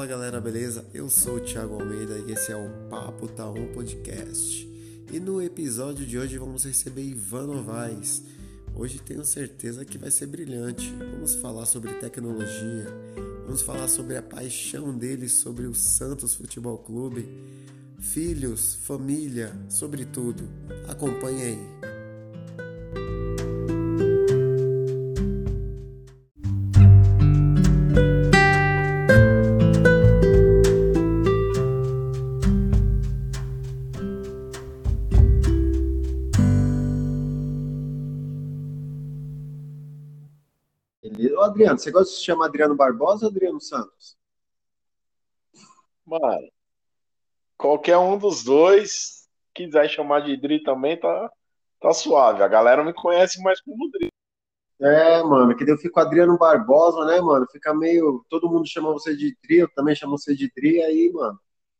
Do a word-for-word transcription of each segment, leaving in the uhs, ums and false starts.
Fala galera, beleza? Eu sou o Thiago Almeida e esse é o Papo Tá On Podcast. E no episódio de hoje vamos receber Ivan Novaes. Hoje tenho certeza que vai ser brilhante. Vamos falar sobre tecnologia, vamos falar sobre a paixão dele sobre o Santos Futebol Clube, filhos, família, sobre tudo. Acompanhe aí. Ô, Adriano, você gosta de se chamar Adriano Barbosa ou Adriano Santos? Mano, qualquer um dos dois, quiser chamar de Dri também, tá, tá suave. A galera me conhece mais como Dri. É, mano, que daí eu fico Adriano Barbosa, né, mano? Fica meio. Todo mundo chama você de Dri, eu também chamo você de Dri, aí, mano.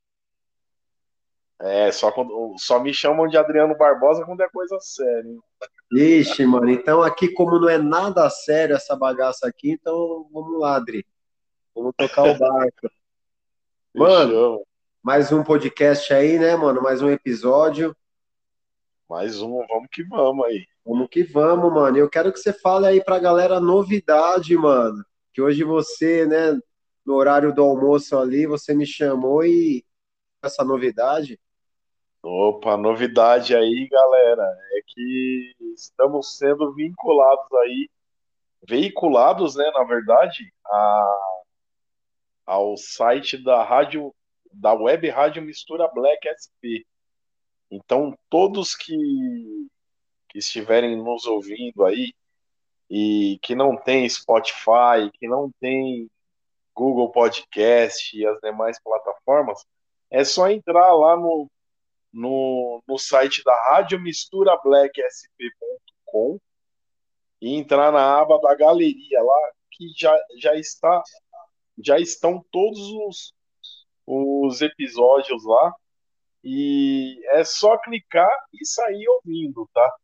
É, só, quando, só me chamam de Adriano Barbosa quando é coisa séria, hein? Ixi, mano, então aqui, como não é nada sério essa bagaça aqui, então vamos lá, Dri. Vamos tocar o barco. Mano, Fechou. mais um podcast aí, né, mano? Mais um episódio. Mais um, vamos que vamos aí. Vamos que vamos, mano. Eu quero que você fale aí pra galera a novidade, mano. Que hoje você, né, no horário do almoço ali, você me chamou e essa novidade. Opa, novidade aí, galera, é que estamos sendo vinculados aí, veiculados, né, na verdade, a, ao site da rádio, da Web Rádio Mistura Black S P. Então, todos que, que estiverem nos ouvindo aí e que não tem Spotify, que não tem Google Podcast e as demais plataformas, é só entrar lá no, no, no site da rádio mistura black s p ponto com e entrar na aba da galeria lá, que já, já está já estão todos os, os episódios lá. E é só clicar e sair ouvindo, tá?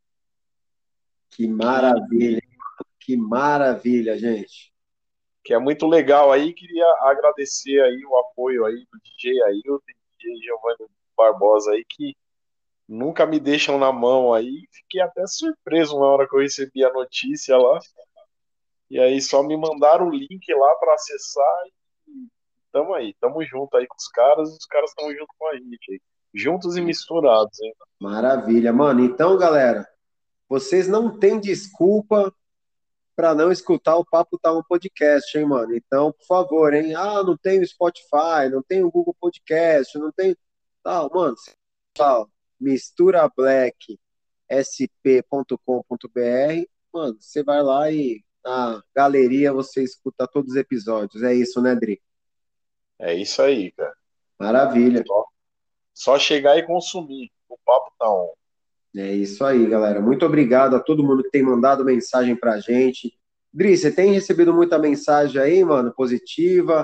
Que Que, maravilha, que maravilha, gente. que é muito legal aí. Queria agradecer aí o apoio aí do D J Ailton, D J Giovanni Barbosa aí, que nunca me deixam na mão aí. Fiquei até surpreso na hora que eu recebi a notícia lá. E aí só me mandaram o link lá para acessar e tamo aí, tamo junto aí com os caras, e os caras estão junto com a gente aí. Juntos e misturados, hein? Maravilha, mano. Então, galera, vocês não têm desculpa para não escutar o Papo Tá Um Podcast, hein, mano? Então, por favor, hein? Ah, não tem o Spotify, não tem o Google Podcast, não tem. Tal, mano. Tal, mistura black s p ponto com ponto b r, mano, você vai lá e na galeria você escuta todos os episódios. É isso, né, Dri? É isso aí, cara. Maravilha. Só, só chegar e consumir. O papo tá on. É isso aí, galera. Muito obrigado a todo mundo que tem mandado mensagem pra gente. Dri, você tem recebido muita mensagem aí, mano, positiva?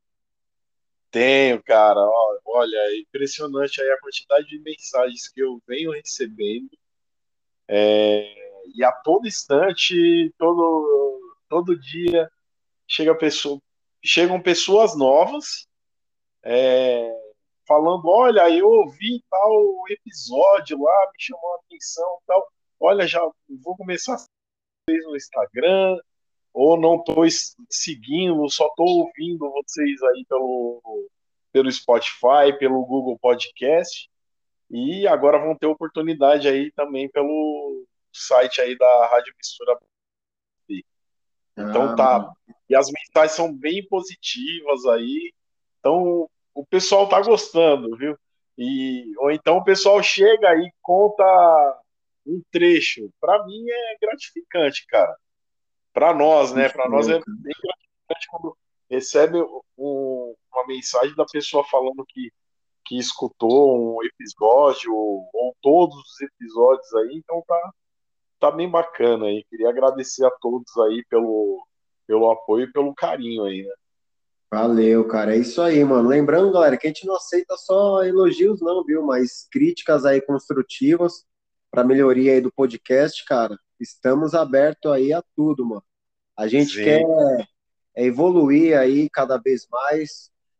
Tenho, cara. Ó, olha, é impressionante aí a quantidade de mensagens que eu venho recebendo. É, e a todo instante, todo, todo dia, chega pessoa, chegam pessoas novas, é, falando: olha, eu ouvi tal episódio lá, me chamou a atenção, tal. Olha, já vou começar a seguir no Instagram, ou não estou seguindo, só estou ouvindo vocês aí pelo, pelo Spotify, pelo Google Podcast, e agora vão ter oportunidade aí também pelo site aí da Rádio Mistura. Então Ah, tá, e as mensagens são bem positivas aí, então o pessoal tá gostando, viu? E, ou então o pessoal chega aí e conta um trecho. Para mim é gratificante, cara. Para nós, que né? Para nós show, é cara. bem gratificante quando recebe um- uma mensagem da pessoa falando que, que escutou um episódio ou, ou todos os episódios aí, então tá, tá bem bacana aí. Queria agradecer a todos aí pelo, pelo apoio e pelo carinho aí, né? Valeu, cara. É isso aí, mano. Lembrando, galera, que a gente não aceita só elogios, não, viu? Mas críticas aí construtivas para melhoria aí do podcast, cara. Estamos abertos aí a tudo, mano. A gente quer Sim, é, evoluir aí cada vez mais.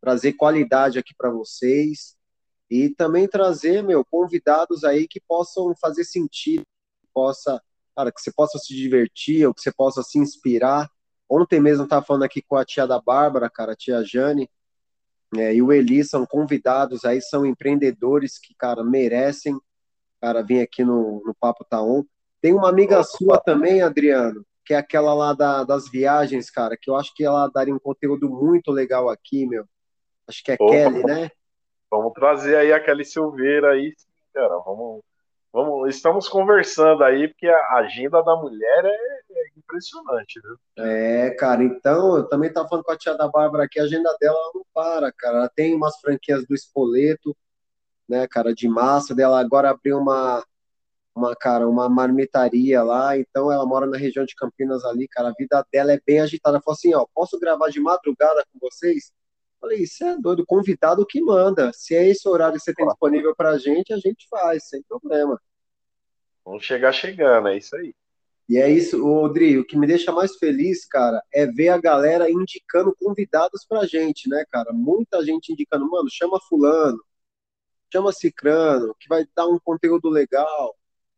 trazer qualidade aqui para vocês e também trazer, meu, convidados aí que possam fazer sentido, que possa, cara, que você possa se divertir, ou que você possa se inspirar. Ontem mesmo eu estava falando aqui com a tia da Bárbara, cara, a tia Jane, é, e o Eli são convidados aí, são empreendedores que, cara, merecem, cara, vir aqui no, no Papo Tá On. Tem uma amiga sua Opa, também, Adriano, que é aquela lá da- das viagens, cara, que eu acho que ela daria um conteúdo muito legal aqui, meu. Acho que é opa, Kelly, né? vamos trazer aí a Kelly Silveira aí, sim, cara. Vamos, vamos, estamos conversando aí, porque a agenda da mulher é, é impressionante, viu? É, cara, então, eu também tava falando com a tia da Bárbara aqui, a agenda dela ela não para, cara. Ela tem umas franquias do Spoleto, né, cara, de massa, dela agora abriu uma, uma, cara, uma marmitaria lá, então ela mora na região de Campinas ali, cara, a vida dela é bem agitada. Ela falou assim, ó, posso gravar de madrugada com vocês? Falei, isso é doido, convidado que manda. Se é esse horário que você tem Ó, disponível pra gente, a gente faz, sem problema. vamos chegar chegando, é isso aí. E é isso, ô, Rodrigo, o que me deixa mais feliz, cara, é ver a galera indicando convidados pra gente, né, cara? Muita gente indicando, mano, chama fulano, chama cicrano, que vai dar um conteúdo legal.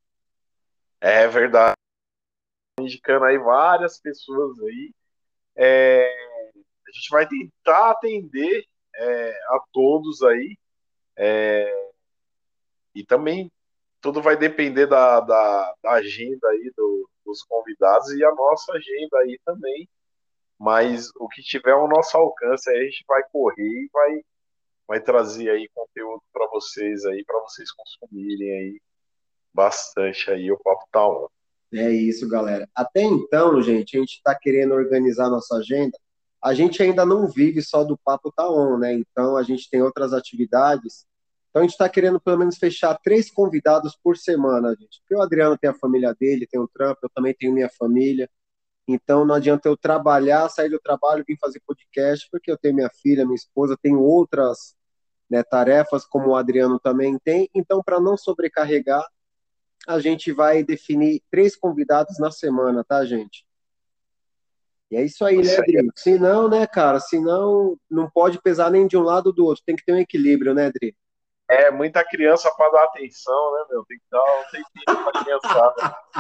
É verdade, indicando aí várias pessoas aí. É, a gente vai tentar atender é, a todos aí. É, e também tudo vai depender da, da, da agenda aí do, dos convidados e a nossa agenda aí também. Mas o que tiver ao nosso alcance aí, a gente vai correr e vai, vai trazer aí conteúdo para vocês aí, para vocês consumirem aí bastante aí o Papo Tá On. É isso, galera. Até então, gente, a gente está querendo organizar nossa agenda. A gente ainda não vive só do Papo Tá On, né? Então, a gente tem outras atividades. Então, a gente está querendo pelo menos fechar três convidados por semana, gente. Porque o Adriano tem a família dele, tem o trampo, eu também tenho minha família. Então não adianta eu trabalhar, sair do trabalho e vir fazer podcast, porque eu tenho minha filha, minha esposa, tenho outras, né, tarefas, como o Adriano também tem. Então, para não sobrecarregar, a gente vai definir três convidados na semana, tá, gente? E é isso aí, né, Isso aí Adri? Se não, né, cara, se não, não pode pesar nem de um lado ou do outro, tem que ter um equilíbrio, né, Adri? é, é muita criança para dar atenção, né, meu? Tem que dar um tempinho para criançada.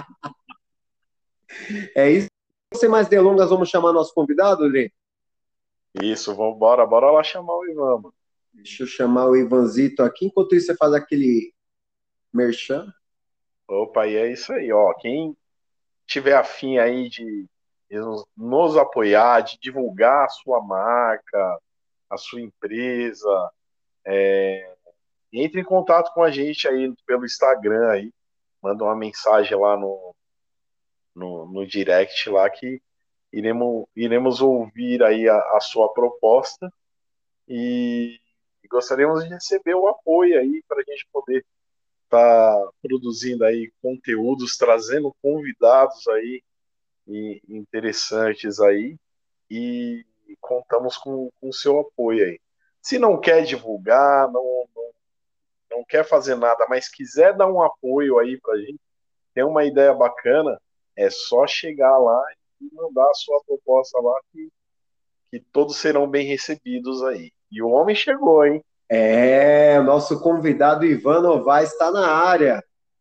É isso. Sem mais delongas, vamos chamar nosso convidado, Adri? Isso, vamos bora, bora lá chamar o Ivan, mano. Deixa eu chamar o Ivanzito aqui, enquanto isso você faz aquele merchan. Opa, e é isso aí, ó. Quem tiver afim aí de nos apoiar, de divulgar a sua marca, a sua empresa, é, entre em contato com a gente aí pelo Instagram aí, manda uma mensagem lá no, no, no direct lá que iremos, iremos ouvir aí a, a sua proposta e gostaríamos de receber o apoio aí para a gente poder estar tá produzindo aí conteúdos, trazendo convidados aí e interessantes aí e contamos com o seu apoio aí. Se não quer divulgar, não, não, não quer fazer nada, mas quiser dar um apoio aí pra gente, tem uma ideia bacana, é só chegar lá e mandar a sua proposta lá que, que todos serão bem recebidos aí. E o homem chegou, hein? É, o nosso convidado Ivan Novaes está na área.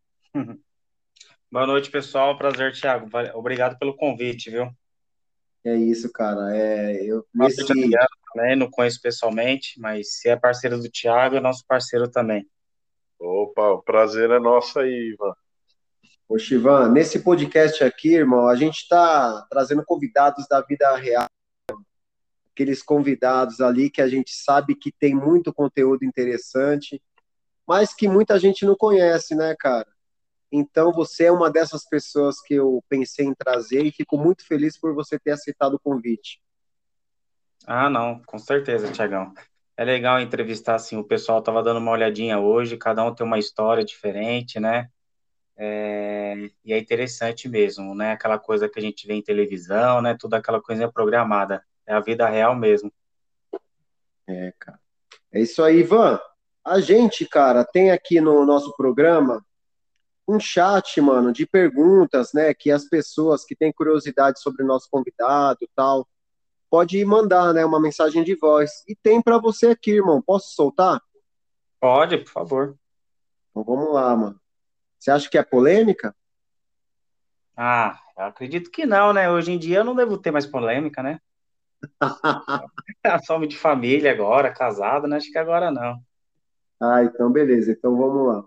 Boa noite, pessoal. Prazer, Thiago. Obrigado pelo convite, viu? É isso, cara. É, eu, Boa noite, nesse. Adriano, também, não conheço pessoalmente, mas se é parceiro do Thiago, é nosso parceiro também. Opa, o prazer é nosso aí, Ivan. Poxa, Ivan, nesse podcast aqui, irmão, a gente está trazendo convidados da vida real, aqueles convidados ali que a gente sabe que tem muito conteúdo interessante, mas que muita gente não conhece, né, cara? Então você é uma dessas pessoas que eu pensei em trazer e fico muito feliz por você ter aceitado o convite. Ah, não, com certeza, Thiagão. É legal entrevistar, assim, o pessoal tava dando uma olhadinha hoje, cada um tem uma história diferente, né? É, e é interessante mesmo, né? Aquela coisa que a gente vê em televisão, né? Tudo aquela coisinha programada. É a vida real mesmo. É, cara. É isso aí, Ivan. A gente, cara, tem aqui no nosso programa um chat, mano, de perguntas, né, que as pessoas que têm curiosidade sobre o nosso convidado e tal, pode mandar, né, uma mensagem de voz. E tem para você aqui, irmão. Posso soltar? Pode, por favor. Então vamos lá, mano. Você acha que é polêmica? Ah, eu acredito que não, né? Hoje em dia eu não devo ter mais polêmica, né? Somos de família agora, casado, né? Acho que agora não. Ah, então beleza. Então vamos lá.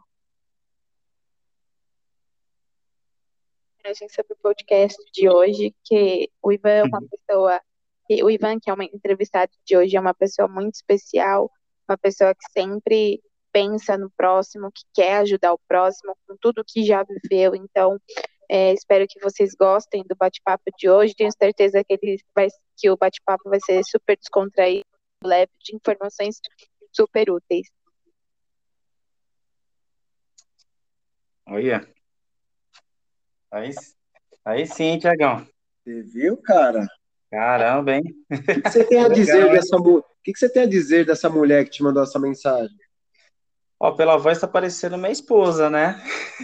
Mensagem sobre o podcast de hoje, que o Ivan é uma pessoa, que o Ivan, que é uma entrevistado de hoje, é uma pessoa muito especial, uma pessoa que sempre pensa no próximo, que quer ajudar o próximo com tudo que já viveu. Então, é, espero que vocês gostem do bate-papo de hoje. Tenho certeza que, ele vai, que o bate-papo vai ser super descontraído, leve de informações super úteis. Olha, aí, aí sim, Tiagão. Você viu, cara? Caramba, hein? O que que você tem a dizer Legal, hein? dessa, mu- o que que você tem a dizer dessa mulher que te mandou essa mensagem? Ó, pela voz tá parecendo minha esposa, né?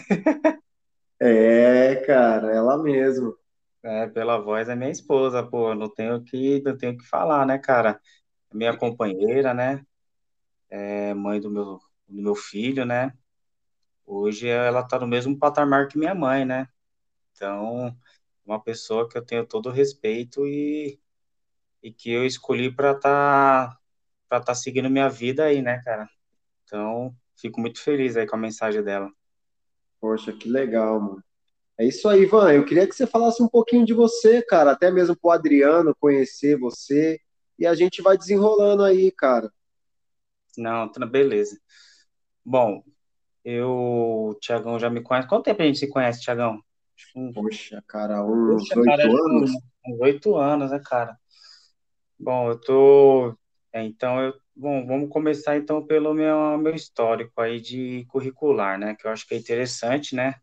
É, cara, ela mesmo. É, pela voz é minha esposa, pô, não tenho que, não tenho que falar, né, cara? É minha companheira, né? É mãe do meu, do meu filho, né? Hoje ela tá no mesmo patamar que minha mãe, né? Então, uma pessoa que eu tenho todo o respeito e, e que eu escolhi para tá, para tá seguindo minha vida aí, né, cara? Então, fico muito feliz aí com a mensagem dela. Poxa, que legal, mano. É isso aí, Ivan. Eu queria que você falasse um pouquinho de você, cara, até mesmo pro Adriano conhecer você. E a gente vai desenrolando aí, cara. Não, tá- beleza. Bom, eu, o Tiagão já me conhece. Quanto tempo a gente se conhece, Tiagão? Acho que uns, Poxa, cara, uns poxa, cara, oito acho que anos? uns uns oito anos, né, cara? Bom, eu tô. É, então, eu, bom, vamos começar então pelo meu, meu histórico aí de curricular, né? Que eu acho que é interessante, né?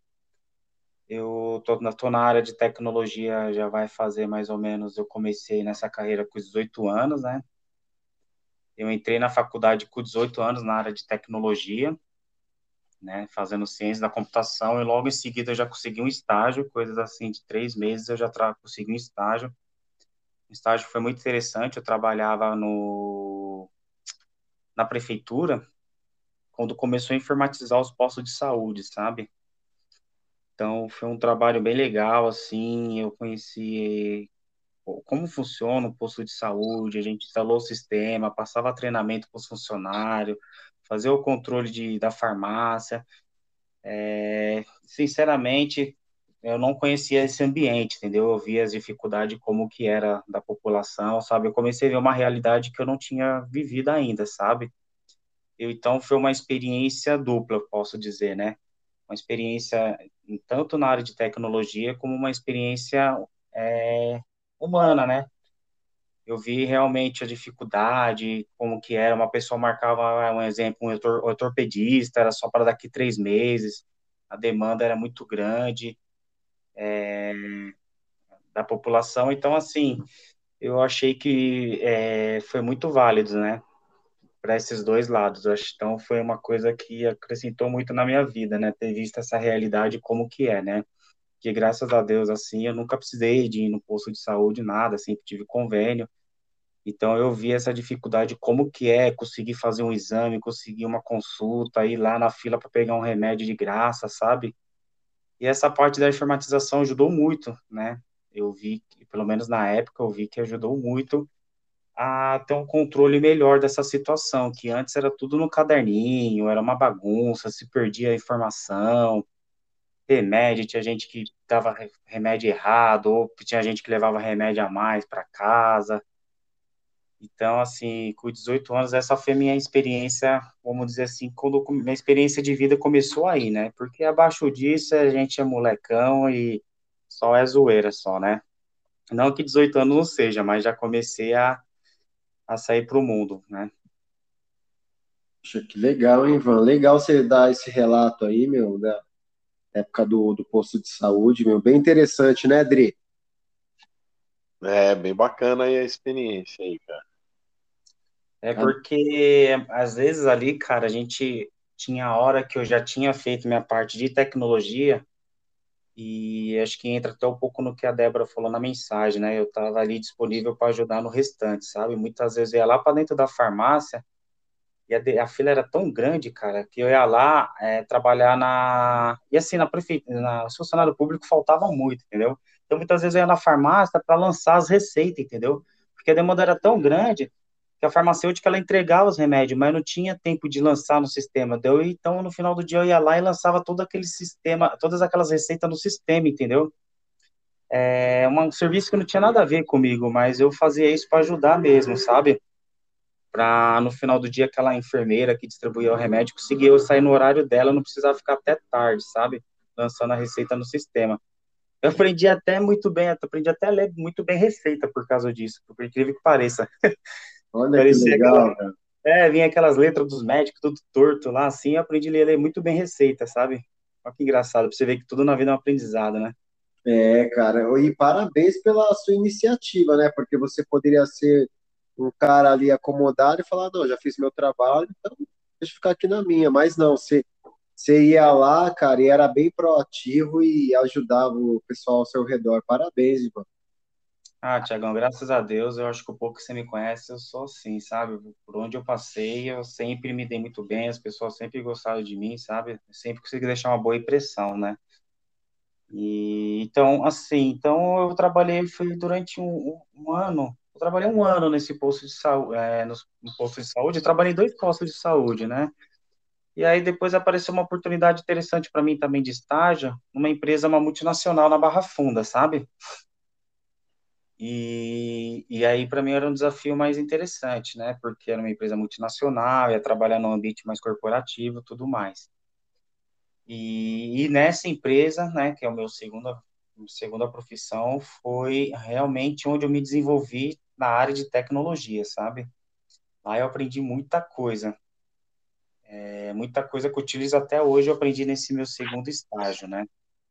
Eu tô, na- tô na área de tecnologia, já vai fazer mais ou menos. Eu comecei nessa carreira com dezoito anos, né? Eu entrei na faculdade com dezoito anos na área de tecnologia, né? Fazendo ciência da computação, e logo em seguida eu já consegui um estágio, coisas assim de três meses eu já tra consegui um estágio. O estágio foi muito interessante. Eu trabalhava no, na prefeitura quando começou a informatizar os postos de saúde, sabe? Então, foi um trabalho bem legal, assim, eu conheci como funciona o posto de saúde, a gente instalou o sistema, passava treinamento para os funcionários, fazia o controle de, da farmácia. É, sinceramente, eu não conhecia esse ambiente, entendeu? Eu via as dificuldades como que era da população, sabe? Eu comecei a ver uma realidade que eu não tinha vivido ainda, sabe? Eu, então, foi uma experiência dupla, posso dizer, né? Uma experiência tanto na área de tecnologia como uma experiência é, humana, né? Eu vi realmente a dificuldade, como que era, uma pessoa marcava um exemplo, um ortor- ortopedista, era só para daqui três meses, a demanda era muito grande da população, então, assim, eu achei que é, foi muito válido, né, para esses dois lados. Eu acho, então, foi uma coisa que acrescentou muito na minha vida, né, ter visto essa realidade como que é, né, que graças a Deus, assim, eu nunca precisei de ir no posto de saúde, nada, sempre tive convênio. Então eu vi essa dificuldade, como que é conseguir fazer um exame, conseguir uma consulta, ir lá na fila para pegar um remédio de graça, sabe? E essa parte da informatização ajudou muito, né? Eu vi, que, pelo menos na época, eu vi que ajudou muito a ter um controle melhor dessa situação, que antes era tudo no caderninho, era uma bagunça, se perdia a informação, remédio, tinha gente que dava remédio errado, ou tinha gente que levava remédio a mais para casa. Então, assim, com dezoito anos, essa foi a minha experiência, vamos dizer assim, quando minha experiência de vida começou aí, né? Porque abaixo disso a gente é molecão e só é zoeira só, né? Não que dezoito anos não seja, mas já comecei a, a sair para o mundo, né? Poxa, que legal, hein, Ivan? Legal você dar esse relato aí, meu, da época do, do posto de saúde, meu. Bem interessante, né, Dri? É bem bacana aí a experiência aí, cara. É Cara, porque, às vezes ali, cara, a gente tinha hora que eu já tinha feito minha parte de tecnologia E acho que entra até um pouco no que a Débora falou na mensagem, né? Eu estava ali disponível para ajudar no restante, sabe? Muitas vezes eu ia lá para dentro da farmácia e a, de- a fila era tão grande, cara, que eu ia lá é, trabalhar na. E assim, na prefeitura, na os funcionário público faltava muito, entendeu? Então muitas vezes eu ia na farmácia para lançar as receitas, entendeu? Porque a demanda era tão grande que a farmacêutica ela entregava os remédios, mas não tinha tempo de lançar no sistema. Deu, então, no final do dia, eu ia lá e lançava todo aquele sistema, todas aquelas receitas no sistema, entendeu? É um serviço que não tinha nada a ver comigo, mas eu fazia isso para ajudar mesmo, sabe? Para no final do dia, aquela enfermeira que distribuía o remédio conseguir eu sair no horário dela, não precisava ficar até tarde, sabe? Lançando a receita no sistema. Eu aprendi até muito bem, aprendi até a ler muito bem receita por causa disso, por incrível que pareça. Olha que Parecia aquela, legal, cara. é, vinha aquelas letras dos médicos, tudo torto lá, assim, eu aprendi a ler, ler muito bem receita, sabe? Olha que engraçado, pra você ver que tudo na vida é um aprendizado, né? É, cara, e parabéns pela sua iniciativa, né? Porque você poderia ser um cara ali acomodado e falar, não, já fiz meu trabalho, então deixa eu ficar aqui na minha. Mas não, você, você ia lá, cara, e era bem proativo e ajudava o pessoal ao seu redor. Parabéns, Ivan. Ah, Tiagão, graças a Deus, eu acho que o pouco que você me conhece, eu sou assim, sabe? Por onde eu passei, eu sempre me dei muito bem, as pessoas sempre gostaram de mim, sabe? Eu sempre consegui deixar uma boa impressão, né? E então, assim, então eu trabalhei, foi durante um, um- um ano, eu trabalhei um ano nesse posto de saúde, é, no, no posto de saúde, eu trabalhei em dois postos de saúde, né? E aí depois apareceu uma oportunidade interessante para mim também de estágio, numa empresa, uma multinacional na Barra Funda, sabe? E, e aí, para mim, era um desafio mais interessante, né? Porque era uma empresa multinacional, ia trabalhar num ambiente mais corporativo, tudo mais. E, e nessa empresa, né, que é o meu segunda, segunda profissão, foi realmente onde eu me desenvolvi na área de tecnologia, sabe? Lá eu aprendi muita coisa, é, muita coisa que eu utilizo até hoje, eu aprendi nesse meu segundo estágio, né?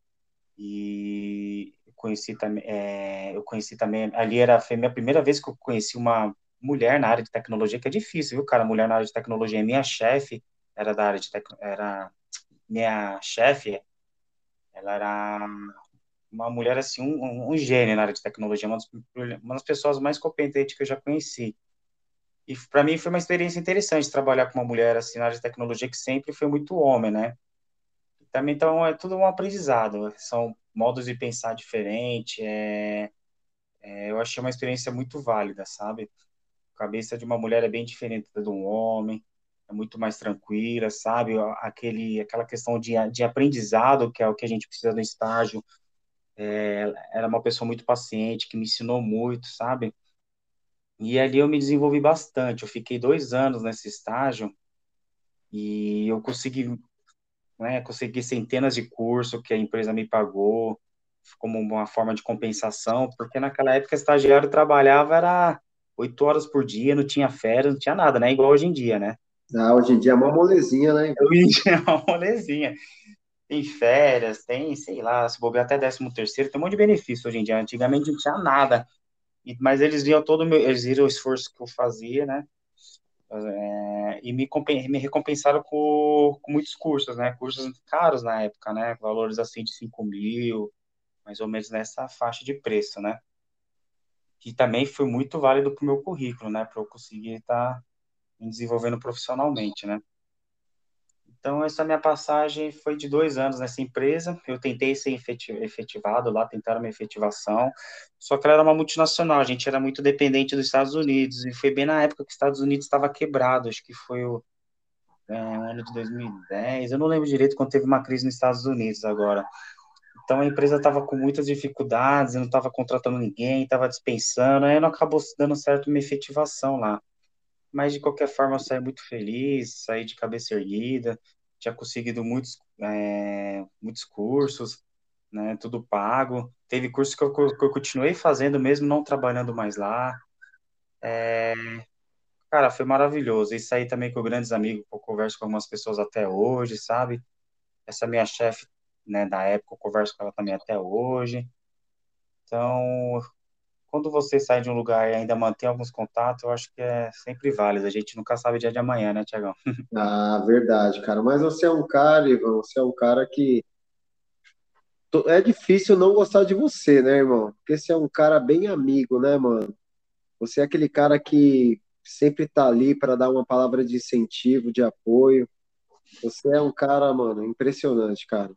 E eu conheci também, é, eu conheci também, ali era, foi a minha primeira vez que eu conheci uma mulher na área de tecnologia, que é difícil, viu, cara? Mulher na área de tecnologia. Minha chefe era da área de tec, era minha chefe, ela era uma mulher assim, um, um um gênio na área de tecnologia, uma das, uma das pessoas mais competentes que eu já conheci. E para mim foi uma experiência interessante trabalhar com uma mulher assim na área de tecnologia que sempre foi muito homem, né? Também então é tudo um aprendizado, são modos de pensar diferente, é, é, eu achei uma experiência muito válida, sabe? A cabeça de uma mulher é bem diferente da de um homem, é muito mais tranquila, sabe? Aquele, aquela questão de, de aprendizado, que é o que a gente precisa no estágio, é, era uma pessoa muito paciente, que me ensinou muito, sabe? E ali eu me desenvolvi bastante, eu fiquei dois anos nesse estágio, e eu consegui, né, consegui centenas de cursos que a empresa me pagou, como uma forma de compensação, porque naquela época estagiário trabalhava era oito horas por dia, não tinha férias, não tinha nada, né? Igual hoje em dia, né? Ah, hoje em dia é uma molezinha, né, Ivan? Hoje em dia é uma molezinha. Tem férias, tem, sei lá, se bobear até décimo terceiro, tem um monte de benefício hoje em dia. Antigamente não tinha nada. E- mas eles viam todo o meu, eles viram o esforço que eu fazia, né? É, e me, compen- me recompensaram com, com muitos cursos, né? Cursos caros na época, né? Valores assim de cinco mil, mais ou menos nessa faixa de preço, né? Que também foi muito válido para o meu currículo, né? Para eu conseguir estar me desenvolvendo profissionalmente, né? Então, essa minha passagem foi de dois anos nessa empresa. Eu tentei ser efeti- efetivado lá, tentaram minha efetivação, só que ela era uma multinacional, a gente era muito dependente dos Estados Unidos, e foi bem na época que os Estados Unidos estava quebrado, acho que foi o, é, o ano de dois mil e dez, eu não lembro direito quando teve uma crise nos Estados Unidos agora. Então, a empresa estava com muitas dificuldades, eu não estava contratando ninguém, estava dispensando, aí não acabou dando certo minha efetivação lá. Mas de qualquer forma eu saí muito feliz, saí de cabeça erguida, tinha conseguido muitos, é, muitos cursos, né, tudo pago. Teve curso que eu, que eu continuei fazendo mesmo não trabalhando mais lá. Cara, foi maravilhoso. E saí também com grandes amigos, eu converso com algumas pessoas até hoje, sabe? Essa minha chefe, né, da época, eu converso com ela também até hoje. Então, quando você sai de um lugar e ainda mantém alguns contatos, eu acho que é sempre válido. A gente nunca sabe o dia de amanhã, né, Tiagão? Ah, verdade, cara. Mas você é um cara, Ivan, você é um cara que to- é difícil não gostar de você, né, irmão? Porque você é um cara bem amigo, né, mano? Você é aquele cara que sempre tá ali para dar uma palavra de incentivo, de apoio. Você é um cara, mano, impressionante, cara.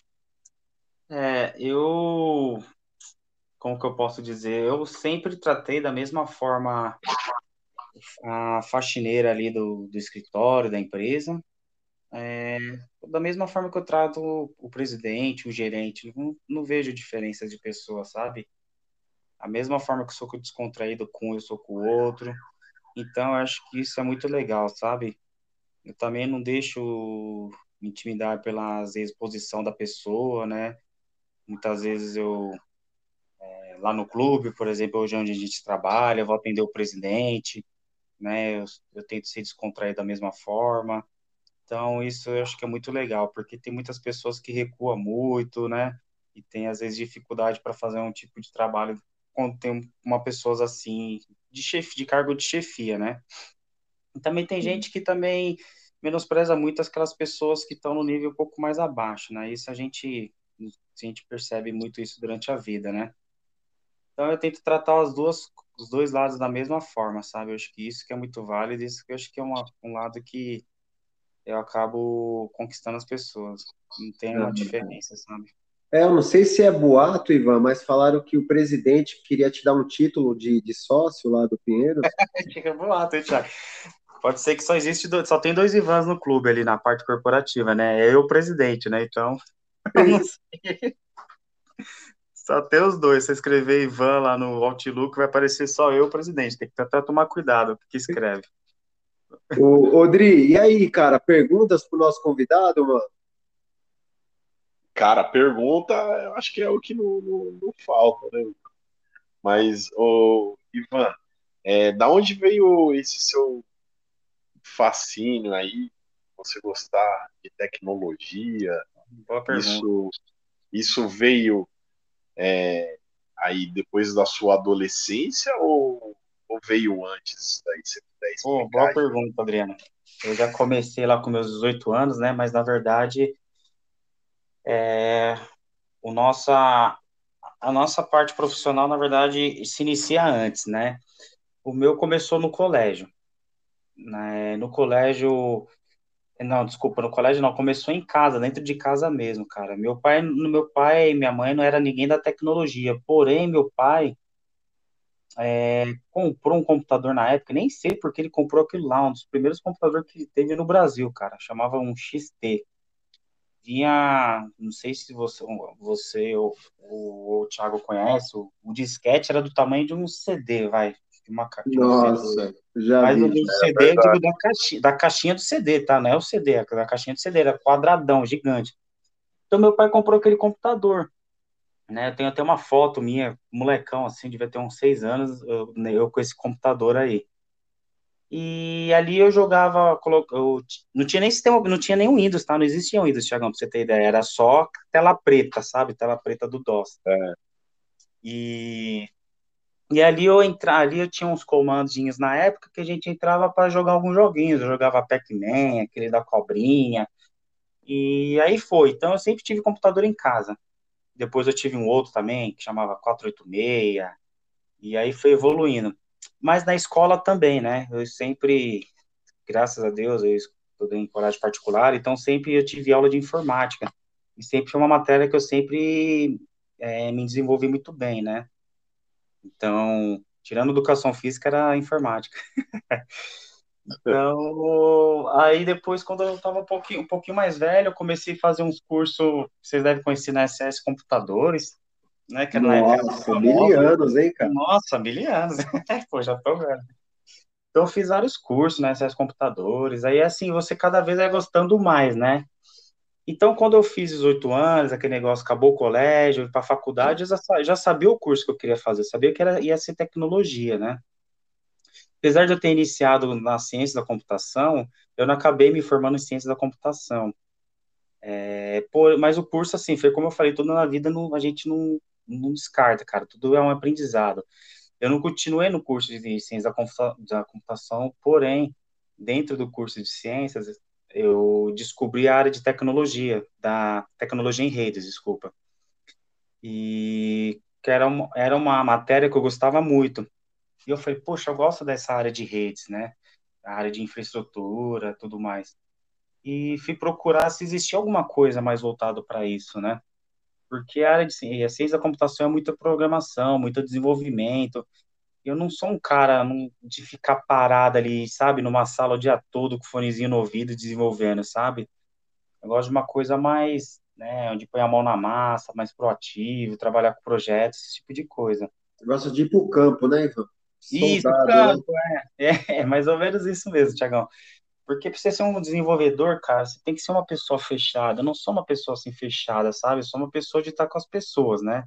É, eu, como que eu posso dizer? Eu sempre tratei da mesma forma a faxineira ali do, do escritório, da empresa, da mesma forma que eu trato o, o presidente, o gerente. Não, não vejo diferença de pessoa, sabe? A mesma forma que eu sou descontraído com um, eu sou com o outro. Então, eu acho que isso é muito legal, sabe? Eu também não deixo me intimidar pela às vezes, posição da pessoa, né? Muitas vezes eu, lá no clube, por exemplo, hoje é onde a gente trabalha, eu vou atender o presidente, né? Eu, eu tento ser descontraído da mesma forma. Então, isso eu acho que é muito legal, porque tem muitas pessoas que recuam muito, né? E tem, às vezes, dificuldade para fazer um tipo de trabalho quando tem uma pessoa assim, de chefe, de cargo de chefia, né? E também tem gente que também menospreza muito aquelas pessoas que estão no nível um pouco mais abaixo, né? Isso a gente, a gente percebe muito isso durante a vida, né? Então eu tento tratar as duas, os dois lados da mesma forma, sabe? Eu acho que isso que é muito válido, isso que eu acho que é uma, um lado que eu acabo conquistando as pessoas. Não tem uma diferença, sabe? É, eu não sei se é boato, Ivan, mas falaram que o presidente queria te dar um título de, de sócio lá do Pinheiros. Fica boato, hein, Thiago? Pode ser que só existe dois, só tem dois Ivans no clube ali na parte corporativa, né? É eu o presidente, né? Então, eu não sei. Só tem os dois. Se você escrever Ivan lá no Outlook, vai aparecer só eu o presidente. Tem que até tomar cuidado com o que escreve. Ô, Odri, e aí, cara, perguntas pro nosso convidado, mano? Cara, pergunta, eu acho que é o que não, não, não falta, né? Mas, ô, Ivan, é, da onde veio esse seu fascínio aí, você gostar de tecnologia? Boa pergunta. Isso, isso veio é, aí depois da sua adolescência ou, ou veio antes? Daí você puder Pô, explicar boa aí. pergunta, Adriano. Eu já comecei lá com meus dezoito anos, né? Mas na verdade, o nossa, a nossa parte profissional, na verdade, se inicia antes, né? O meu começou no colégio, né? No colégio, não, desculpa, no colégio não, começou em casa, dentro de casa mesmo, cara. Meu pai, no meu pai e minha mãe não era ninguém da tecnologia, porém meu pai comprou um computador na época, nem sei porque ele comprou aquilo lá, um dos primeiros computadores que teve no Brasil, cara, chamava um X T. Tinha, não sei se você, você ou o, o Thiago conhece, o, o disquete era do tamanho de um C D, vai, de, uma, ca- de um C D. Nossa, já Mas o vi. do C D, eu digo da caixinha, da caixinha do C D, tá? Não é o C D, é da caixinha do C D, era quadradão, gigante. Então meu pai comprou aquele computador, né? Eu tenho até uma foto minha, molecão, assim, devia ter uns seis anos, eu, eu com esse computador aí. E ali eu jogava, colo- eu t- não tinha nem sistema, não tinha nem o Windows, tá? Não existia o Windows, Thiagão, pra você ter ideia. Era só tela preta, sabe? Tela preta do DOS. É, E, e ali eu entra, ali eu tinha uns comandinhos na época que a gente entrava para jogar alguns joguinhos. Eu jogava Pac-Man, aquele da cobrinha. E aí foi. Então eu sempre tive computador em casa. Depois eu tive um outro também, que chamava quatrocentos e oitenta e seis. E aí foi evoluindo. Mas na escola também, né? Eu sempre graças a Deus, eu estudei em colégio particular, então sempre eu tive aula de informática. E sempre foi uma matéria que eu sempre é, me desenvolvi muito bem, né? Então, tirando educação física, era informática. Então, aí depois, quando eu estava um pouquinho, um pouquinho mais velho, eu comecei a fazer uns cursos, vocês devem conhecer na S S Computadores, né? Que era na época era Nossa, mil famosa. anos, hein, cara? Nossa, mil anos. Pô, já tô velho. Então, eu fiz vários cursos, né, esses computadores. Aí, assim, você cada vez vai gostando mais, né? Então, quando eu fiz dezoito anos, aquele negócio, acabou o colégio, para a faculdade, eu já, sa- já sabia o curso que eu queria fazer, eu sabia que era, ia ser tecnologia, né? Apesar de eu ter iniciado na ciência da computação, eu não acabei me formando em ciência da computação. É, pô, mas o curso, assim, foi como eu falei, tudo na vida não- a gente não, não descarta, cara, tudo é um aprendizado. Eu não continuei no curso de ciência da computa- da computação, porém, dentro do curso de ciências, eu descobri a área de tecnologia, da tecnologia em redes, desculpa. e que era uma, era uma matéria que eu gostava muito. E eu falei, poxa, eu gosto dessa área de redes, né? A área de infraestrutura, tudo mais. E fui procurar se existia alguma coisa mais voltado para isso, né? Porque a área de ci- a ciência da computação é muita programação, muito desenvolvimento. Eu não sou um cara não- de ficar parado ali, sabe, numa sala o dia todo com fonezinho no ouvido desenvolvendo, sabe? Eu gosto de uma coisa mais, né, onde põe a mão na massa, mais proativo, trabalhar com projetos, esse tipo de coisa. Você gosta de ir pro campo, né, Ivan? Isso, Soldado, né? campo, é, é, é mais ou menos isso mesmo, Tiagão. Porque para você ser um desenvolvedor, cara, você tem que ser uma pessoa fechada. Eu não sou uma pessoa assim fechada, sabe? Eu sou uma pessoa de estar com as pessoas, né?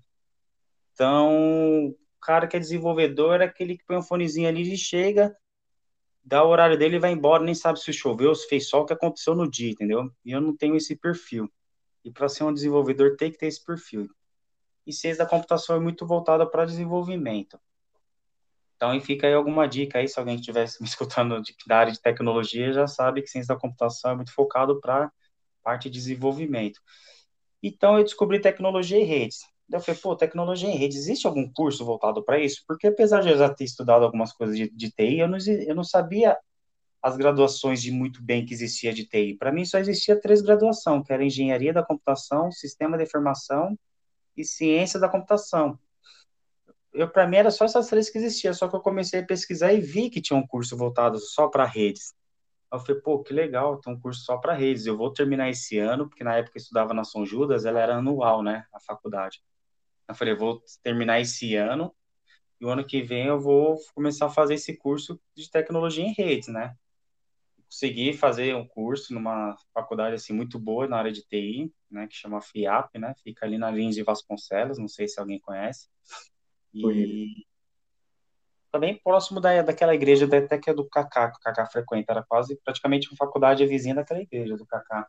Então, o cara que é desenvolvedor é aquele que põe um fonezinho ali e chega, dá o horário dele e vai embora, nem sabe se choveu, se fez sol, o que aconteceu no dia, entendeu? E eu não tenho esse perfil. E para ser um desenvolvedor tem que ter esse perfil. E ciência da computação é muito voltada para desenvolvimento. Então, e fica aí alguma dica aí, se alguém estivesse me escutando de, da área de tecnologia, já sabe que ciência da computação é muito focado para parte de desenvolvimento. Então, eu descobri tecnologia e redes. Daí eu falei, pô, tecnologia em redes, existe algum curso voltado para isso? Porque apesar de eu já ter estudado algumas coisas de, de T I, eu não, eu não sabia as graduações de muito bem que existia de T I. Para mim, só existia três graduações, que era engenharia da computação, sistema de informação e ciência da computação. Eu, para mim, era só essas três que existiam, só que eu comecei a pesquisar e vi que tinha um curso voltado só para redes. Aí eu falei, pô, que legal, tem um curso só para redes. Eu vou terminar esse ano, porque na época eu estudava na São Judas, ela era anual, né, a faculdade. Eu falei, vou terminar esse ano e o ano que vem eu vou começar a fazer esse curso de tecnologia em redes, né? Consegui fazer um curso numa faculdade assim muito boa na área de T I, né, que chama FIAP, né? Fica ali na Lins de Vasconcelos, não sei se alguém conhece. Conheço. E também próximo da, daquela igreja até que é do Kaká, que o Kaká frequenta, era quase praticamente uma faculdade vizinha daquela igreja do Kaká.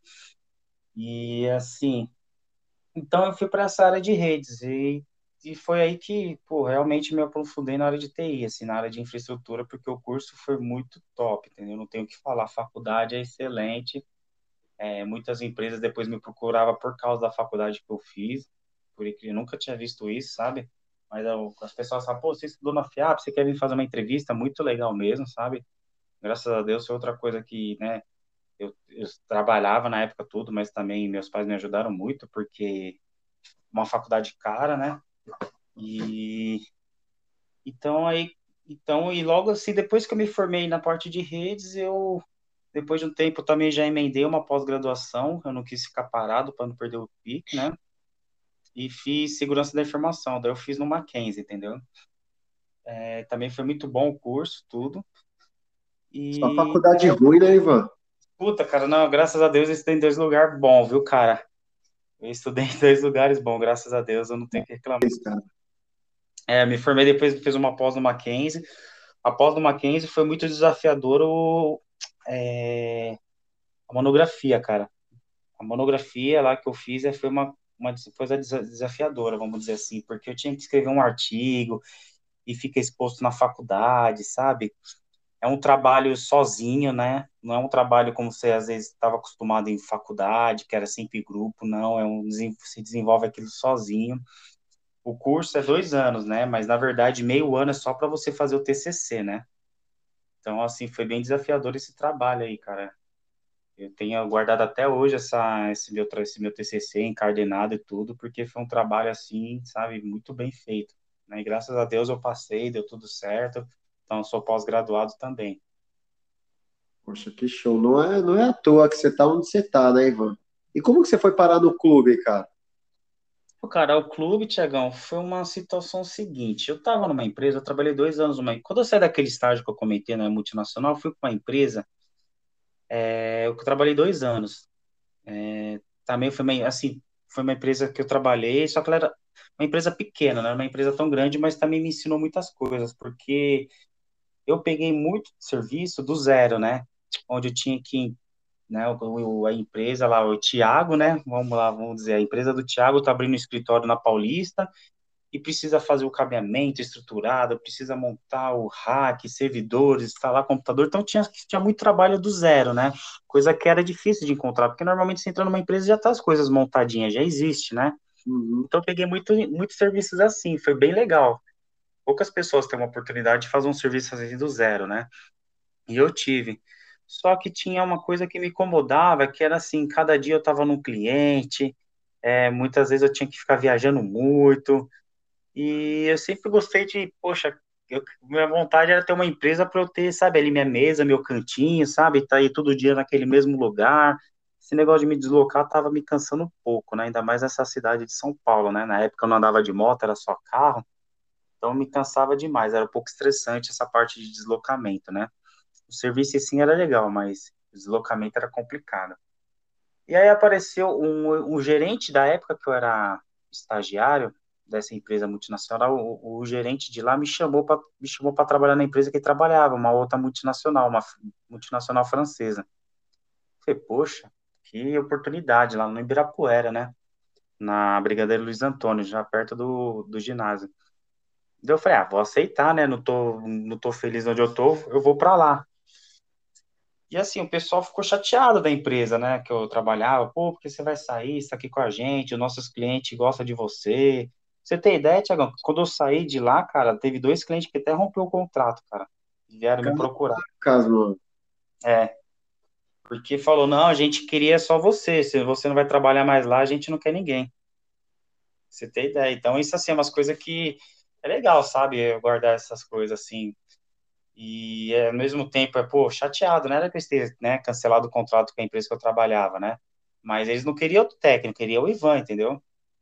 E assim, então eu fui para essa área de redes e, e foi aí que, pô, realmente me aprofundei na área de T I, assim, na área de infraestrutura, porque o curso foi muito top, entendeu? Não tenho o que falar, a faculdade é excelente. É, muitas empresas depois me procuravam por causa da faculdade que eu fiz, porque eu nunca tinha visto isso, sabe? Mas eu, as pessoas falam, pô, você estudou na FIAP, você quer vir fazer uma entrevista? Muito legal mesmo, sabe? Graças a Deus foi outra coisa que, né, eu, eu trabalhava na época tudo, mas também meus pais me ajudaram muito, porque uma faculdade cara, né? E então aí, então e logo assim, depois que eu me formei na parte de redes, eu depois de um tempo também já emendei uma pós-graduação, eu não quis ficar parado para não perder o pique, né? E fiz segurança da informação, daí eu fiz no Mackenzie, entendeu? É, também foi muito bom o curso, tudo. Sua E faculdade eu, ruim, né, Ivan? puta, cara, não, graças a Deus eu estudei em dois lugares bons, viu, cara? Eu estudei em dois lugares bons, graças a Deus, eu não tenho que reclamar. Esse cara. É, me formei depois, fiz uma pós no Mackenzie. A pós no Mackenzie foi muito desafiador o, é, a monografia, cara. A monografia lá que eu fiz é, foi uma, uma coisa desafiadora, vamos dizer assim, porque eu tinha que escrever um artigo e fica exposto na faculdade, sabe? É um trabalho sozinho, né? Não é um trabalho como você às vezes estava acostumado em faculdade, que era sempre grupo, não, é um, se desenvolve aquilo sozinho. O curso é dois anos, né? Mas na verdade meio ano é só para você fazer o T C C, né? Então assim foi bem desafiador esse trabalho aí, cara. Eu tenho guardado até hoje essa, esse meu esse meu T C C encadenado e tudo, porque foi um trabalho assim, sabe, muito bem feito, né? E graças a Deus eu passei, deu tudo certo. Então eu sou pós-graduado também. Poxa, que show. Não é, não é à toa que você tá onde você tá, né, Ivan? E como que você foi parar no clube, cara? O cara, o clube, Tiagão, foi uma situação seguinte. Eu estava numa empresa, eu trabalhei dois anos numa. Quando eu saí daquele estágio que eu comentei na multinacional, eu fui para uma empresa, é, eu trabalhei dois anos. Também foi uma, assim, foi uma empresa que eu trabalhei, só que ela era uma empresa pequena, não era uma empresa tão grande, mas também me ensinou muitas coisas, porque eu peguei muito serviço do zero, né? Onde eu tinha que, né, o, a empresa lá, o Thiago, né? Vamos lá, vamos dizer, a empresa do Thiago está abrindo um escritório na Paulista e precisa fazer o cabeamento estruturado, precisa montar o rack, servidores, instalar computador, então tinha, tinha muito trabalho do zero, né? Coisa que era difícil de encontrar, porque normalmente você entra numa empresa e já tá as coisas montadinhas, já existe, né? Uhum. Então eu peguei muito, muitos serviços assim, foi bem legal. Poucas pessoas têm uma oportunidade de fazer um serviço assim do zero, né? E eu tive. Só que tinha uma coisa que me incomodava, que era assim, cada dia eu estava num cliente, é, muitas vezes eu tinha que ficar viajando muito, e eu sempre gostei de, poxa, eu- minha vontade era ter uma empresa para eu ter, sabe, ali minha mesa, meu cantinho, sabe, tá aí todo dia naquele mesmo lugar. Esse negócio de me deslocar tava me cansando um pouco, né? Ainda mais nessa cidade de São Paulo, né? Na época eu não andava de moto, era só carro, então me cansava demais, era um pouco estressante essa parte de deslocamento, né? O serviço sim era legal, mas o deslocamento era complicado. E aí apareceu um, um gerente da época que eu era estagiário dessa empresa multinacional, o, o gerente de lá me chamou para me chamou para trabalhar na empresa que ele trabalhava, uma outra multinacional, uma f- multinacional francesa. Falei, poxa, que oportunidade lá no Ibirapuera, né? Na Brigadeiro Luiz Antônio, já perto do, do ginásio. Daí eu falei, ah, vou aceitar, né? Não tô, não tô feliz onde eu tô, eu vou para lá. E assim, o pessoal ficou chateado da empresa, né, que eu trabalhava. Pô, porque você vai sair, está aqui com a gente, os nossos clientes gostam de você. Você tem ideia, Tiagão? Quando eu saí de lá, cara, teve dois clientes que até rompeu o contrato, cara. E vieram me procurar. Caracas, mano. É, porque falou, não, a gente queria só você. Se você não vai trabalhar mais lá, a gente não quer ninguém. Você tem ideia? Então, isso assim, é umas coisas que é legal, sabe? Eu guardar essas coisas assim. E é, ao mesmo tempo é, pô, chateado, né? Era que eles terem, né, cancelado o contrato com a empresa que eu trabalhava, né? Mas eles não queriam o técnico, queriam o Ivan, entendeu?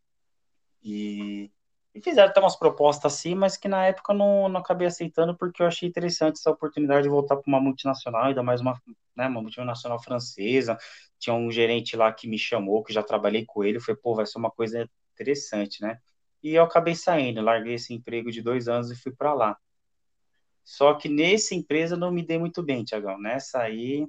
E, e fizeram até umas propostas assim, mas que na época eu não, não acabei aceitando porque eu achei interessante essa oportunidade de voltar para uma multinacional, ainda mais uma, né, uma multinacional francesa. Tinha um gerente lá que me chamou, que já trabalhei com ele, foi, pô, vai ser uma coisa interessante, né? E eu acabei saindo, larguei esse emprego de dois anos e fui para lá. Só que nessa empresa eu não me dei muito bem, Tiagão. Nessa aí,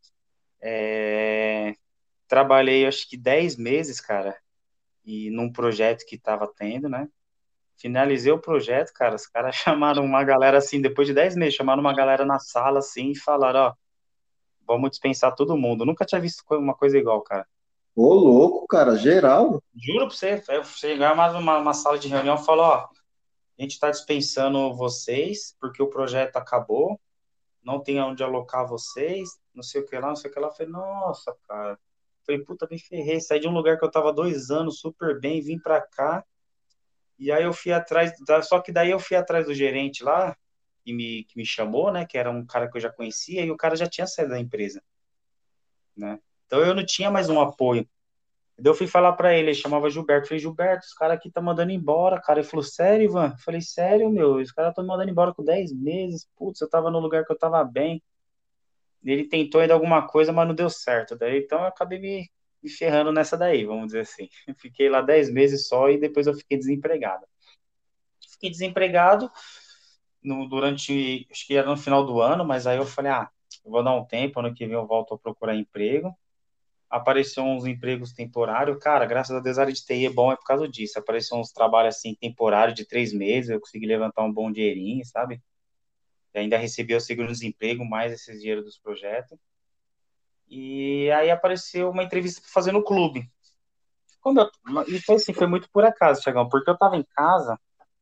é, trabalhei acho que dez meses, cara, e num projeto que estava tendo, né? Finalizei o projeto, cara, os caras chamaram uma galera assim, depois de dez meses, chamaram uma galera na sala assim e falaram, ó, vamos dispensar todo mundo. Nunca tinha visto uma coisa igual, cara. Ô, louco, cara, geral. Juro pra você, eu chegar mais uma, uma sala de reunião e falou, ó, a gente tá dispensando vocês porque o projeto acabou, não tem onde alocar vocês, não sei o que lá, não sei o que lá. Eu falei, nossa, cara. Falei, puta, me ferrei. Saí de um lugar que eu tava dois anos super bem, vim pra cá. E aí eu fui atrás, da- só que daí eu fui atrás do gerente lá, que me, que me chamou, né? Que era um cara que eu já conhecia, e o cara já tinha saído da empresa, né? Então eu não tinha mais um apoio. Daí eu fui falar pra ele, ele chamava Gilberto. Falei, Gilberto, os caras aqui tá mandando embora, cara. Ele falou, sério, Ivan? Eu falei, sério, meu, os caras estão me mandando embora com dez meses. Putz, eu tava no lugar que eu tava bem. Ele tentou ainda alguma coisa, mas não deu certo. Daí, então eu acabei me, me ferrando nessa daí, vamos dizer assim. Fiquei lá dez meses só e depois eu fiquei desempregado. Fiquei desempregado no, durante, acho que era no final do ano, mas aí eu falei, ah, eu vou dar um tempo, ano que vem eu volto a procurar emprego. Apareceu uns empregos temporários, cara, graças a Deus a área de T I é bom, é por causa disso. Apareceu uns trabalhos assim temporários de três meses, eu consegui levantar um bom dinheirinho, sabe? E ainda recebi o seguro-desemprego, mais esse dinheiro dos projetos. E aí apareceu uma entrevista para fazer no clube. Como eu, e foi assim, foi muito por acaso, Thiagão, porque eu tava em casa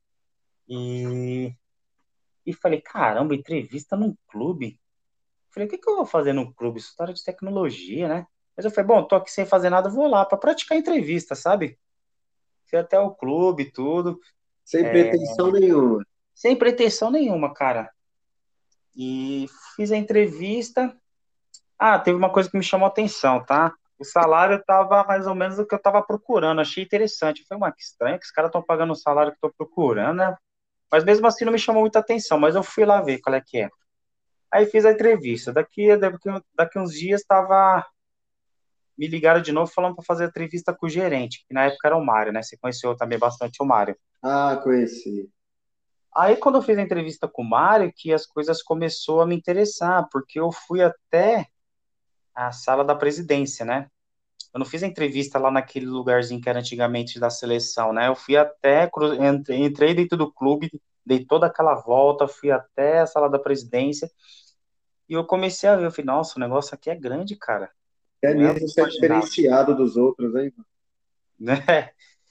e, e falei, caramba, entrevista num clube? Falei, o que que eu vou fazer num clube? História de tecnologia, né? Mas eu falei, bom, tô aqui sem fazer nada, vou lá para praticar entrevista, sabe? Fui até o clube, tudo, Sem pretensão nenhuma. sem pretensão nenhuma, cara. E fiz a entrevista. Ah, teve uma coisa que me chamou a atenção, tá? O salário estava mais ou menos o que eu estava procurando. Achei interessante. Foi uma que estranho que os caras estão pagando o salário que eu estou procurando, né? Mas mesmo assim não me chamou muita atenção. Mas eu fui lá ver qual é que é. Aí fiz a entrevista. Daqui, daqui, daqui uns dias estava. Me ligaram de novo falando para fazer a entrevista com o gerente, que na época era o Mário, né? Você conheceu também bastante o Mário. Ah, conheci. Aí quando eu fiz a entrevista com o Mário, que as coisas começou a me interessar, porque eu fui até a sala da presidência, né? Eu não fiz a entrevista lá naquele lugarzinho que era antigamente da seleção, né? Eu fui até, entrei, entrei dentro do clube, dei toda aquela volta, fui até a sala da presidência e eu comecei a ver, eu falei, nossa, o negócio aqui é grande, cara. Até Não é o que nisso eu você é imaginava, diferenciado dos outros, hein? né?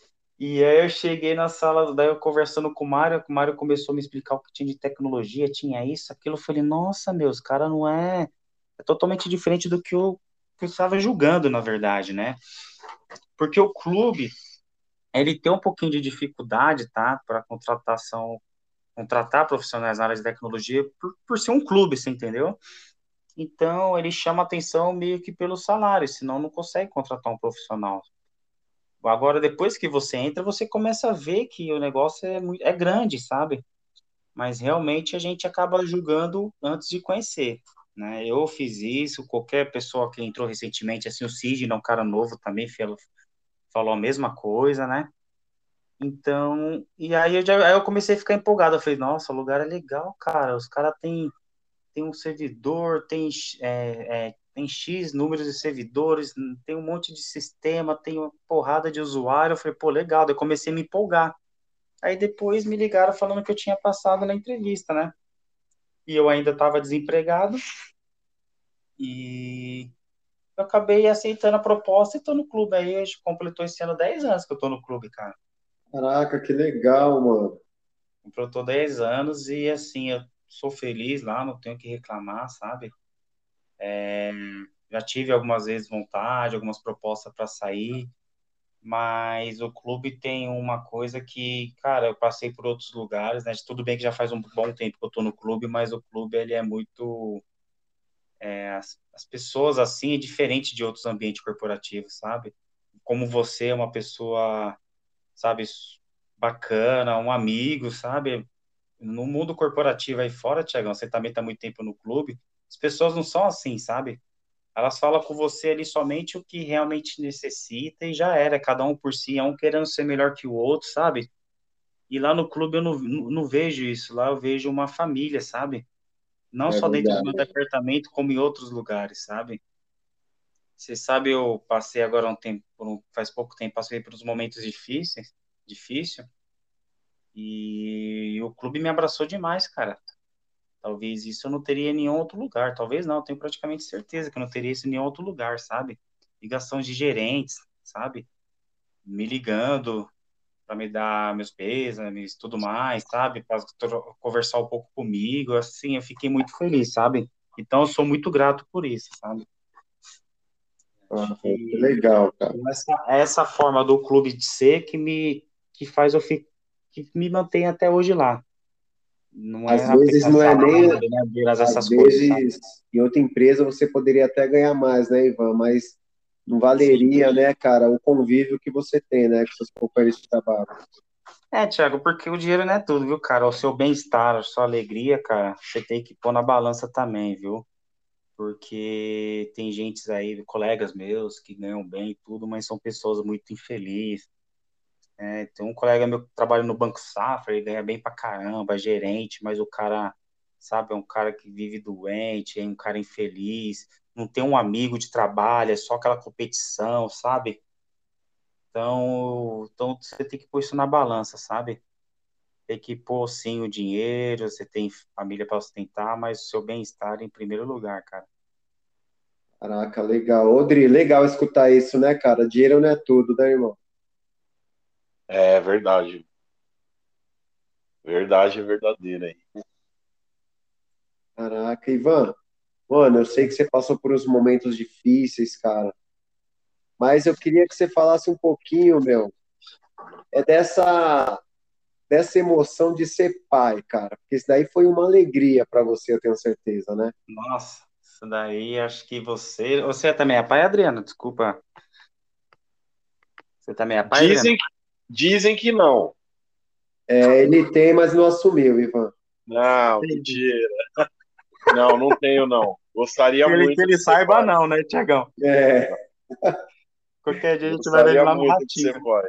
E aí eu cheguei na sala, daí eu conversando com o Mário, o Mário começou a me explicar o que tinha de tecnologia, tinha isso, aquilo. Eu falei, nossa, meu, os cara não é... É totalmente diferente do que eu, que eu estava julgando, na verdade, né? Porque o clube, ele tem um pouquinho de dificuldade, tá? Para contratação, contratar profissionais na área de tecnologia por, por ser um clube, você entendeu? Então, ele chama atenção meio que pelo salário, senão não consegue contratar um profissional. Agora, depois que você entra, você começa a ver que o negócio é, muito, é grande, sabe? Mas realmente a gente acaba julgando antes de conhecer, né? Eu fiz isso, qualquer pessoa que entrou recentemente, assim, o Sidney, é um cara novo também, falou, falou a mesma coisa, né? Então, e aí eu, já, aí eu comecei a ficar empolgado. Eu falei, nossa, o lugar é legal, cara. Os caras têm tem um servidor, tem, é, é, tem X números de servidores, tem um monte de sistema, tem uma porrada de usuário. Eu falei, pô, legal. Daí eu comecei a me empolgar. Aí depois me ligaram falando que eu tinha passado na entrevista, né? E eu ainda estava desempregado e eu acabei aceitando a proposta e tô no clube. Aí a gente completou esse ano dez anos que eu tô no clube, cara. Caraca, que legal, mano. Completou dez anos e assim, eu sou feliz lá, não tenho o que reclamar, sabe? É, já tive algumas vezes vontade, algumas propostas para sair, mas o clube tem uma coisa que, cara, eu passei por outros lugares, né? Tudo bem que já faz um bom tempo que eu tô no clube, mas o clube ele é muito as, as pessoas assim é diferente de outros ambientes corporativos, sabe? Como você é uma pessoa, sabe, bacana, um amigo, sabe? No mundo corporativo aí fora, Tiagão, você também está muito tempo no clube, as pessoas não são assim, sabe? Elas falam com você ali somente o que realmente necessita e já era, cada um por si, é um querendo ser melhor que o outro, sabe? E lá no clube eu não, não, não vejo isso, lá eu vejo uma família, sabe? Não É só dentro do meu verdade. departamento, como em outros lugares, sabe? Você sabe, eu passei agora um tempo, por um- faz pouco tempo, passei por uns momentos difíceis, difícil, e o clube me abraçou demais, cara. Talvez isso eu não teria em nenhum outro lugar. Talvez não, eu tenho praticamente certeza que eu não teria isso em nenhum outro lugar, sabe? Ligação de gerentes, sabe? Me ligando para me dar meus pêsames, tudo mais, sabe? Para conversar um pouco comigo, assim, eu fiquei muito feliz, sabe? Então eu sou muito grato por isso, sabe? Acho Ah, que que legal, cara. essa, essa forma do clube de ser que me que faz eu ficar, que me mantém até hoje lá. Não é Às vezes apenas não é nem, salário, né, apenas às essas coisas, sabe? vezes em outra empresa você poderia até ganhar mais, né, Ivan? Mas não Sim. valeria, né, cara, o convívio que você tem, né, com seus companheiros de trabalho. É, Thiago, porque o dinheiro não é tudo, viu, cara? O seu bem-estar, a sua alegria, cara, você tem que pôr na balança também, viu? Porque tem gente aí, colegas meus, que ganham bem e tudo, mas são pessoas muito infelizes. É, tem um colega meu que trabalha no Banco Safra, ele ganha bem pra caramba, é gerente, mas o cara, sabe, é um cara que vive doente, é um cara infeliz, não tem um amigo de trabalho, é só aquela competição, sabe? Então, então você tem que pôr isso na balança, sabe? Tem que pôr sim o dinheiro, você tem família para sustentar, mas o seu bem-estar em primeiro lugar, cara. Caraca, legal. Odri, legal escutar isso, né, cara? Dinheiro não é tudo, né, irmão? É verdade. Verdade é verdadeira aí. Caraca, Ivan, mano, eu sei que você passou por uns momentos difíceis, cara, mas eu queria que você falasse um pouquinho, meu, é dessa, dessa emoção de ser pai, cara, porque isso daí foi uma alegria pra você, eu tenho certeza, né? Nossa, isso daí acho que você. Você também é pai, Adriano? Desculpa. Você também é pai, Adriano? Dizem, dizem que não. É, ele tem, mas não assumiu, Ivan. Não, Entendi. mentira. Não, não tenho, não. Gostaria Que ele, que muito ele de ser saiba, pai. não, né, Tiagão? É, Qualquer dia a gente vai ver ele Gostaria lá no muito de Ratinho. ser pai.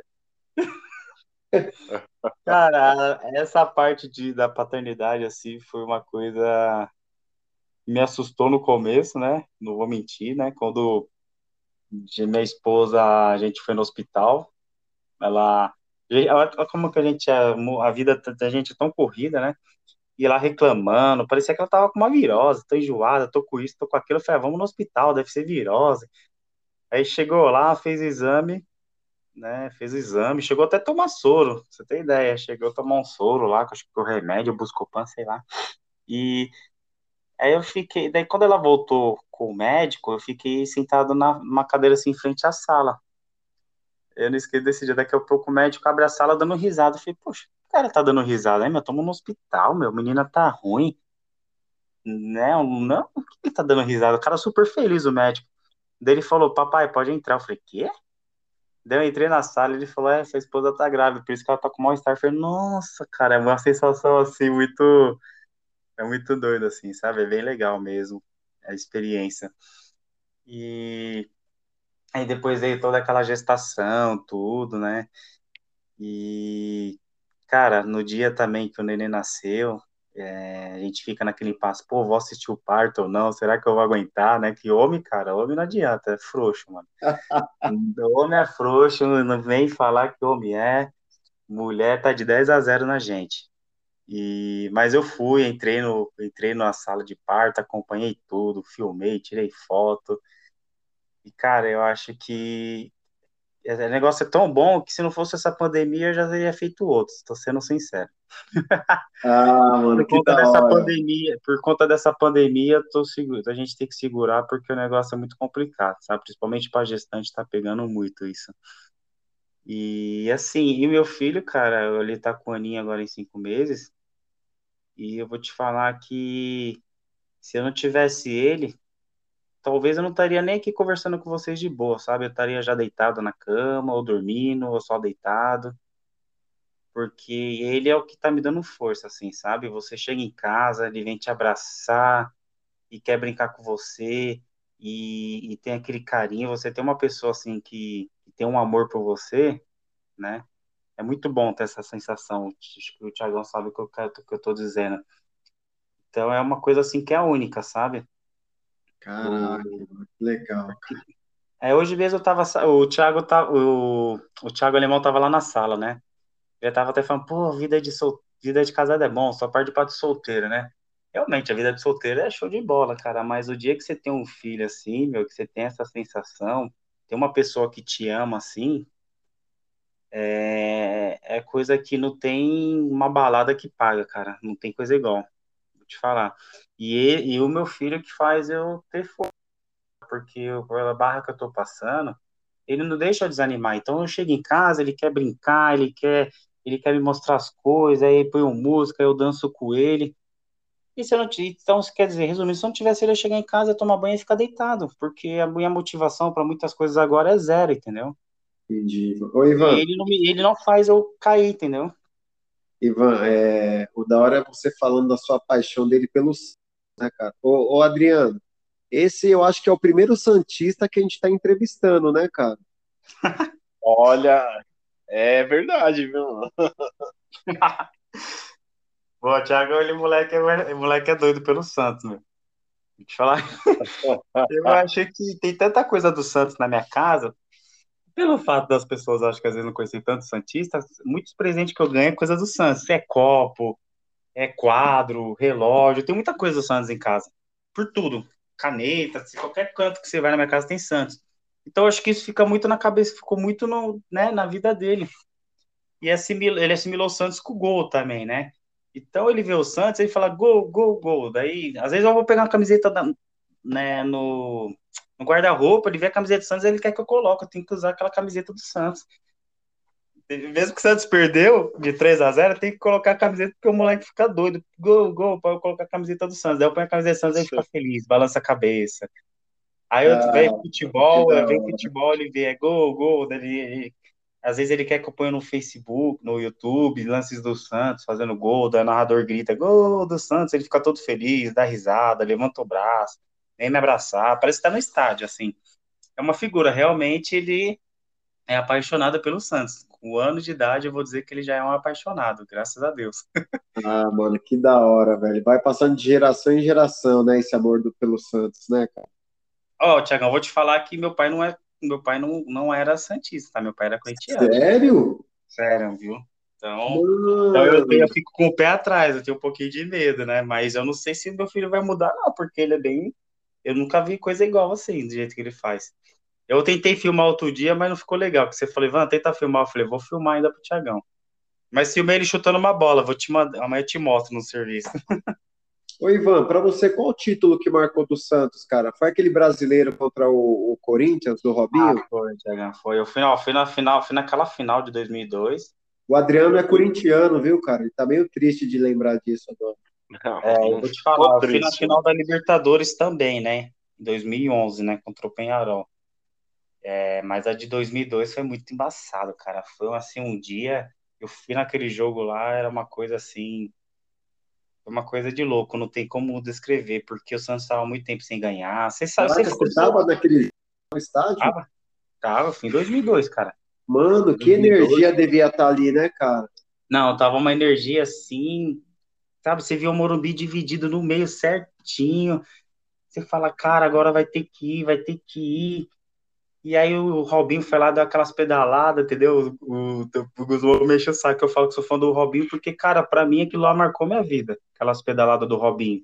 Cara, essa parte de, da paternidade, assim, foi uma coisa que me assustou no começo, né? Não vou mentir, né? Quando de minha esposa, a gente foi no hospital, ela... Olha como que a gente é, a vida da gente é tão corrida, né? E ela reclamando, parecia que ela tava com uma virose, tô enjoada, tô com isso, tô com aquilo. Eu falei, ah, vamos no hospital, deve ser virose. Aí chegou lá, fez exame, né? Fez o exame, chegou até a tomar soro, pra você tem ideia. Chegou a tomar um soro lá, que acho que o remédio, Buscopan, sei lá. E aí eu fiquei, daí quando ela voltou com o médico, eu fiquei sentado na, numa cadeira assim, em frente à sala. Eu não esqueci desse dia, daqui a pouco o médico abre a sala dando risada. Eu falei, poxa, o cara tá dando risada, aí, meu, tamo no hospital, meu, a menina tá ruim, né? Não, por que ele tá dando risada? O cara super feliz, o médico. Daí ele falou, papai, pode entrar. Eu falei, quê? Daí eu entrei na sala e ele falou, é, sua esposa tá grávida, por isso que ela tá com mal-estar. Eu falei, nossa, cara, é uma sensação assim, muito, é muito doido, assim, sabe? É bem legal mesmo a experiência. E aí depois veio toda aquela gestação, tudo, né? E, cara, no dia também que o neném nasceu, é, a gente fica naquele impasse, pô, vou assistir o parto ou não? Será que eu vou aguentar, né? Que homem, cara, homem não adianta, é frouxo, mano. Homem é frouxo, não vem falar que homem é. Mulher tá de dez a zero na gente. E, mas eu fui, entrei no, entrei na sala de parto, acompanhei tudo, filmei, tirei foto. E, cara, eu acho que o negócio é tão bom que se não fosse essa pandemia eu já teria feito outros, tô sendo sincero. Ah, mano, Por que conta da dessa hora. pandemia, por conta dessa pandemia, tô seguro, a gente tem que segurar porque o negócio é muito complicado, sabe? Principalmente para gestante tá pegando muito isso. E assim, e meu filho, cara, ele tá com o aninho agora em cinco meses, e eu vou te falar que se eu não tivesse ele, talvez eu não estaria nem aqui conversando com vocês de boa, sabe? Eu estaria já deitado na cama, ou dormindo, ou só deitado, porque ele é o que tá me dando força, assim, sabe? Você chega em casa, ele vem te abraçar e quer brincar com você, e, e tem aquele carinho, você tem uma pessoa, assim, que, que tem um amor por você, né? É muito bom ter essa sensação. Acho que o Thiagão sabe o que eu, quero- o que eu tô dizendo. Então é uma coisa assim que é única, sabe? Caraca, O... mano, que legal, cara. É, hoje mesmo eu tava. sa- O Thiago tá, o, o Thiago Alemão tava lá na sala, né? Ele tava até falando, pô, vida de, sol... vida de casado é bom, só parte para de solteiro, né? Realmente, a vida de solteiro é show de bola, cara. Mas o dia que você tem um filho assim, meu, que você tem essa sensação, tem uma pessoa que te ama assim, é, é coisa que não tem uma balada que paga, cara. Não tem coisa igual. Vou te falar. E, e, e o meu filho que faz eu ter força, porque eu, pela barra que eu tô passando, ele não deixa eu desanimar. Então eu chego em casa, ele quer brincar, ele quer, ele quer me mostrar as coisas, aí põe uma música, eu danço com ele. E se eu não, t- então, quer dizer, resumindo, se eu não tivesse ele, eu chegar em casa, tomar banho e ficar deitado, porque a minha motivação para muitas coisas agora é zero, entendeu? Entendi. Ô, E Ivan, ele não, me, ele não faz eu cair, entendeu? Ivan, é, o da hora é você falando da sua paixão dele pelo Santos, né, cara? Ô, ô, Adriano, esse eu acho que é o primeiro Santista que a gente está entrevistando, né, cara? Olha, é verdade, viu? Pô, o Thiago, ele moleque é, moleque é doido pelo Santos, meu. Vou te falar. Eu acho que tem tanta coisa do Santos na minha casa, pelo fato das pessoas, acho que às vezes não conhecem tanto Santistas, muitos presentes que eu ganho é coisa do Santos. É copo, é quadro, relógio, tem muita coisa do Santos em casa. Por tudo. Caneta, se qualquer canto que você vai na minha casa tem Santos. Então acho que isso fica muito na cabeça, ficou muito no, né, na vida dele. E assimila, ele assimilou o Santos com o gol também, né? Então ele vê o Santos, ele fala gol, gol, gol. Daí, às vezes eu vou pegar uma camiseta da, né, no, no guarda-roupa, ele vê a camiseta do Santos, ele quer que eu coloque, eu tenho que usar aquela camiseta do Santos. Mesmo que o Santos perdeu de três a zero, tem que colocar a camiseta porque o moleque fica doido. Gol, gol, para eu colocar a camiseta do Santos. Daí eu ponho a camiseta do Santos, ele fica feliz, balança a cabeça. Aí eu Ah, vejo que futebol, da eu vejo hora. futebol, ele vê é gol, gol, daí ele, ele- às vezes ele quer que eu ponha no Facebook, no YouTube, lances do Santos, fazendo gol, daí o narrador grita, gol do Santos, ele fica todo feliz, dá risada, levanta o braço, vem me abraçar, parece que tá no estádio, assim. É uma figura, realmente ele é apaixonado pelo Santos. Com anos de idade, eu vou dizer que ele já é um apaixonado, graças a Deus. Ah, mano, que da hora, velho. Vai passando de geração em geração, né, esse amor do, pelo Santos, né, cara? Ó, Tiagão, vou te falar que meu pai não é, meu pai não, não era santista, tá? Meu pai era corintiano. Sério? Sério, viu? Então, então eu, tenho- Mano, eu fico com o pé atrás, eu tenho um pouquinho de medo, né? Mas eu não sei se meu filho vai mudar, não, porque ele é bem. Eu nunca vi coisa igual assim, do jeito que ele faz. Eu tentei filmar outro dia, mas não ficou legal. Porque você falou, Ivan, tenta filmar. Eu falei, vou filmar ainda pro Thiagão. Mas filmei ele chutando uma bola. Vou te mandar, amanhã eu te mostro no serviço. Ô, Ivan, para você, qual o título que marcou do Santos, cara? Foi aquele brasileiro contra o, o Corinthians, do Ah, Robinho? foi, Thiagão, foi. Eu fui, ó, fui na final, fui naquela final de dois mil e dois. O Adriano é corintiano, viu, cara? Ele tá meio triste de lembrar disso agora. Não, É, eu não vou te ficou falar, eu fui na triste, final né? da Libertadores também, né? Em dois mil e onze, né? Contra o Penharol. É, mas a de dois mil e dois foi muito embaçado, cara. Foi assim um dia, eu fui naquele jogo lá, era uma coisa assim, foi uma coisa de louco, não tem como descrever, porque o Santos estava há muito tempo sem ganhar. Você sabe, você Caraca, ficou você tava sabendo? naquele estádio? Tava, tava, fui em dois mil e dois, cara. Mano, que dois mil e dois. energia devia estar ali, né, cara? Não, tava uma energia assim, sabe? Você viu o Morumbi dividido no meio certinho. Você fala, cara, agora vai ter que ir, vai ter que ir. E aí o Robinho foi lá, deu aquelas pedaladas, entendeu? O, o, o Guzmão me enche o saco, que eu falo que sou fã do Robinho, porque, cara, pra mim aquilo lá marcou minha vida. Aquelas pedaladas do Robinho.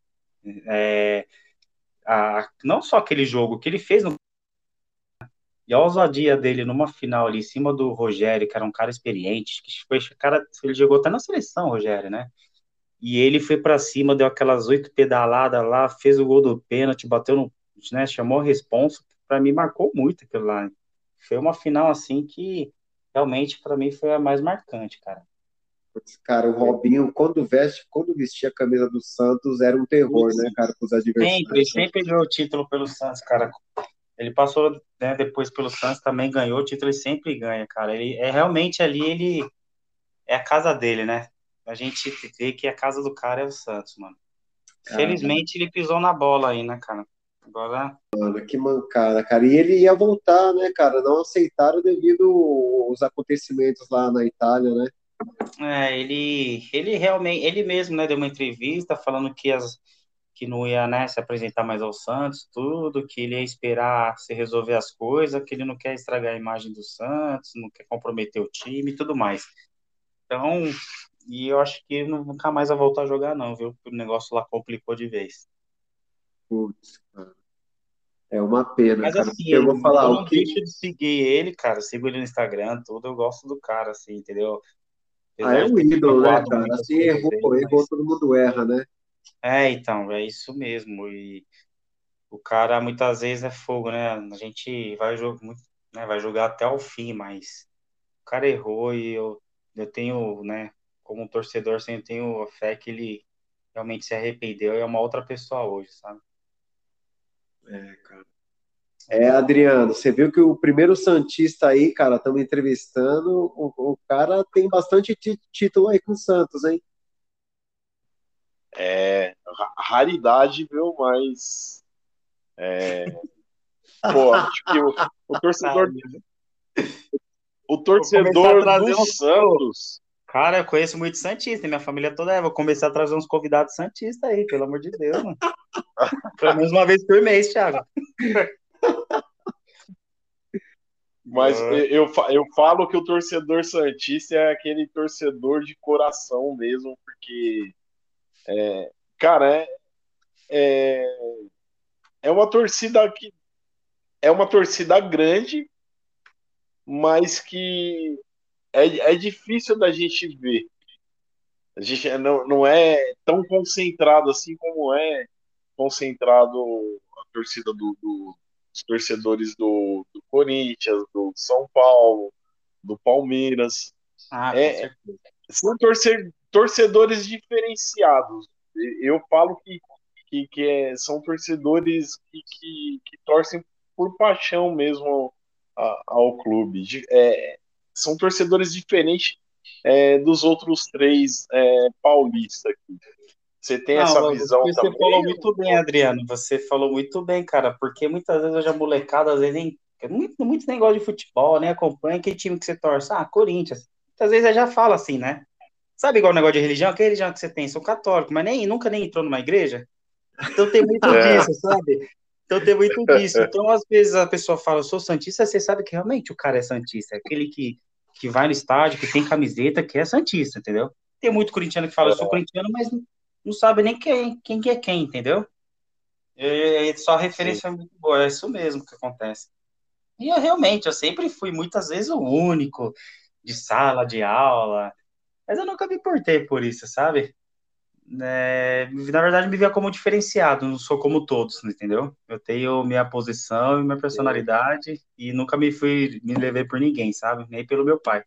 É, a, não só aquele jogo que ele fez, no, e a ousadia dele numa final ali, em cima do Rogério, que era um cara experiente, que foi, cara, ele jogou até na seleção, Rogério, né? E ele foi pra cima, deu aquelas oito pedaladas lá, fez o gol do pênalti, bateu no, né, chamou a responsa. Pra mim marcou muito aquilo lá. Foi uma final assim que realmente pra mim foi a mais marcante, cara. Putz, cara, o Robinho, quando veste, quando vestia a camisa do Santos, era um terror, né, cara, pros Sempre, ele adversários, né? sempre ganhou o título pelo Santos, cara. Ele passou, né, depois pelo Santos, também ganhou o título, ele sempre ganha, cara. Ele é realmente ali, ele é a casa dele, né? A gente vê que a casa do cara é o Santos, mano. Cara, Felizmente ele pisou na bola aí, né, cara? Agora que mancada, cara. E ele ia voltar, né, cara? Não aceitaram devido aos acontecimentos lá na Itália, né? é, ele, ele realmente, ele mesmo, né, deu uma entrevista falando que, as, que não ia, né, se apresentar mais ao Santos, tudo, que ele ia esperar se resolver as coisas, que ele não quer estragar a imagem do Santos, não quer comprometer o time e tudo mais. Então, e eu acho que ele não- nunca mais vai voltar a jogar, não, viu? O negócio lá complicou de vez. Putz, cara. É uma pena, Mas cara. assim, Porque eu vou ele- falar, eu o não que. deixo de seguir ele, cara. Eu sigo ele no Instagram, tudo. Eu gosto do cara, assim, entendeu? Ah, Apesar é de um ter ídolo, né, magoado cara? muitas Assim, coisas errou, dele, errou, mas. todo mundo erra, né? É, então, é isso mesmo. E o cara muitas vezes é fogo, né? A gente vai jogar, né, vai jogar até o fim, mas o cara errou e eu, eu tenho, né, como um torcedor, assim, eu tenho a fé que ele realmente se arrependeu e é uma outra pessoa hoje, sabe? É, cara. É É, fogo. Adriano, você viu que o primeiro Santista aí, cara, estamos entrevistando, o, o cara tem bastante ti- título aí com o Santos, hein? É ra- raridade, viu? Mas, pô, acho que o, o Ai, torcedor, meu. o Vou começar a torcedor do trazer uns. Ô, Santos, cara, eu conheço muito Santista, minha família toda é. Vou começar a trazer uns convidados Santistas aí, pelo amor de Deus, mano. Pelo menos uma vez por mês, Thiago. mas Boa. eu, eu, fa- eu falo que o torcedor santista é aquele torcedor de coração mesmo, porque, cara, é, é, é uma torcida que é uma torcida grande, mas que é, é difícil da gente ver. A gente não, não é tão concentrado assim como é concentrado a torcida do, do- dos torcedores do, do Corinthians, do São Paulo, do Palmeiras. Ah, com É, certeza. são torce- torcedores diferenciados. Eu falo que, que, que é- são torcedores que, que, que torcem por paixão mesmo ao, ao clube. De- é, são torcedores diferentes é, dos outros três é, paulistas aqui. Você tem Não, essa mas visão você falou também? muito bem, Adriano. Você falou muito bem, cara, porque muitas vezes hoje a molecada, às vezes, nem, muito, muito negócio de futebol, nem acompanha que time que você torce. Ah, Corinthians. Muitas vezes já fala assim, né? Sabe igual o negócio de religião? Que religião que você tem? Sou católico, mas nem, nunca nem entrou numa igreja. Então tem muito É, disso, sabe? Então tem muito disso. Então, às vezes, a pessoa fala, eu sou santista, você sabe que realmente o cara é santista. É aquele que, que vai no estádio, que tem camiseta, que é santista, entendeu? Tem muito corintiano que fala, eu sou corintiano, mas não, não sabe nem quem, quem que é quem, entendeu? E, e só a sim. referência é muito boa, é isso mesmo que acontece. E eu realmente, eu sempre fui muitas vezes o único de sala de aula, mas eu nunca me importei por isso, sabe? É, na verdade, me via como diferenciado, não sou como todos, entendeu? Eu tenho minha posição e minha personalidade e nunca me fui, me levei por ninguém, sabe? Nem pelo meu pai.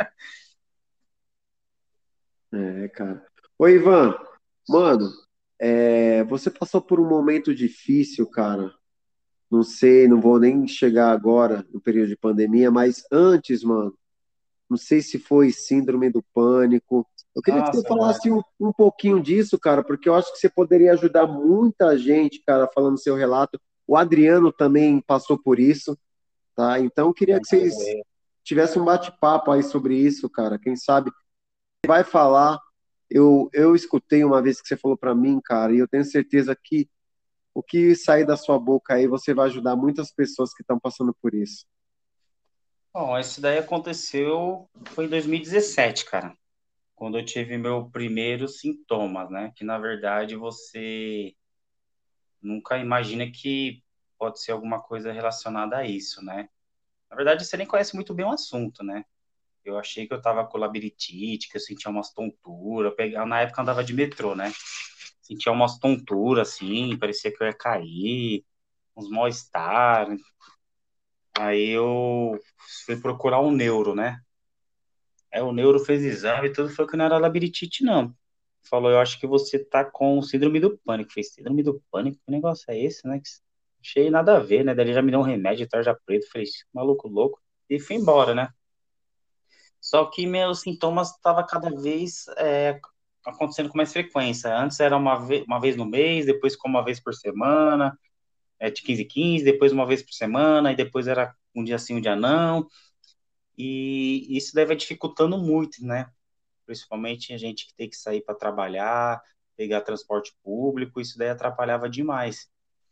É, cara. Ô, Ivan, mano, é, você passou por um momento difícil, cara. Não sei, não vou nem chegar agora no período de pandemia, mas antes, mano, não sei se foi síndrome do pânico. Eu queria que você Nossa, velho. falasse um, um pouquinho disso, cara, porque eu acho que você poderia ajudar muita gente, cara, falando seu relato. O Adriano também passou por isso, tá? Então, eu queria que vocês tivessem um bate-papo aí sobre isso, cara. Quem sabe vai falar. Eu, eu escutei uma vez que você falou para mim, cara, e eu tenho certeza que o que sair da sua boca aí, você vai ajudar muitas pessoas que estão passando por isso. Bom, isso daí aconteceu, foi em dois mil e dezessete, cara, quando eu tive meu primeiro sintomas, né? Que na verdade você nunca imagina que pode ser alguma coisa relacionada a isso, né? Na verdade, você nem conhece muito bem o assunto, né? Eu achei que eu tava com labirintite, que eu sentia umas tonturas. Eu pegava, na época eu andava de metrô, né? Sentia umas tonturas, assim, parecia que eu ia cair, uns mal-estar. Aí eu fui procurar um neuro, né? Aí o neuro fez exame e tudo, falou que não era labirintite, não. Falou, eu acho que você tá com síndrome do pânico. Fez síndrome do pânico? Que negócio é esse, né? Achei nada a ver, né? Daí ele já me deu um remédio, tarja preta. Falei, maluco louco. E fui embora, né? Só que meus sintomas estavam cada vez é, acontecendo com mais frequência. Antes era uma, ve uma vez no mês, depois com uma vez por semana, é, de quinze em quinze, depois uma vez por semana, e depois era um dia sim, um dia não. E isso daí vai dificultando muito, né? Principalmente a gente que tem que sair para trabalhar, pegar transporte público, isso daí atrapalhava demais.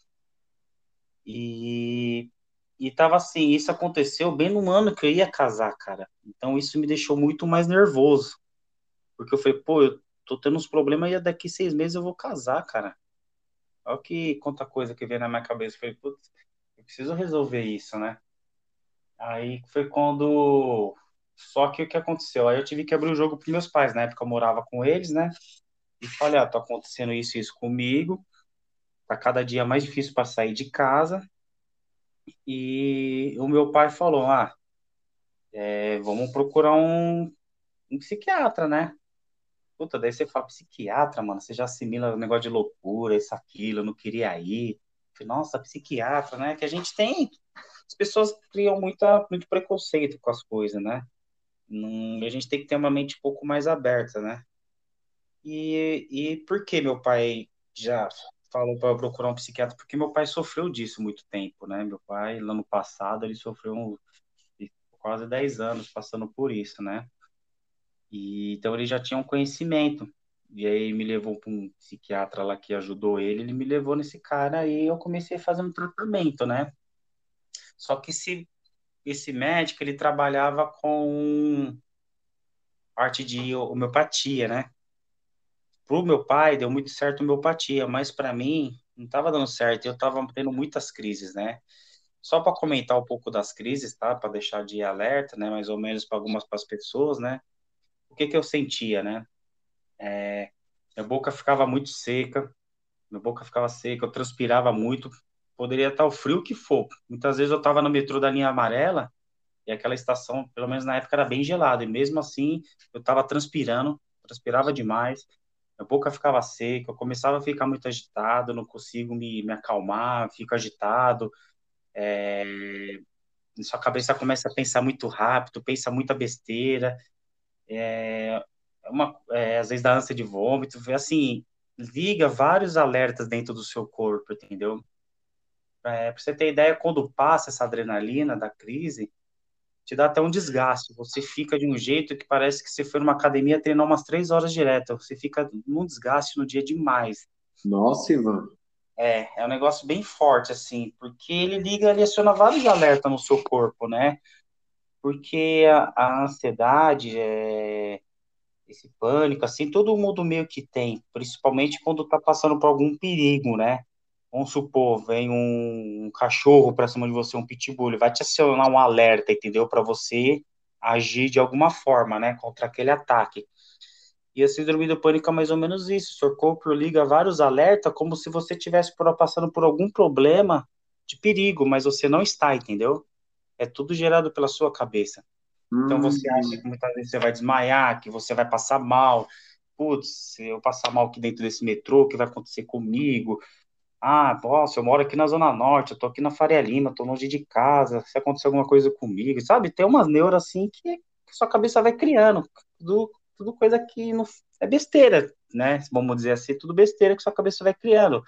E, e tava assim, isso aconteceu bem no ano que eu ia casar, cara. Então isso me deixou muito mais nervoso. Porque eu falei, pô, eu tô tendo uns problemas e daqui seis meses eu vou casar, cara. Olha que quanta coisa que veio na minha cabeça. Eu falei, putz, eu preciso resolver isso, né? Aí foi quando. Só que o que aconteceu? Aí eu tive que abrir o jogo pros meus pais. Na época eu morava com eles, né? E falei, ah, tá acontecendo isso e isso comigo. Tá cada dia mais difícil para sair de casa. E o meu pai falou, ah, é, vamos procurar um, um psiquiatra, né? Puta, daí você fala psiquiatra, mano, você já assimila o negócio de loucura, isso, aquilo, eu não queria ir. Falei, nossa, psiquiatra, né? Que a gente tem. As pessoas criam muita, muito preconceito com as coisas, né? Hum, a gente tem que ter uma mente um pouco mais aberta, né? E, e por que meu pai já falou para eu procurar um psiquiatra? Porque meu pai sofreu disso muito tempo, né? Meu pai, lá no passado, ele sofreu um, quase dez anos passando por isso, né? E, então ele já tinha um conhecimento. E aí ele me levou para um psiquiatra lá que ajudou ele, ele me levou nesse cara e eu comecei a fazer um tratamento, né? Só que esse, esse médico, ele trabalhava com parte de homeopatia, né? Pro meu pai deu muito certo a homeopatia, mas para mim não estava dando certo, eu estava tendo muitas crises, né? Só para comentar um pouco das crises, tá? Para deixar de alerta, né? Mais ou menos para algumas pras pessoas, né? O que que eu sentia, né? Minha boca ficava muito seca, minha boca ficava seca, eu transpirava muito, poderia estar o frio que for. Muitas vezes eu estava no metrô da linha amarela e aquela estação, pelo menos na época, era bem gelada, e mesmo assim eu estava transpirando, transpirava demais, minha boca ficava seca, eu começava a ficar muito agitado, não consigo me, me acalmar, fico agitado, é, sua cabeça começa a pensar muito rápido, pensa muita besteira, é, uma, é, às vezes dá ânsia de vômito, assim, liga vários alertas dentro do seu corpo, entendeu? É, para você ter ideia, quando passa essa adrenalina da crise, te dá até um desgaste. Você fica de um jeito que parece que você foi numa academia treinar umas três horas direto. Você fica num desgaste no dia demais. Nossa, Ivan. É, é um negócio bem forte, assim, porque ele liga, ele aciona vários alertas no seu corpo, né? Porque a, a ansiedade, é, esse pânico, assim, todo mundo meio que tem, principalmente quando tá passando por algum perigo, né? vamos supor, vem um, um cachorro para cima de você, um pitbull, ele vai te acionar um alerta, entendeu? Para você agir de alguma forma, né, contra aquele ataque. E a síndrome do pânico é mais ou menos isso. O seu corpo liga vários alertas como se você estivesse passando por algum problema de perigo, mas você não está, entendeu? É tudo gerado pela sua cabeça. Então você acha Hum, que muitas vezes você vai desmaiar, que você vai passar mal. Putz, se eu passar mal aqui dentro desse metrô, o que vai acontecer comigo? Ah, nossa, eu moro aqui na Zona Norte, eu tô aqui na Faria Lima, tô longe de casa, se acontecer alguma coisa comigo, sabe? Tem umas neuras assim que, que sua cabeça vai criando. Tudo, tudo coisa que não é besteira, né? Vamos dizer assim, tudo besteira que sua cabeça vai criando.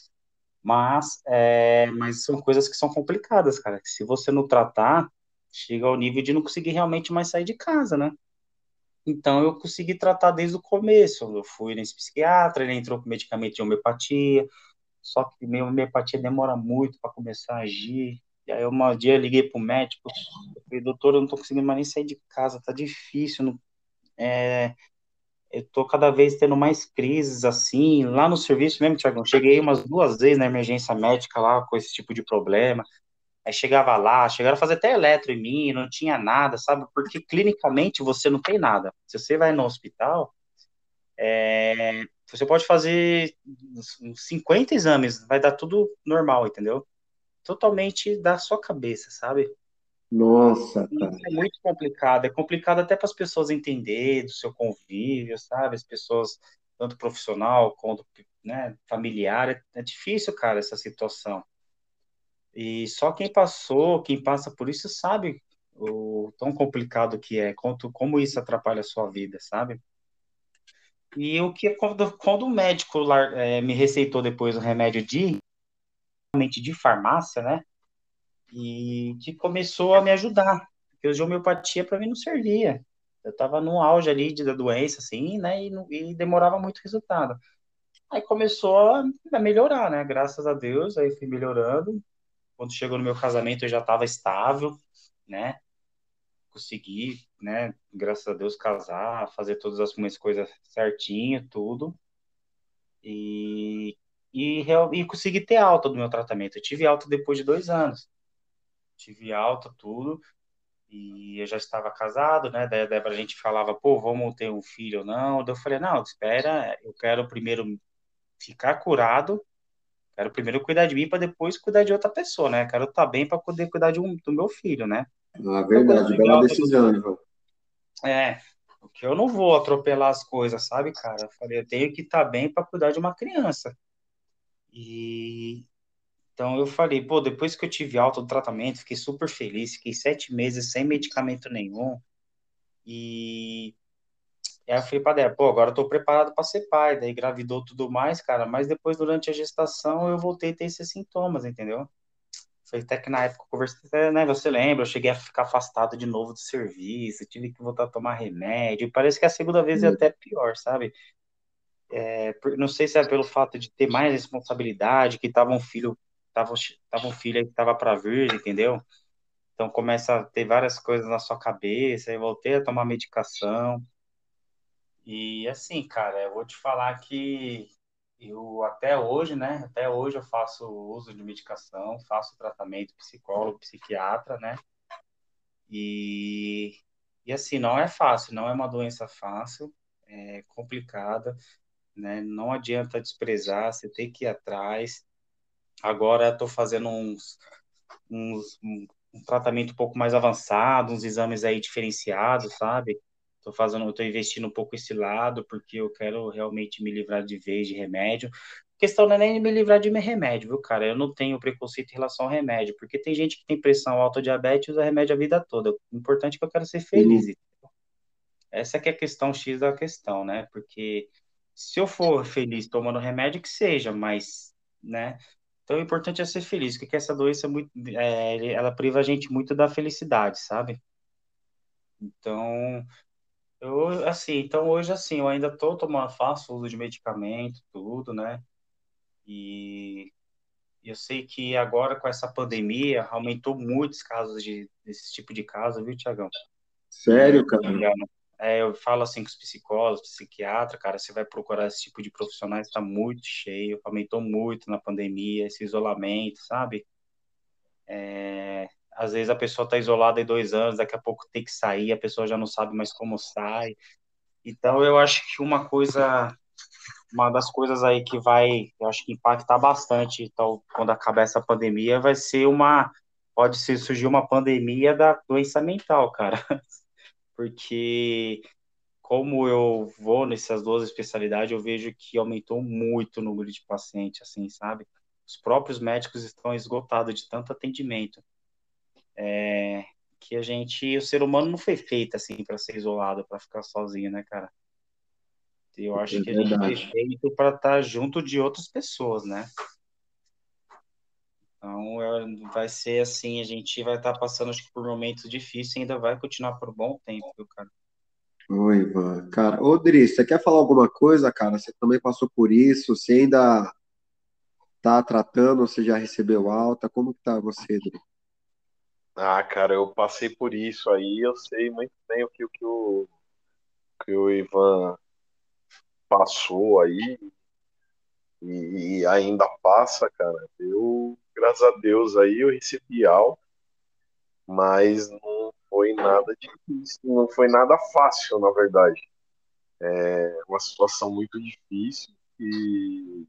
Mas, é, mas são coisas que são complicadas, cara. Que se você não tratar, chega ao nível de não conseguir realmente mais sair de casa, né? Então eu consegui tratar desde o começo. Eu fui nesse psiquiatra, ele entrou com medicamento de homeopatia, só que minha homeopatia demora muito para começar a agir. E aí, um dia eu liguei pro médico, eu falei, doutor, eu não tô conseguindo mais nem sair de casa, tá difícil. Não, é, eu tô cada vez tendo mais crises assim. Lá no serviço mesmo, Tiagão, cheguei umas duas vezes na emergência médica lá com esse tipo de problema. Aí chegava lá, chegaram a fazer até eletro em mim, não tinha nada, sabe? Porque clinicamente você não tem nada. Se você vai no hospital, é, você pode fazer uns cinquenta exames, vai dar tudo normal, entendeu? Totalmente da sua cabeça, sabe? nossa, Isso cara. é muito complicado. É complicado até para as pessoas entender do seu convívio, sabe? As pessoas, tanto profissional quanto, né, familiar. É, é difícil, cara, essa situação. E só quem passou, quem passa por isso, sabe o tão complicado que é, quanto, como isso atrapalha a sua vida, sabe? E o que quando, quando o médico lar- é, me receitou depois o remédio de, realmente de farmácia, né? E que começou a me ajudar, porque hoje a homeopatia para mim não servia. Eu estava no auge ali de, da doença, assim, né? E, não- e demorava muito resultado. Aí começou a, a melhorar, né? Graças a Deus, aí fui melhorando. Quando chegou no meu casamento, eu já estava estável, né? Consegui, né? Graças a Deus, casar, fazer todas as minhas coisas certinho, tudo. E, e, real- e consegui ter alta do meu tratamento. Eu tive alta depois de dois anos. Tive alta, tudo. E eu já estava casado, né? Daí, daí a gente falava, pô, vamos ter um filho ou não? Daí eu falei, não, espera, eu quero primeiro ficar curado, quero primeiro cuidar de mim para depois cuidar de outra pessoa, né? Quero estar bem para poder cuidar de um, do meu filho, né? Ah, Então, quando eu verdade, tive bela alta do. decisão, Ivan. É, porque eu não vou atropelar as coisas, sabe, cara? Eu falei, eu tenho que estar bem para cuidar de uma criança. E então eu falei, pô, depois que eu tive alta do tratamento, fiquei super feliz, fiquei sete meses sem medicamento nenhum. E E aí eu falei pra Débora, pô, agora eu tô preparado para ser pai. Daí engravidou tudo mais, cara. Mas depois, durante a gestação, eu voltei a ter esses sintomas, entendeu? Foi até que na época eu conversei, né? Você lembra? Eu cheguei a ficar afastado de novo do serviço, tive que voltar a tomar remédio. E parece que a segunda vez é até pior, sabe? É, por- não sei se é pelo fato de ter mais responsabilidade, que tava um filho, tava, tava um filho aí que tava para vir, entendeu? Então começa a ter várias coisas na sua cabeça, aí voltei a tomar medicação. E assim, cara, eu vou te falar que eu até hoje, né? Até hoje eu faço uso de medicação, faço tratamento psicólogo, psiquiatra, né? E, e assim, não é fácil, não é uma doença fácil, é complicada, né? Não adianta desprezar, você tem que ir atrás. Agora estou fazendo uns, uns um, um tratamento um pouco mais avançado, uns exames aí diferenciados, sabe? Tô fazendo, eu tô investindo um pouco esse lado, porque eu quero realmente me livrar de vez de remédio. A questão não é nem me livrar de meu remédio, viu, cara? Eu não tenho preconceito em relação ao remédio, porque tem gente que tem pressão alta, diabetes e usa remédio a vida toda. O importante é que eu quero ser feliz. Sim. Essa que é a questão X da questão, né? Porque se eu for feliz tomando remédio, que seja, mas, né? Então, o importante é ser feliz, porque essa doença é muito, é, ela priva a gente muito da felicidade, sabe? Então, eu, assim, então hoje, assim, eu ainda tô tomando, faço uso de medicamento, tudo, né? E eu sei que agora, com essa pandemia, aumentou muitos casos de, desse tipo de caso, viu, Tiagão? E, Sério, cara? É, eu falo assim com os psicólogos, psiquiatras, cara, você vai procurar esse tipo de profissionais, está muito cheio, aumentou muito na pandemia, esse isolamento, sabe? É, às vezes a pessoa está isolada em dois anos, daqui a pouco tem que sair, a pessoa já não sabe mais como sai. Então, eu acho que uma coisa, uma das coisas aí que vai, eu acho que impactar bastante, então, quando acabar essa pandemia, vai ser uma, pode ser surgir uma pandemia da doença mental, cara, porque como eu vou nessas duas especialidades, eu vejo que aumentou muito o número de pacientes, assim, sabe? Os próprios médicos estão esgotados de tanto atendimento, que a gente, o ser humano não foi feito assim para ser isolado, para ficar sozinho, né, cara? Eu É acho que a gente foi verdade. feito para estar junto de outras pessoas, né? Então, é- vai ser assim, a gente vai estar passando, acho que por momentos difíceis e ainda vai continuar por um bom tempo, viu, cara? Oi, Ivan. Cara, ô, Dri, você quer falar alguma coisa, cara? Você também passou por isso? Você ainda tá tratando? Você já recebeu alta? Como que tá você, Dri? Ah, cara, eu passei por isso aí, eu sei muito bem o que, o que o, que o Ivan passou aí e, e ainda passa, cara. Eu, graças a Deus aí, eu recebi alta, mas não foi nada difícil, não foi nada fácil, na verdade. É uma situação muito difícil e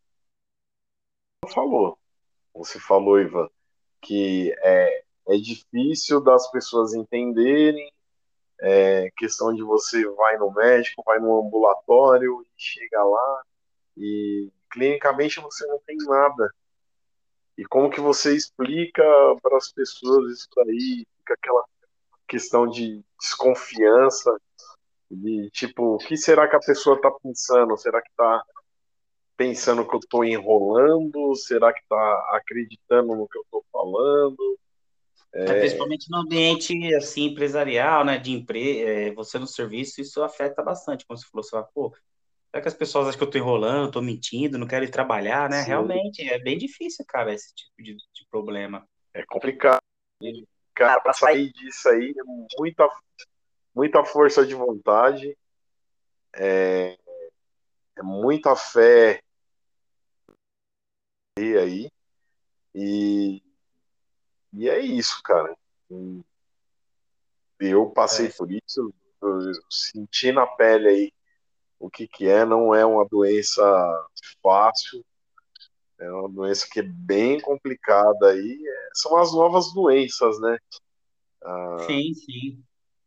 falou, você falou, Ivan, que é, é difícil das pessoas entenderem, é questão de você vai no médico, vai no ambulatório e chega lá e clinicamente você não tem nada. E como que você explica para as pessoas isso daí? Fica aquela questão de desconfiança, de tipo, o que será que a pessoa está pensando? Será que está pensando que eu estou enrolando? Será que está acreditando no que eu estou falando? É, principalmente no ambiente assim empresarial, né, de empre... é, você no serviço, isso afeta bastante, como você falou, você fala, pô, será que as pessoas acham que eu tô enrolando, tô mentindo, não quero ir trabalhar, né? Sim, Realmente, é bem difícil, cara, esse tipo de, de problema. é complicado. E, Cara, para sair disso aí, é muita, muita força de vontade, é, é muita fé aí, e, e é isso, cara. Eu passei é, por isso, eu senti na pele aí o que que é, não é uma doença fácil, é uma doença que é bem complicada aí, é, são as novas doenças, né? Ah, sim, sim.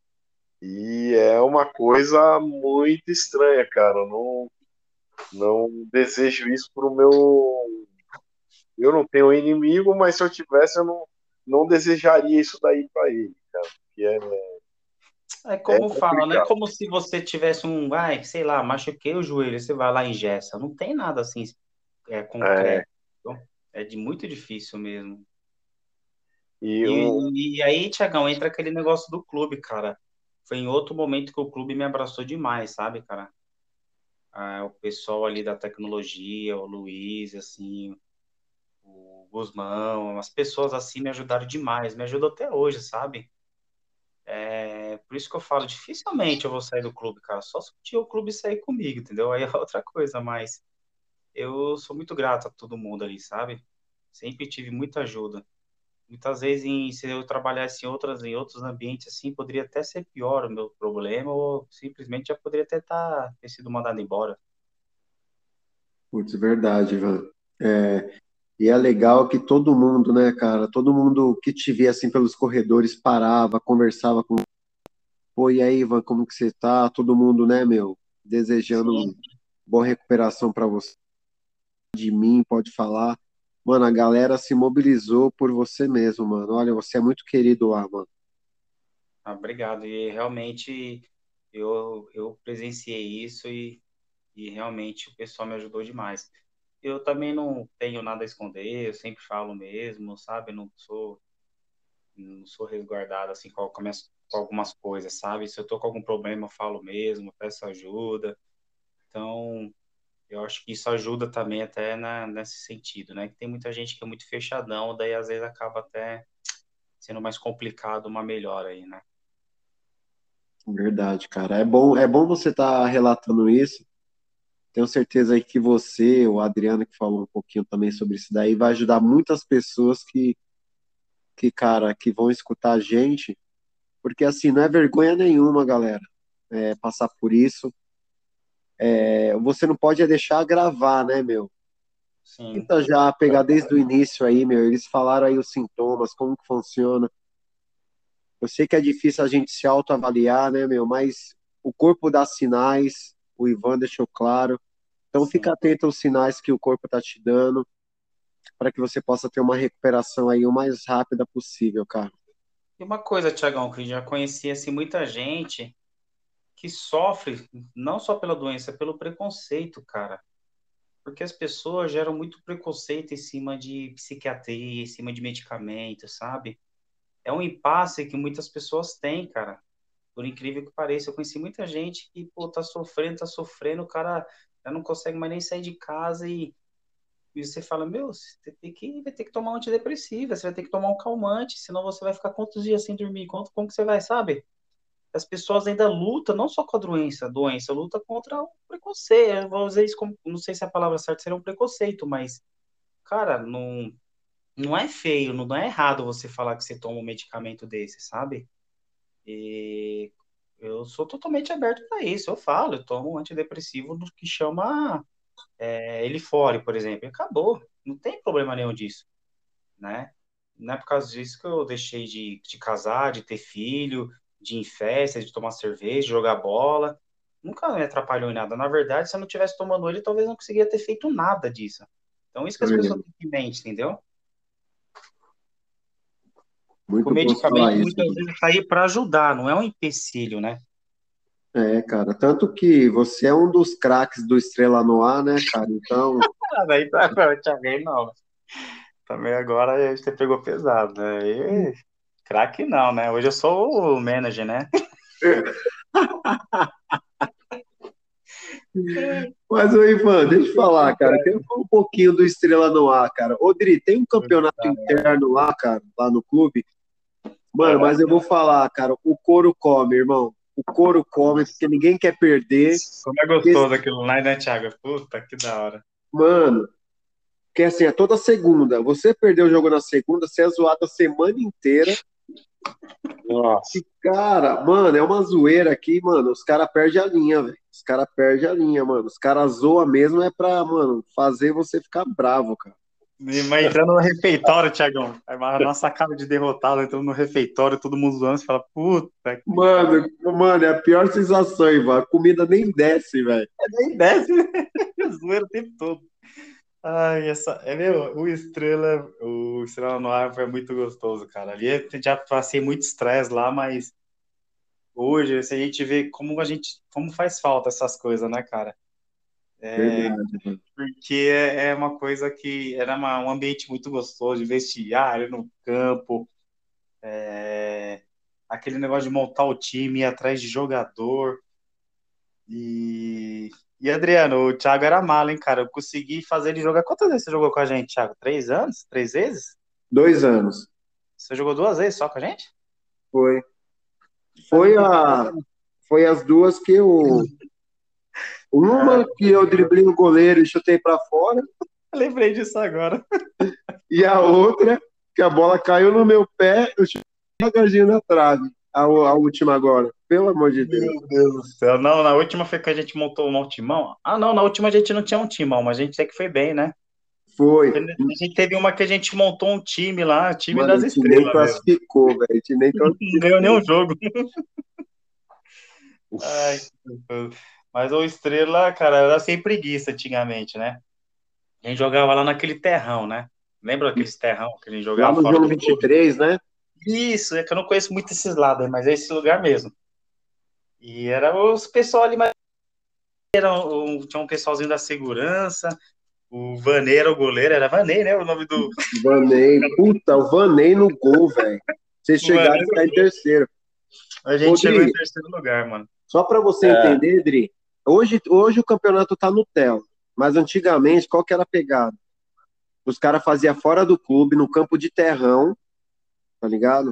e é uma coisa muito estranha, cara. Eu não, não desejo isso pro meu. Eu não tenho inimigo, mas se eu tivesse, eu não, não desejaria isso daí pra ele, cara. Que é, É é como fala, não é complicado. como se você tivesse um, ai, sei lá, machuquei o joelho, você vai lá e engessa. Não tem nada assim é, É, concreto. Então, é de muito difícil mesmo. e um, E, e aí, Tiagão, entra aquele negócio do clube, cara. Foi em outro momento que o clube me abraçou demais, sabe, cara? Ah, o pessoal ali da tecnologia, o Luiz, assim, o Guzmão, as pessoas assim me ajudaram demais, me ajudam até hoje, sabe? É por isso que eu falo, dificilmente eu vou sair do clube, cara, só se o tio o clube sair comigo, entendeu? Aí é outra coisa, mas eu sou muito grato a todo mundo ali, sabe? Sempre tive muita ajuda. Muitas vezes, em, se eu trabalhasse em outras, em outros ambientes assim, poderia até ser pior o meu problema, ou simplesmente já poderia até tá, ter sido mandado embora. Putz, verdade, Ivan. É, e é legal que todo mundo, né, cara, todo mundo que te via assim pelos corredores parava, conversava com, pô, e aí, Ivan, como que você tá? Todo mundo, né, meu, Sim, desejando boa recuperação para você, de mim, pode falar. Mano, a galera se mobilizou por você mesmo, mano. Olha, você é muito querido lá, mano. ah, obrigado. E realmente eu, eu presenciei isso e, e realmente o pessoal me ajudou demais. Eu também não tenho nada a esconder, eu sempre falo mesmo, sabe? Eu não sou, não sou resguardado assim com, com, minhas- com algumas coisas, sabe? Se eu tô com algum problema, eu falo mesmo, peço ajuda. Então, eu acho que isso ajuda também até na, nesse sentido, né? Que tem muita gente que é muito fechadão, daí às vezes acaba até sendo mais complicado uma melhora aí, né? Verdade, cara. É bom, é bom você estar relatando isso. Tenho certeza aí que você, o Adriano, que falou um pouquinho também sobre isso daí, vai ajudar muitas pessoas que, que, cara, que vão escutar a gente, porque assim, não é vergonha nenhuma, galera, é, passar por isso. É, você não pode é deixar gravar, né, meu? Sim, Tenta já pegar desde o início aí, meu. Eles falaram aí os sintomas, como que funciona. Eu sei que é difícil a gente se autoavaliar, né, meu? Mas o corpo dá sinais, o Ivan deixou claro. Então fica sim. atento aos sinais que o corpo está te dando, para que você possa ter uma recuperação aí o mais rápida possível, cara. E uma coisa, Tiagão, que eu já conheci assim, muita gente que sofre não só pela doença, pelo preconceito, cara. Porque as pessoas geram muito preconceito em cima de psiquiatria, em cima de medicamentos, sabe? É um impasse que muitas pessoas têm, cara. Por incrível que pareça, eu conheci muita gente que, pô, tá sofrendo, tá sofrendo, o cara já não consegue mais nem sair de casa e, e você fala, meu, você tem que, vai ter que tomar um antidepressivo, você vai ter que tomar um calmante, senão você vai ficar quantos dias sem dormir? Quanto, como que você vai, sabe? As pessoas ainda lutam não só com a doença, a doença luta contra o preconceito. Eu vou dizer isso como, não sei se a palavra certa seria um preconceito, mas, cara, não, não é feio, não é errado você falar que você toma um medicamento desse, sabe? E eu sou totalmente aberto para isso. Eu falo, eu tomo um antidepressivo do que chama é, Elifore, por exemplo. E acabou. Não tem problema nenhum disso, né? Não é por causa disso que eu deixei de, de casar, de ter filho, de ir em festa, de tomar cerveja, de jogar bola. Nunca me atrapalhou em nada. Na verdade, se eu não tivesse tomando ele, talvez não conseguiria ter feito nada disso. Então, isso que as pessoas É, têm em mente, entendeu? O muito bom você falar medicamento isso, muitas mano. vezes está aí para ajudar, não é um empecilho, né? É, cara. Tanto que você é um dos craques do Estrela no Ar, né, cara? Então, Ah, daí tá, eu te amei, não. Também agora você pegou pesado, né? E, craque não, né? Hoje eu sou o manager, né? mas, ô Ivan, deixa eu falar, cara. Eu quero falar um pouquinho do Estrela no Ar, cara. Odri, tem um campeonato interno lá, cara, lá no clube. Mano, mas eu vou falar, cara, o couro come, irmão. O couro come, porque ninguém quer perder. Como é Esse- gostoso aquilo lá, né, Thiago? Puta, que da hora. Mano, que assim, é toda segunda. Você perdeu o jogo na segunda, você é zoado a semana inteira. Nossa. E, cara, mano, é uma zoeira aqui, mano. Os caras perdem a linha, velho. Os caras perdem a linha, mano. Os caras zoam mesmo é pra, mano, fazer você ficar bravo, cara. Mas entrando no refeitório, Thiagão. A nossa cara de derrotado, entrando no refeitório, todo mundo zoando, você fala, puta que pariu. Mano, mano, é a pior sensação, Ivan. A comida nem desce, velho. Nem desce, né? Zoeira o tempo todo. Ai, essa. É meu, o Estrela, o Estrela no Ar foi muito gostoso, cara. Ali eu já passei muito estresse lá, mas hoje, se a gente vê como a gente, como faz falta essas coisas, né, cara? Verdade, mano. Porque é é uma coisa que era uma- um ambiente muito gostoso, de vestiário no campo, é, aquele negócio de montar o time, ir atrás de jogador. E, e Adriano, o Thiago era mala, hein, cara? Eu consegui fazer ele jogar. Quantas vezes você jogou com a gente, Thiago? Três anos? Três vezes? Dois anos. Você jogou duas vezes só com a gente? Foi. Fazia Foi tempo que eu a, não- foi as duas que eu. Ah, Uma que eu driblei o goleiro e chutei pra fora, eu lembrei disso agora. e a outra que a bola caiu no meu pé, eu chutei devagarzinho na trave. A, a última agora. Pelo amor de Deus. Meu Deus do céu. Não, na última foi que a gente montou um timão. Ah, não, na última a gente não tinha um timão, mas a gente até que foi bem, né? Foi. A gente teve uma que a gente montou um time lá, time Mano, a das gente nem estrelas mesmo. classificou, velho. A gente nem Não ganhou classificou. nenhum jogo. Ai, que gostoso. Mas o Estrela, cara, era sem preguiça antigamente, né? A gente jogava lá naquele terrão, né? Lembra daqueles terrão que a gente Lá jogava no fora João do vinte e clube? três, né? Isso, é que eu não conheço muito esses lados, mas é esse lugar mesmo. E era os pessoal ali, mas era um, tinha um pessoalzinho da segurança, o Vanei era o goleiro, era Vanei, né? O nome do. Vanei. Puta, o Vanei no gol, velho. Vocês O chegaram Vanei a no ficar em gol. terceiro. A Ô, gente chegou em Dri, terceiro lugar, mano. só pra você É, entender, Dri, hoje, hoje o campeonato tá no Tel, mas antigamente, qual que era a pegada? Os caras faziam fora do clube, no campo de terrão, tá ligado?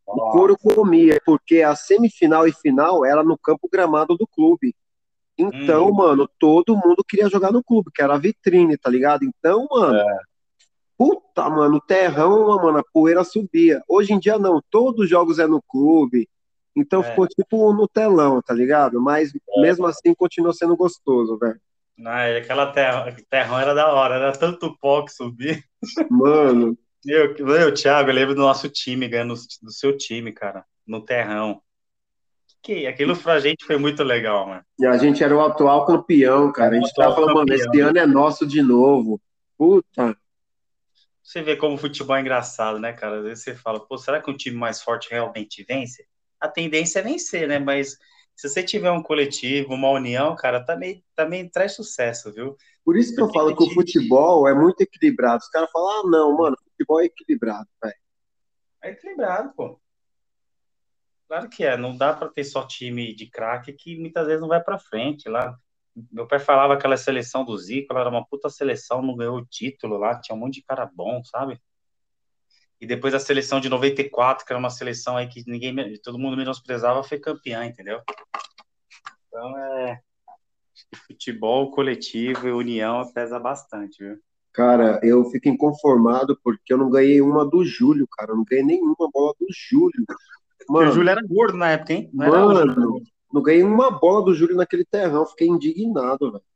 o couro comia, porque a semifinal e final era no campo gramado do clube. Então, Hum, mano, todo mundo queria jogar no clube, que era a vitrine, tá ligado? Então, mano, É, puta, mano, o terrão, mano, a poeira subia. Hoje em dia não, todos os jogos é no clube. Então é. ficou tipo no telão, tá ligado? Mas mesmo assim continua sendo gostoso, velho. Não, e aquela terra, terrão era da hora, era tanto pó que subia. Mano, Eu, eu, Thiago, eu lembro do nosso time ganhando do seu time, cara, no terrão. Que aquilo pra gente foi muito legal, mano. e a gente era o atual campeão, Era cara. A o gente tava atual falando, mano, esse campeão. ano é nosso de novo. Puta, Você vê como o futebol é engraçado, né, cara? Às vezes você fala, pô, será que um time mais forte realmente vence? A tendência é vencer, né? Mas se você tiver um coletivo, uma união, cara, também, também traz sucesso, viu? por isso que eu Porque falo esse que o time futebol é muito equilibrado. Os caras falam, ah, não, mano, futebol é equilibrado, velho. é equilibrado, pô. Claro que é, não dá para ter só time de craque que muitas vezes não vai para frente lá. Meu pai falava aquela seleção do Zico, ela era uma puta seleção, não ganhou o título lá, tinha um monte de cara bom, sabe? E depois a seleção de noventa e quatro, que era uma seleção aí que ninguém, todo mundo menosprezava, foi campeã, entendeu? Então é futebol coletivo e união pesa bastante, viu? Cara, eu fico inconformado porque eu não ganhei uma do Júlio, cara. Eu não ganhei nenhuma bola do Júlio. E o Mano, Júlio era gordo na época, hein? Não era o Júlio mano, gordo. não ganhei uma bola do Júlio naquele terrão. Fiquei indignado, velho.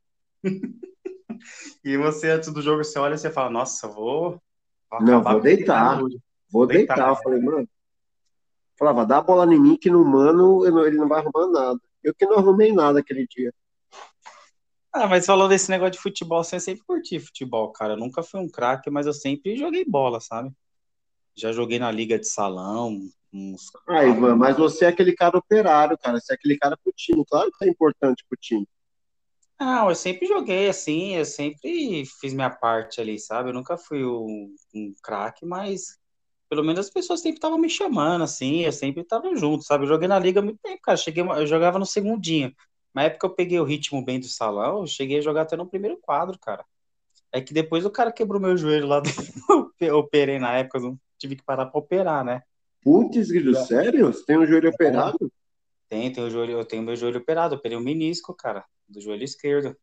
E você, antes do jogo, você olha e você fala, nossa, vou, vou Não, acabar vou com esse cara deitar. hoje. Vou Vou deitar. deitar. Eu falei, mano, falava, dá a bola em mim que no mano eu não- ele não vai arrumar nada. Eu que não arrumei nada aquele dia. Ah, mas falando desse negócio de futebol, assim, eu sempre curti futebol, cara. Eu nunca fui um craque, mas eu sempre joguei bola, sabe? Já joguei na liga de salão, uns Ah, quatro Ivan, anos. mas você é aquele cara operário, cara. Você é aquele cara pro time. Claro que é importante pro time. Não, eu sempre joguei assim, eu sempre fiz minha parte ali, sabe? Eu nunca fui um, um craque, mas pelo menos as pessoas sempre estavam me chamando, assim, eu sempre estava junto, sabe? Eu joguei na liga há muito tempo, cara. Cheguei, eu jogava no segundinho. Na época eu peguei o ritmo bem do salão, eu cheguei a jogar até no primeiro quadro, cara. É que depois o cara quebrou meu joelho lá, eu operei na época, eu não tive que parar pra operar, né? Putz, Guido, sério? Você tem um joelho É, operado? tem, tem o joelho, eu tenho meu joelho operado, eu operei o menisco, cara, do joelho esquerdo.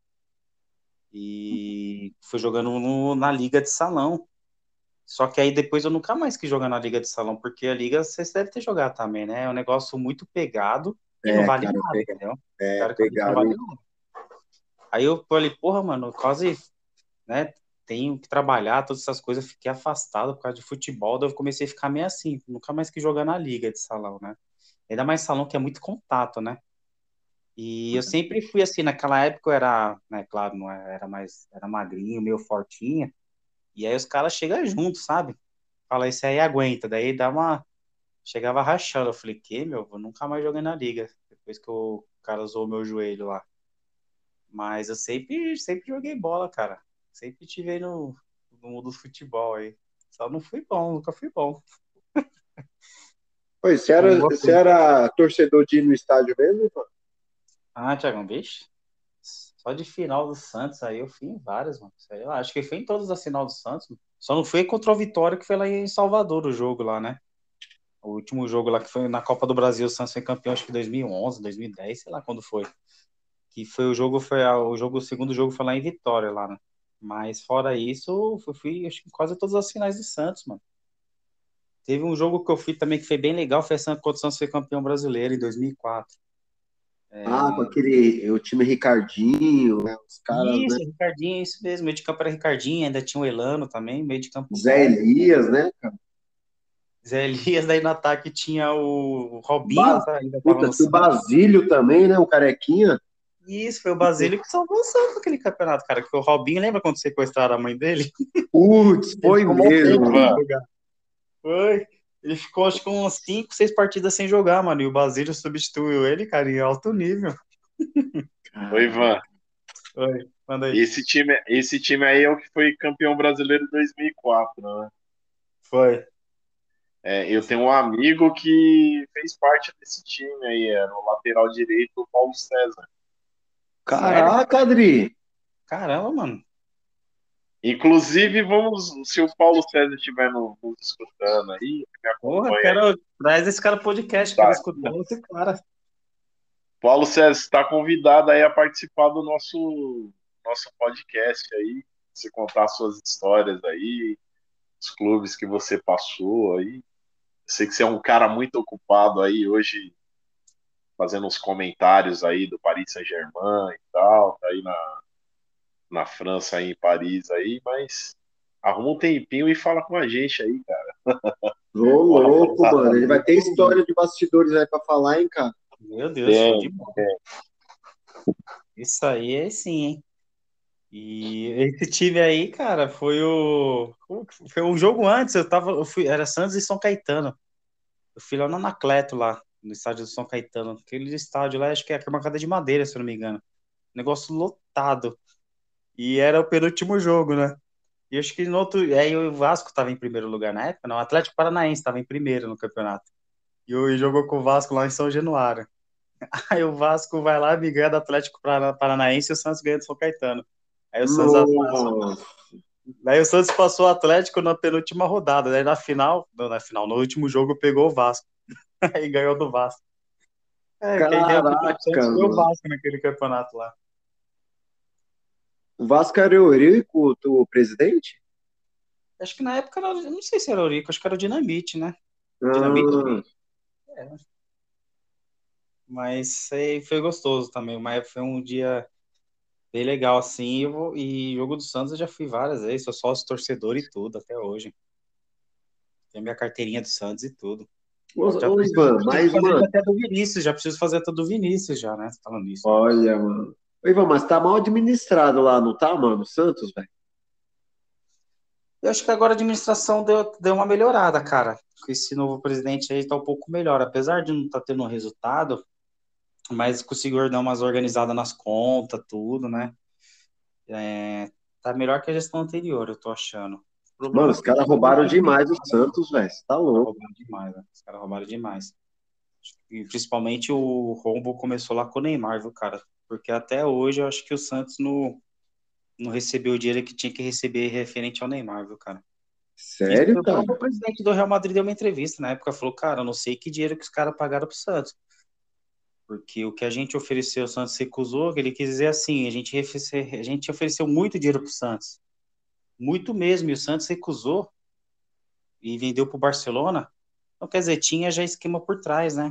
E fui jogando no- na liga de salão. Só que aí depois eu nunca mais quis jogar na liga de salão, porque a liga vocês devem ter jogado também, né? É um negócio muito pegado e não É, vale cara, nada, pe- entendeu? é Teoricamente não pegado, vale hein? nada. Aí eu falei, porra, mano, quase, né? Tenho que trabalhar, todas essas coisas, fiquei afastado por causa de futebol, daí eu comecei a ficar meio assim, nunca mais quis jogar na liga de salão, né? Ainda mais salão que é muito contato, né? E eu sempre fui assim, naquela época eu era, né, claro, não era era mais, era magrinho, meio fortinho, e aí os caras chegam junto, sabe? Fala, esse aí aguenta, daí dá uma, chegava rachando, eu falei, que, meu, eu nunca mais joguei na liga, depois que o cara usou o meu joelho lá. Mas eu sempre, sempre joguei bola, cara, sempre tive aí no, no mundo do futebol aí, só não fui bom, nunca fui bom. Pois, você Como era, você você. era torcedor de ir no estádio mesmo, Ivan? Ah, Thiagão, bicho, só de final do Santos aí eu fui em várias, mano. Isso aí eu acho que foi em todas as final do Santos, mano. Só não foi contra o Vitória, que foi lá em Salvador o jogo lá, né? O último jogo lá que foi na Copa do Brasil, o Santos foi campeão, acho que dois mil e onze, dois mil e dez, sei lá quando foi. Que foi o jogo, foi a- o jogo, o segundo jogo foi lá em Vitória, lá, né? Mas fora isso, eu fui, acho que quase todas as finais de Santos, mano. Teve um jogo que eu fui também que foi bem legal, foi a Santos, quando o Santos foi campeão brasileiro em dois mil e quatro. Ah, com aquele, o time Ricardinho, né? Os caras, né? Isso, Ricardinho, isso mesmo. Meio de campo era Ricardinho, ainda tinha o Elano também, meio de campo Zé bom. Elias, né, cara? Zé Elias, daí no ataque tinha o Robinho, Ba- tá? Ainda tava Puta, no tinha o Santos. Basílio também, né? O Carequinha. Isso, foi o Basílio que salvou o Santos naquele campeonato, cara. Que foi o Robinho, lembra quando sequestraram a mãe dele? Putz, Ele foi ficou um tempo mesmo, sem Ivan, mano. jogar. Foi. Ele ficou, acho que umas cinco, seis partidas sem jogar, mano. E o Basílio substituiu ele, cara, em alto nível. ô Cara, Ivan, Foi. Manda aí. esse time, esse time aí é o que foi campeão brasileiro em dois mil e quatro, né? Foi. É, eu tenho um amigo que fez parte desse time aí, era o lateral direito, o Paulo César. Sério? caraca, Adri. Caramba, mano. Inclusive, vamos, se o Paulo César estiver no- nos escutando aí, me Porra, acompanha aí. quero. Traz esse cara pro podcast, quero Tá. escutar esse cara. Paulo César está convidado aí a participar do nosso, nosso podcast aí, você contar suas histórias aí, os clubes que você passou aí. Eu sei que você é um cara muito ocupado aí hoje, fazendo uns comentários aí do Paris Saint-Germain e tal, tá aí na, na França, aí em Paris aí, mas arruma um tempinho e fala com a gente aí, cara. Ô, O louco, rapaz tá mano. Ele vai ter muito... história de bastidores aí pra falar, hein, cara? Meu Deus, show de Tem, bola. Isso aí é sim, hein? E esse time aí, cara, foi o. Foi um jogo antes, eu tava. Eu fui, era Santos e São Caetano. Eu fui lá no Anacleto, lá, no estádio do São Caetano. Aquele estádio lá, acho que é arquibancada de madeira, se eu não me engano. Negócio lotado. E era o penúltimo jogo, né? E acho que no outro. Aí o Vasco estava em primeiro lugar na época, não. O Atlético Paranaense estava em primeiro no campeonato. E o- e jogou com o Vasco lá em São Januário. Aí o Vasco vai lá e ganha do Atlético Parana- Paranaense e o Santos ganha do São Caetano. Aí o Santos, Nossa. daí o Santos passou o Atlético na penúltima rodada. Daí na final, não, na final, no último jogo pegou o Vasco. Aí ganhou do Vasco. É, quem deu pro Caraca, Santos foi o mano. Vasco naquele campeonato lá. O Vasco era o Eurico, o presidente? Acho que na época, era, eu não sei se era o Eurico, acho que era o Dinamite, né? Dinamite? Ah, É, mas aí foi gostoso também, mas foi um dia bem legal, assim, eu vou- e jogo do Santos eu já fui várias vezes, sou sócio torcedor e tudo, até hoje. Tem minha carteirinha do Santos e tudo. ô, Já ô, preciso, Ivan, preciso mas, fazer mano, até do Vinícius, já preciso fazer até do Vinícius já, né? Falando nisso, né? olha, mano. Ô, Ivan, mas tá mal administrado lá, não tá, mano? Santos, velho. Eu acho que agora a administração deu, deu uma melhorada, cara. Esse novo presidente aí tá um pouco melhor, apesar de não estar tendo um resultado, mas conseguiu dar umas organizadas nas contas, tudo, né? É, tá melhor que a gestão anterior, eu tô achando. O Mano, problema é os que caras o roubaram presidente demais o Santos, velho. Você tá louco. roubaram demais, né? Os caras roubaram demais. E principalmente o rombo começou lá com o Neymar, viu, cara? Porque até hoje eu acho que o Santos não, não recebeu o dinheiro que tinha que receber referente ao Neymar, viu, cara? Isso Sério, o próprio cara? presidente do Real Madrid deu uma entrevista na época, falou, cara, eu não sei que dinheiro que os caras pagaram pro Santos, porque o que a gente ofereceu, o Santos recusou, que ele quis dizer assim, a gente, a gente ofereceu muito dinheiro pro Santos, muito mesmo, e o Santos recusou e vendeu pro Barcelona. Então, quer dizer, tinha já esquema por trás, né?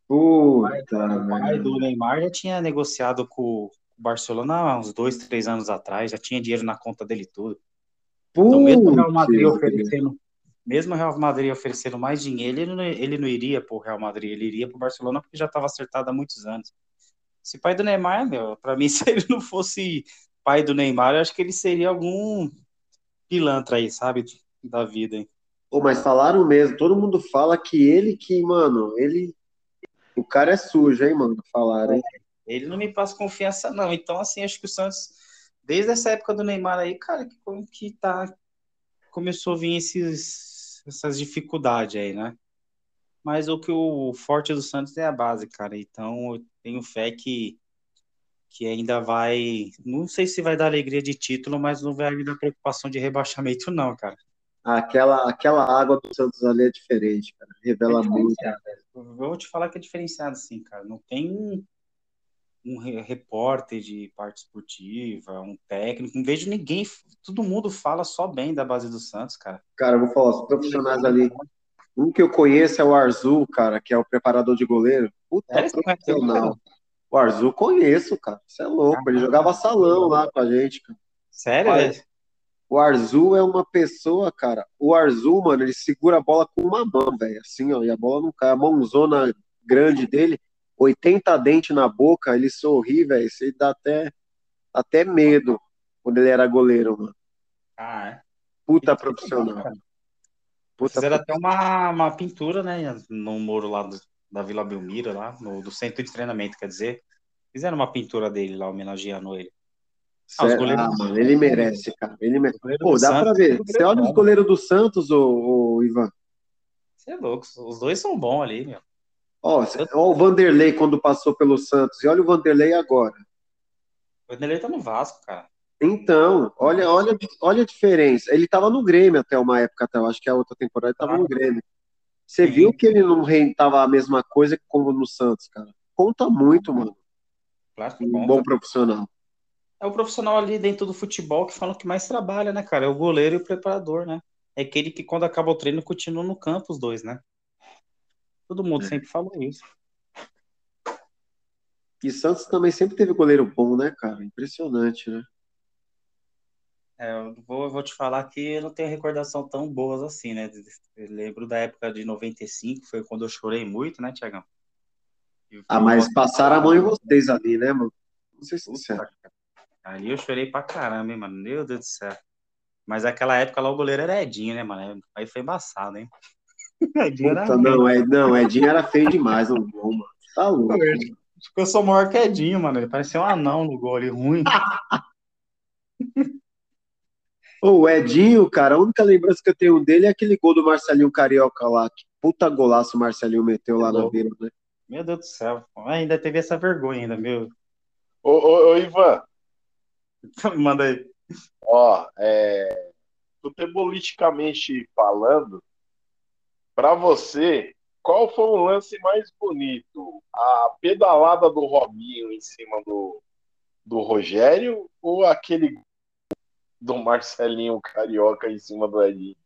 Puta O pai merda. do Neymar já tinha negociado com o Barcelona há uns dois, três anos atrás, já tinha dinheiro na conta dele e tudo. Então, mesmo o Real Putz, Madrid grilo. oferecendo, mesmo o Real Madrid oferecendo mais dinheiro, ele não, ele não iria para o Real Madrid, ele iria para o Barcelona porque já estava acertado há muitos anos. Esse pai do Neymar, meu, para mim, se ele não fosse pai do Neymar, eu acho que ele seria algum pilantra aí, sabe, da vida, hein? Pô, mas falaram mesmo, todo mundo fala que ele que, mano, ele. O cara é sujo, hein, mano? Falaram, hein? Ele não me passa confiança, não. Então, assim, acho que o Santos, desde essa época do Neymar aí, cara, que, que tá, começou a vir esses, essas dificuldades aí, né? Mas o que o forte do Santos é a base, cara. Então, eu tenho fé que, que ainda vai. Não sei se vai dar alegria de título, mas não vai me dar preocupação de rebaixamento, não, cara. Aquela, aquela água do Santos ali é diferente, cara. É Revela muito. diferenciado. Eu vou te falar que é diferenciado, sim, cara. Não tem um, um re- repórter de parte esportiva, um técnico. Não vejo ninguém. Todo mundo fala só bem da base do Santos, cara. Cara, eu vou falar, os profissionais ali. Um que eu conheço é o Arzu, cara, que é o preparador de goleiro. Puta Sério? Você conhece ele, profissional. Thiago? O Arzu conheço, cara. Você é louco. Ele jogava Caraca, salão lá com a gente, cara. O sério, Ar- velho? o Arzu é uma pessoa, cara. O Arzu, mano, ele segura a bola com uma mão, velho. Assim, ó, e a bola não cai. A mãozona grande dele, oitenta dentes na boca, ele sorri, velho. Isso aí dá até, até medo quando ele era goleiro, mano. Ah, é. Que, Puta que legal, profissional. cara. Puta Fizeram até profissional. uma, uma pintura, né, no muro lá do- da Vila Belmiro, lá, no, do centro de treinamento, quer dizer. Fizeram uma pintura dele lá, homenageando ele. Ah, os Sé- goleiros Ah, do mano, Santos, ele né, meu? merece, cara. Ele mere... Os goleiros do Pô, dá pra Santos, tudo ver. Você goleiro olha os bom. goleiros do Santos, ô, ô, Ivan. Você é louco, os dois são bons ali, meu. Ó, cê- Tanto ó o Vanderlei quando passou pelo Santos. E olha o Vanderlei agora. o Vanderlei tá no Vasco, cara. Então, olha, olha, olha a diferença. Ele estava no Grêmio até uma época, até, eu acho que a outra temporada ele estava no Tá? Grêmio. Você viu Sim, que ele não rentava a mesma coisa como no Santos, cara. Conta muito, mano. claro que Um bom conta. profissional. É o profissional ali dentro do futebol que falam que mais trabalha, né, cara? É o goleiro e o preparador, né? É aquele que quando acaba o treino continua no campo, os dois, né? Todo mundo sempre falou isso. E Santos também sempre teve goleiro bom, né, cara? Impressionante, né? É, eu vou, eu vou te falar que eu não tenho recordação tão boas assim, né? Eu lembro da época de noventa e cinco, foi quando eu chorei muito, né, Tiagão? E Ah, foi uma mas passaram a mão em final. vocês ali, né, mano? Vamos ser Puta, sinceros. cara. Ali eu chorei pra caramba, hein, mano? Meu Deus do céu. Mas naquela época lá o goleiro era Edinho, né, mano? Aí foi embaçado, hein? Edinho era Puta, ruim. não, é, não, Edinho era feio demais no gol, mano. Tá Pô, louco, eu mano. acho que eu sou maior que Edinho, mano. Ele parecia um anão no gol ali, ruim. Ô, o Edinho, cara, a única lembrança que eu tenho dele é aquele gol do Marcelinho Carioca lá. Que puta golaço o Marcelinho meteu Que lá na louco. beira, né? Meu Deus do céu. Ainda teve essa vergonha ainda, meu. Ô, ô, ô, Ivan, Manda aí. ó, é, futebolisticamente falando, para você, qual foi o lance mais bonito? A pedalada do Robinho em cima do, do Rogério ou aquele do Marcelinho Carioca em cima do Edinho?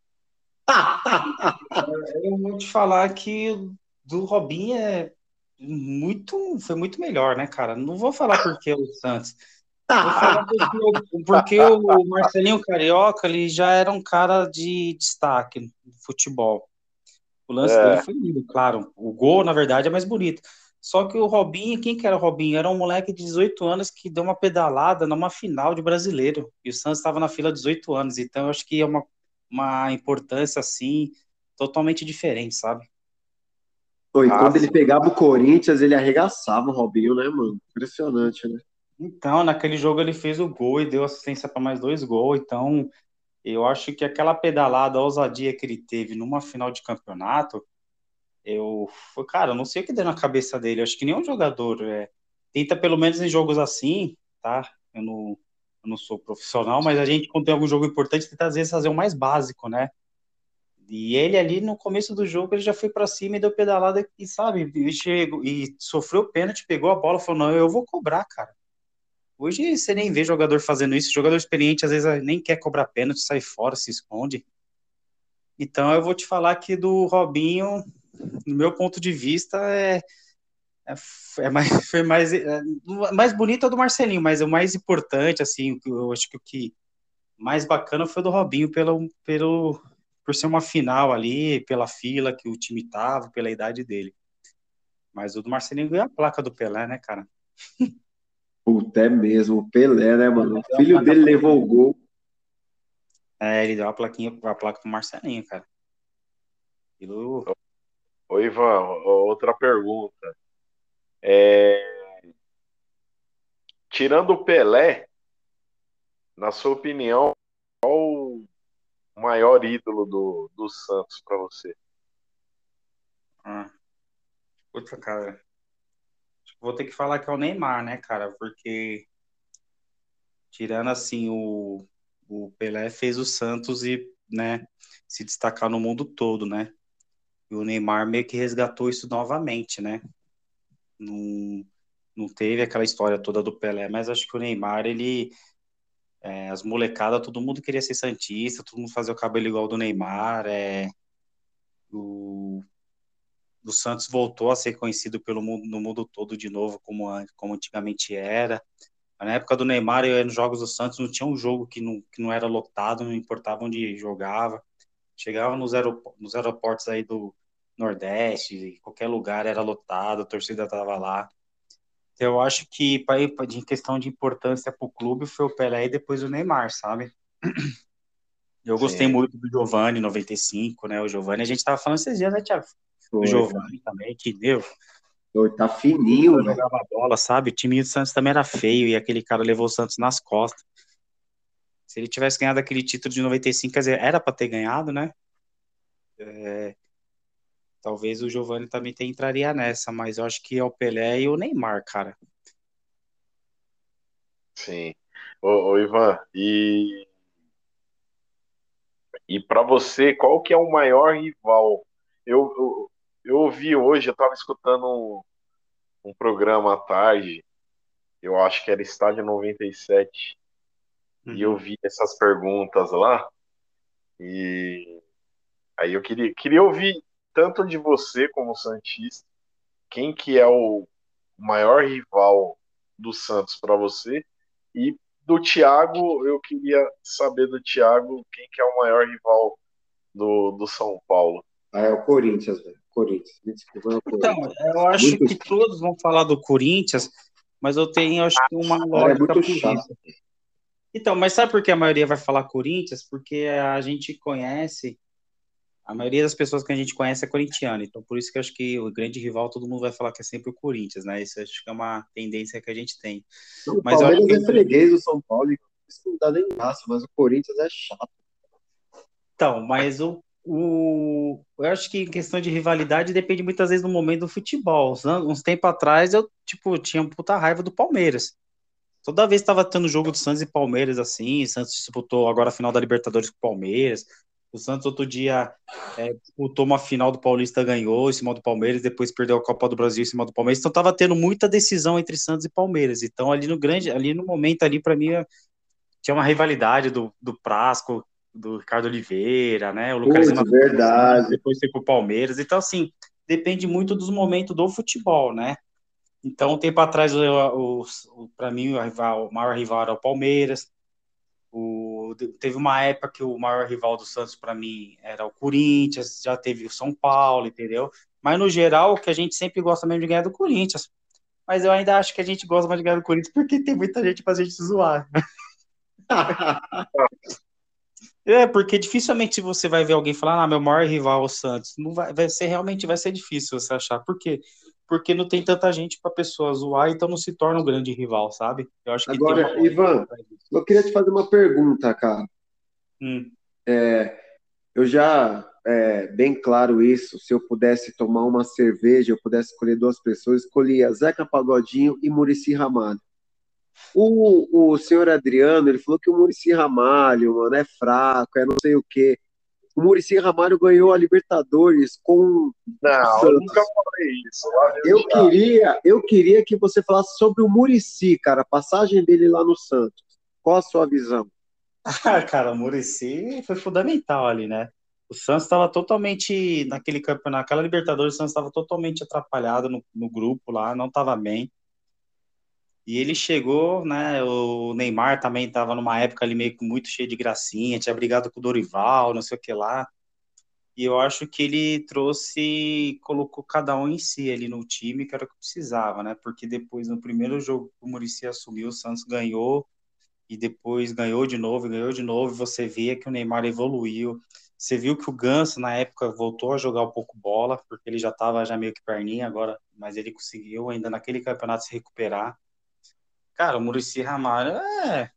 Eu vou te falar que o do Robinho é muito, foi muito melhor, né, cara? Não vou falar porque é o Santos. Vou falar porque, o- porque o Marcelinho Carioca, ele já era um cara de destaque no futebol. O lance dele É, foi lindo, claro. O gol, na verdade, é mais bonito. Só que o Robinho, quem que era o Robinho? Era um moleque de dezoito anos que deu uma pedalada numa final de brasileiro. E o Santos estava na fila de dezoito anos. Então, eu acho que é uma, uma importância, assim, totalmente diferente, sabe? Pô, e ah, quando ele sim. pegava o Corinthians, ele arregaçava o Robinho, né, mano? Impressionante, né? Então, naquele jogo ele fez o gol e deu assistência para mais dois gols. Então, eu acho que aquela pedalada, a ousadia que ele teve numa final de campeonato, eu, foi, cara, eu não sei o que deu na cabeça dele. Eu acho que nenhum jogador é, tenta, pelo menos em jogos assim, tá? Eu não, eu não sou profissional, mas a gente, quando tem algum jogo importante, tenta às vezes fazer o mais básico, né? E ele ali no começo do jogo, ele já foi para cima e deu pedalada e, sabe, e chegou e sofreu o pênalti, pegou a bola e falou: não, eu vou cobrar, cara. Hoje você nem vê jogador fazendo isso. Jogador experiente às vezes nem quer cobrar pênalti, sai fora, se esconde. Então eu vou te falar que do Robinho, no meu ponto de vista, é, é, é mais, foi mais, é, mais bonito é o do Marcelinho, mas o mais importante, assim, eu acho que o que mais bacana foi o do Robinho pelo, pelo, por ser uma final ali, pela fila que o time tava, pela idade dele. Mas o do Marcelinho ganhou a placa do Pelé, né, cara? Puta, é mesmo. O Pelé, né, mano? O Deu a filho placa dele pra levou o ele. gol. É, ele deu a plaquinha, a placa pro Marcelinho, cara. Aquilo. Ô, Ivan, outra pergunta. É, tirando o Pelé, na sua opinião, o maior ídolo do, do Santos para você? Ah, puta, cara. Vou ter que falar que é o Neymar, né, cara? Porque tirando assim o, o Pelé fez o Santos e, né, se destacar no mundo todo, né? E o Neymar meio que resgatou isso novamente, né? Não, não teve aquela história toda do Pelé, mas acho que o Neymar, ele, é, as molecadas, todo mundo queria ser santista, todo mundo fazia o cabelo igual do Neymar, é, o, o Santos voltou a ser conhecido pelo mundo, no mundo todo de novo, como, como antigamente era. Na época do Neymar, eu ia nos jogos do Santos, não tinha um jogo que não, que não era lotado, não importava onde jogava. Chegava nos, aerop nos aeroportos aí do Nordeste, qualquer lugar era lotado, a torcida tava lá. Então, eu acho que, pra, pra- em questão de importância para o clube, foi o Pelé e depois o Neymar, sabe? Eu gostei Sim. muito do Giovani, noventa e cinco, né? O Giovani, a gente tava falando esses dias, né, Thiago? Do Foi, cara. Giovani também, que, meu, Foi, tá o fininho, cara velho. jogava bola, sabe? O time do Santos também era feio e aquele cara levou o Santos nas costas. Se ele tivesse ganhado aquele título de noventa e cinco, quer dizer, era para ter ganhado, né? Talvez o Giovani também te- entraria nessa, mas eu acho que é o Pelé e o Neymar, cara. Sim. Ô, ô, Ivan, e, e para você, qual que é o maior rival? Eu, eu, eu ouvi hoje, eu estava escutando um, um programa à tarde, eu acho que era Estádio noventa e sete, e eu Uhum. vi essas perguntas lá, e aí eu queria, queria ouvir tanto de você como santista, quem que é o maior rival do Santos para você, e do Thiago, eu queria saber do Thiago quem que é o maior rival do, do São Paulo. Ah, é o Corinthians, velho. Corinthians. Me desculpa, é o Então, Corinthians. eu acho Muito, que todos vão falar do Corinthians, mas eu tenho, acho que, uma cara, é lógica muito por chato. isso. Então, mas sabe por que a maioria vai falar Corinthians? Porque a gente conhece, a maioria das pessoas que a gente conhece é corintiana, então por isso que eu acho que o grande rival todo mundo vai falar que é sempre o Corinthians, né? Isso eu acho que é uma tendência que a gente tem. Não, o Mas eu acho Palmeiras que é freguês do São Paulo, e isso não dá nem graça, mas o Corinthians é chato. então, mas o, o eu acho que em questão de rivalidade depende muitas vezes do momento do futebol. Uns, an- uns tempos atrás eu tipo tinha uma puta raiva do Palmeiras. Toda vez que tava tendo jogo do Santos e Palmeiras assim, Santos disputou agora a final da Libertadores com o Palmeiras. O Santos outro dia é, disputou uma final do Paulista, ganhou em cima do Palmeiras, depois perdeu a Copa do Brasil em cima do Palmeiras. Então tava tendo muita decisão entre Santos e Palmeiras. Então ali no grande, ali no momento ali para mim tinha uma rivalidade do, do Prasco, do Ricardo Oliveira, né? O Lucas Putz, Lima foi pro Santos, verdade. depois foi pro Palmeiras. Então assim, depende muito dos momentos do futebol, né? Então, um tempo atrás, o, o, o, para mim, o, rival, o maior rival era o Palmeiras. O, teve uma época que o maior rival do Santos, para mim, era o Corinthians. Já teve o São Paulo, entendeu? Mas, no geral, o que a gente sempre gosta mesmo de ganhar é do Corinthians. Mas eu ainda acho que a gente gosta mais de ganhar do Corinthians porque tem muita gente pra gente zoar. É, porque dificilmente você vai ver alguém falar, ah, meu maior rival é o Santos. Não vai, vai ser realmente vai ser difícil você achar. Por quê? Porque não tem tanta gente para pessoa zoar, então não se torna um grande rival, sabe? Eu acho que tem uma Agora, lógica por Ivan, trás disso. eu queria te fazer uma pergunta, cara. Hum. Eu já, é, bem claro isso, se eu pudesse tomar uma cerveja, eu pudesse escolher duas pessoas, escolhia Zeca Pagodinho e Muricy Ramalho. O, o senhor Adriano, ele falou que o Muricy Ramalho, mano, é fraco, é não sei o quê. O Muricy Ramalho ganhou a Libertadores com o Não, eu nunca Santos. falei isso. Lá, meu Eu Thiago. queria, eu queria que você falasse sobre o Muricy, cara, a passagem dele lá no Santos. Qual a sua visão? Ah, cara, o Muricy foi fundamental ali, né? O Santos estava totalmente naquele campeonato, naquela Libertadores, o Santos estava totalmente atrapalhado no, no grupo lá, não estava bem. E ele chegou, né? O Neymar também estava numa época ali meio que muito cheio de gracinha, tinha brigado com o Dorival, não sei o que lá. E eu acho que ele trouxe, colocou cada um em si ali no time, que era o que precisava, né? Porque depois, no primeiro jogo que o Muricy assumiu, o Santos ganhou, e depois ganhou de novo, e ganhou de novo, e você via que o Neymar evoluiu. Você viu que o Ganso, na época, voltou a jogar um pouco bola, porque ele já estava já meio que perninha agora, mas ele conseguiu ainda naquele campeonato se recuperar. Cara, o Muricy Ramalho é,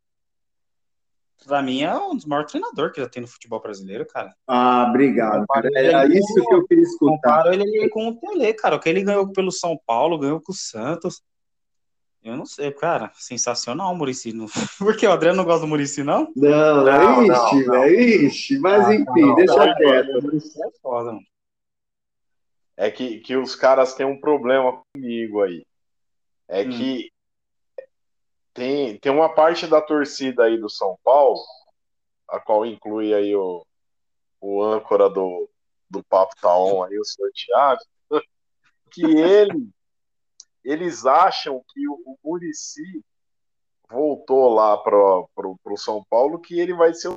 pra mim, é um dos maiores treinadores que já tem no futebol brasileiro, cara. Ah, Eu obrigado, cara. comparo ele Era ali isso que eu com, queria escutar. comparo ele ali com o Pelé, cara. O que ele ganhou pelo São Paulo, ganhou com o Santos. Eu não sei, cara. Sensacional o Muricy. Não... Por que o Adriano não gosta do Muricy, não? Não, não, Não, não, ixi, não, velho, ixi, mas Ah, cara, enfim, não. deixa Ô, Ivan, o quieto. Muricy é foda, mano. é que, que os caras têm um problema comigo aí. É Hum. que tem, tem uma parte da torcida aí do São Paulo, a qual inclui aí o, o âncora do, do Papo Taon aí, o senhor Thiago, que ele, eles acham que o, o Muricy voltou lá para o São Paulo, que ele vai ser o.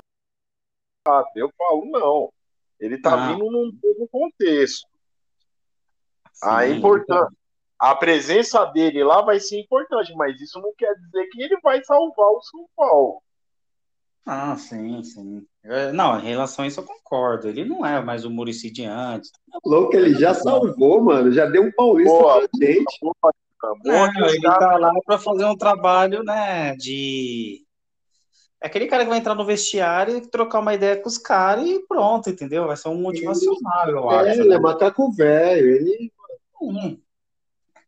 Eu falo, não. Ele tá Não, vindo num novo contexto. A sim, ele tá. importância, a presença dele lá vai ser importante, mas isso não quer dizer que ele vai salvar o São Paulo. Ah, sim, sim. É, não, em relação a isso eu concordo. Ele não é mais o Muricy de antes. Louco, ele já salvou, mano. Já deu um paulista Boa, pra gente. boa, boa que Não, os ele caras. tá lá para fazer um trabalho, né, de é aquele cara que vai entrar no vestiário e trocar uma ideia com os caras e pronto, entendeu? Vai ser um Ele, motivacional, eu é, acho, ele é né? macaco velho. Ele, Hum.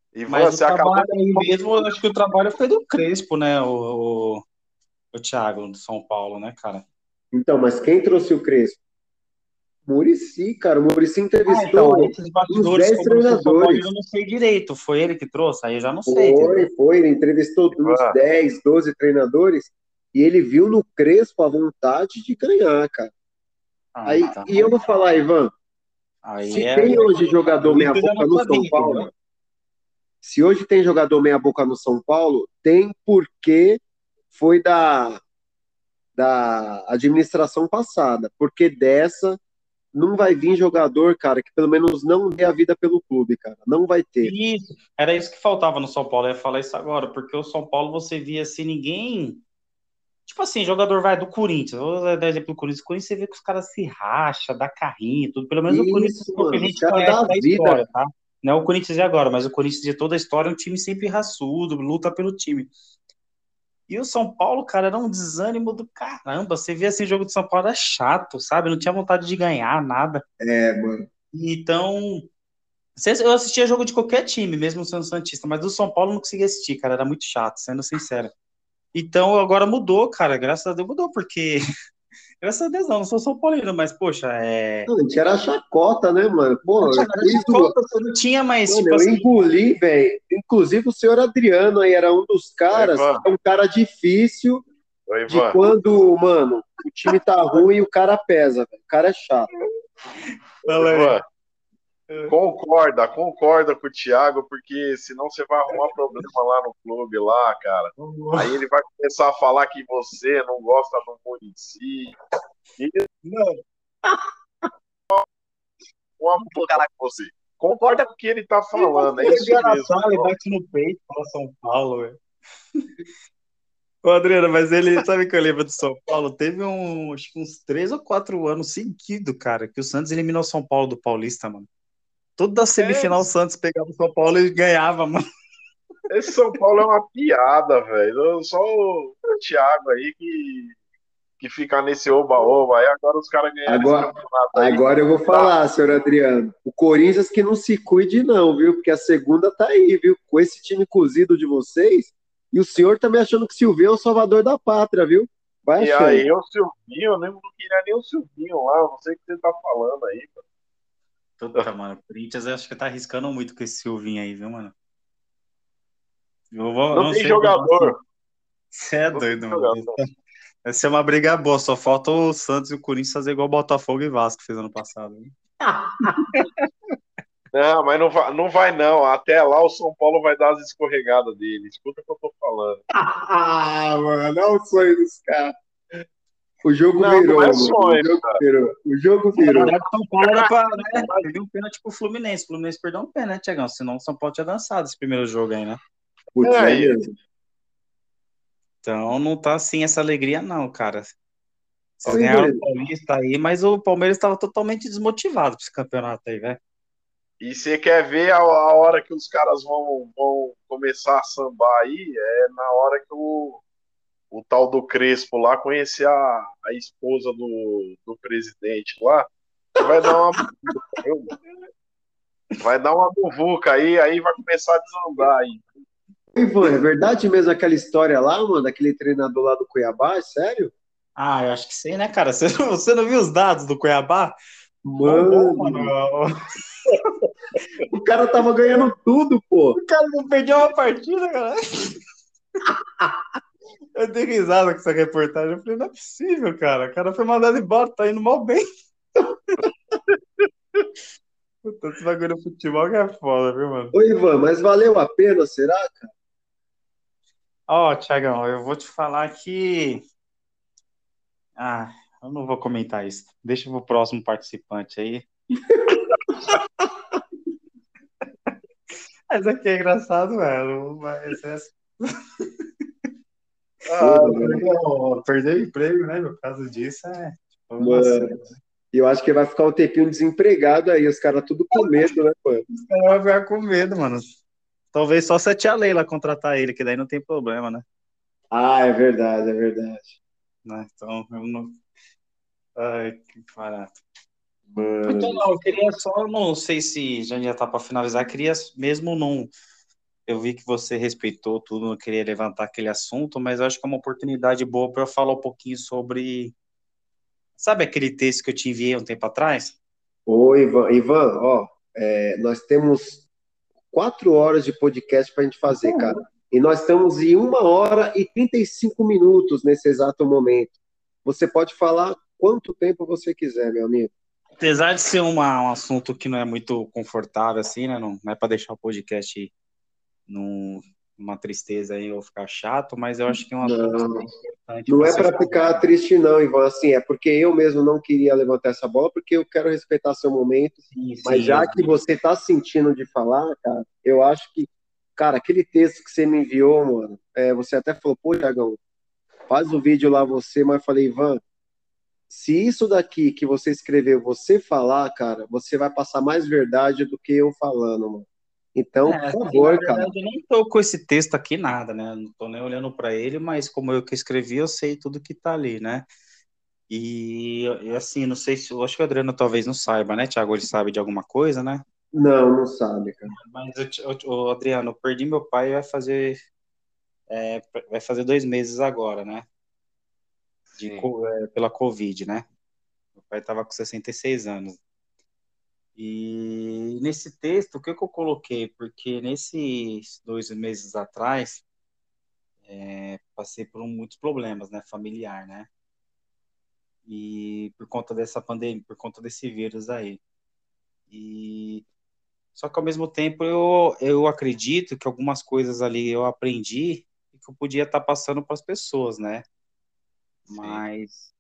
Ivan, Mas o você acabou trabalho de aí mesmo, eu acho que o trabalho foi do Crespo, né? O, o, o Thiago, do São Paulo, né, cara? Então, mas quem trouxe o Crespo? Muricy, cara. O Muricy Ah, então, aí entrevistou esses uns bastidores, dez como eu não sou São Paulo, treinadores. eu não sei direito. Foi ele que trouxe? Aí eu já não sei, entendeu? Foi, foi. Ele entrevistou uns Ivan. dez, doze treinadores e ele viu no Crespo a vontade de ganhar, cara. Ah, Aí, então. e eu vou falar, Ivan, Aí se é. tem hoje jogador Isso eu já meia-boca não no sabia, São entendeu? Paulo, se hoje tem jogador meia-boca no São Paulo, tem porque foi da, da administração passada. Porque dessa não vai vir jogador, cara, que pelo menos não dê a vida pelo clube, cara. Não vai ter. Isso, era isso que faltava no São Paulo. Eu ia falar isso agora, porque o São Paulo você via assim, ninguém. Tipo assim, jogador vai do Corinthians, vou dar exemplo do Corinthians. O Corinthians você vê que os caras se racham, dá carrinho, tudo. Pelo menos o Corinthians Isso, que a mano. Os gente caras conhece da da vida. história, tá? Não é o Corinthians de agora, mas o Corinthians de toda a história é um time sempre raçudo, luta pelo time. E o São Paulo, cara, era um desânimo do caramba. Você via esse jogo do São Paulo, era chato, sabe? Não tinha vontade de ganhar nada. É, mano. Então, eu assistia jogo de qualquer time, mesmo sendo Santista, mas do São Paulo eu não conseguia assistir, cara. Era muito chato, sendo sincero. Então agora mudou, cara. Graças a Deus mudou, porque. Graças a Deus não, não sou São Paulino, mas, poxa, é. Não, a gente era chacota, né, mano? Pô, Era desde o... chacota, você não tinha mais, Mano, tipo eu assim. engoli, velho. Inclusive o senhor Adriano aí era um dos Oi, caras, Ivan. é um cara difícil Oi, de Ivan. quando, mano, o time tá ruim e o cara pesa, velho. O cara é chato. Oi, Ivan. Concorda, concorda com o Thiago, porque senão você vai arrumar problema lá no clube, lá, cara. Aí ele vai começar a falar que você não gosta do Muricy. E Não, uma boca com você. Concorda com o que ele tá falando, é ele isso vira na mesmo. sala e bate no peito, fala São Paulo, velho. Ô, Adriano, mas ele, sabe o que eu lembro do São Paulo? Teve um, acho que uns três ou quatro anos seguidos, cara, que o Santos eliminou o São Paulo do Paulista, mano. Toda semifinal o Santos pegava o São Paulo e ganhava, mano. Esse São Paulo é uma piada, velho. Só o Thiago aí que, que fica nesse oba-oba. Aí agora os caras ganharam esse Agora, campeonato aí. agora eu vou Tá. falar, senhor Adriano. O Corinthians que não se cuide, não, viu? Porque a segunda tá aí, viu? Com esse time cozido de vocês. E o senhor também achando que Silvinho é o salvador da pátria, viu? Vai E achando. aí o Silvinho, eu nem não queria nem o Silvinho lá. Eu não sei o que você tá falando aí, mano. Puta, mano, o Corinthians eu acho que tá arriscando muito com esse Silvinho aí, viu, mano? Eu vou, Não não tem sei, jogador. você é Não tem doido, mano. jogador. Vai ser uma briga boa, só falta o Santos e o Corinthians fazer igual o Botafogo e Vasco fez ano passado. Hein? Não, mas não vai, não vai não. Até lá o São Paulo vai dar as escorregadas dele. Escuta o que eu tô falando. Ah, mano, olha o sonho dos caras. O jogo Não, virou, não é mano. sonho, O jogo cara. virou. O jogo Na virou. verdade, o São Paulo era pra, né, perder um pênalti pro Fluminense. O Fluminense perdeu um pênalti, né, Tiagão? Senão o São Paulo tinha dançado esse primeiro jogo aí, né? Putz, É é aí. mesmo. Então não tá assim essa alegria, não, cara. Vocês Ô, ganharam Ivan, o Paulista aí, mas o Palmeiras estava totalmente desmotivado pra esse campeonato aí, velho. E você quer ver a, a hora que os caras vão, vão começar a sambar aí? É na hora que o, o tal do Crespo lá conhecer a, a esposa do, do presidente lá. Que vai dar uma vai dar uma muvuca aí, aí vai começar a desandar aí. Ô, Ivan, é verdade mesmo aquela história lá, mano, daquele treinador lá do Cuiabá? É sério? Ah, eu acho que sei, né, cara? Você não, você não viu os dados do Cuiabá? Bombou, Mano, mano. o cara tava ganhando tudo, pô. O cara não perdeu uma partida, cara. Eu dei risada com essa reportagem. Eu falei, não é possível, cara. O cara foi mandado embora, tá indo mal bem. Puta, esse bagulho do futebol que é foda, viu, mano? Ô, Ivan, mas valeu a pena, será, cara? Ó, Thiagão, eu vou te falar que. Ah, eu não vou comentar isso. Deixa pro próximo participante aí. Mas aqui é engraçado, velho. Mas é... ah, Pô, mano, perdeu, perdeu o emprego, né? No caso disso, é problema mano, sério. eu acho que vai ficar um tempinho desempregado aí, os caras tudo com medo, né, mano? Os caras vão ficar com medo, mano. Talvez só se a tia Leila contratar ele, que daí não tem problema, né? Ah, é verdade, é verdade. Né? Então, eu não. Ai, que barato. Então, Mano, não, eu queria só, não sei se já já tá para finalizar, queria mesmo não, eu vi que você respeitou tudo, não queria levantar aquele assunto, mas eu acho que é uma oportunidade boa para eu falar um pouquinho sobre, sabe aquele texto que eu te enviei um tempo atrás? Oi, Ivan. Ivan, ó, é, nós temos quatro horas de podcast para a gente fazer, cara. E nós estamos em uma hora e trinta e cinco minutos nesse exato momento. Você pode falar quanto tempo você quiser, meu amigo. Apesar de ser uma, um assunto que não é muito confortável, assim, né? Não, não é para deixar o podcast num, numa tristeza aí ou ficar chato, mas eu acho que é um assunto Não, importante não para é ser para ficar falado. triste, não, Ivan. Assim, é porque eu mesmo não queria levantar essa bola, porque eu quero respeitar seu momento. Sim, Mas sim, eu já que vi. você está sentindo de falar, cara, eu acho que, cara, aquele texto que você me enviou, mano, é, você até falou, pô, Thiagão, faz o vídeo lá você, mas eu falei, Ivan, se isso daqui que você escreveu, você falar, cara, você vai passar mais verdade do que eu falando, mano. É, Então, por assim, na favor, cara. verdade, eu nem tô com esse texto aqui nada, né? Não tô nem olhando para ele, mas como eu que escrevi, eu sei tudo que tá ali, né? E, e, assim, não sei se, eu acho que o Adriano talvez não saiba, né, Thiago? Ele sabe de alguma coisa, né? Não, não sabe, cara. Mas, eu, te- eu, o Adriano, eu perdi meu pai vai fazer, é, vai fazer dois meses agora, né? De, Sim, co- é, pela Covid, né? Meu pai tava com sessenta e seis anos. E nesse texto, o que que eu coloquei? Porque nesses dois meses atrás, é, passei por um- muitos problemas, né? Familiar, né? E por conta dessa pandemia, por conta desse vírus aí. E só que ao mesmo tempo eu, eu acredito que algumas coisas ali eu aprendi e que eu podia estar passando para as pessoas, né? sim, Mas,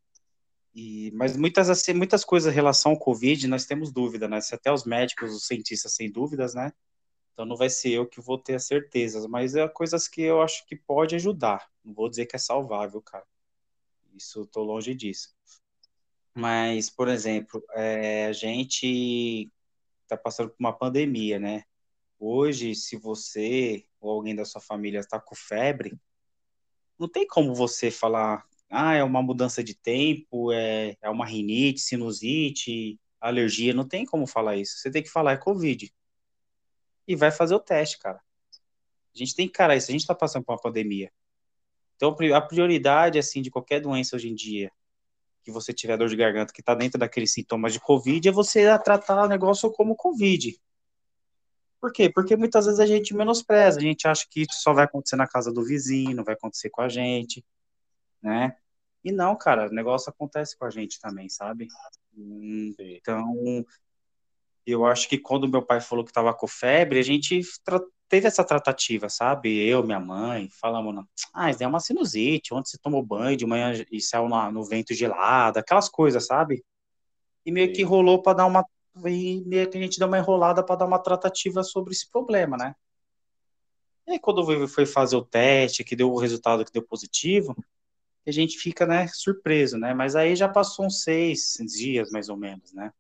e, mas muitas, assim, muitas coisas em relação ao Covid nós temos dúvida, né? Se até os médicos, os cientistas têm dúvidas, né? Então não vai ser eu que vou ter as certezas, mas é coisas que eu acho que pode ajudar. Não vou dizer que é salvável, cara. Isso estou longe disso. Mas, por exemplo, é, a gente está passando por uma pandemia, né? Hoje, se você ou alguém da sua família está com febre, não tem como você falar, ah, é uma mudança de tempo, é, é uma rinite, sinusite, alergia. Não tem como falar isso. Você tem que falar, é Covid. E vai fazer o teste, cara. A gente tem que encarar isso. A gente está passando por uma pandemia. Então, a prioridade, assim, de qualquer doença hoje em dia, que você tiver dor de garganta, que está dentro daqueles sintomas de Covid, é você tratar o negócio como Covid. Por quê? Porque muitas vezes a gente menospreza, a gente acha que isso só vai acontecer na casa do vizinho, não vai acontecer com a gente, né? E não, cara, o negócio acontece com a gente também, sabe? Hum, sim. Então, eu acho que quando meu pai falou que tava com febre, a gente tra- teve essa tratativa, sabe? Eu, minha mãe, falamos, não, ah, isso é uma sinusite, ontem você tomou banho de manhã e saiu na- no vento gelado, aquelas coisas, sabe? E meio que Sim. rolou para dar uma. E meio que a gente deu uma enrolada para dar uma tratativa sobre esse problema, né? E aí, quando foi foi fazer o teste, que deu o resultado que deu positivo, a gente fica, né, surpreso, né? Mas aí já passou uns seis dias, mais ou menos, né?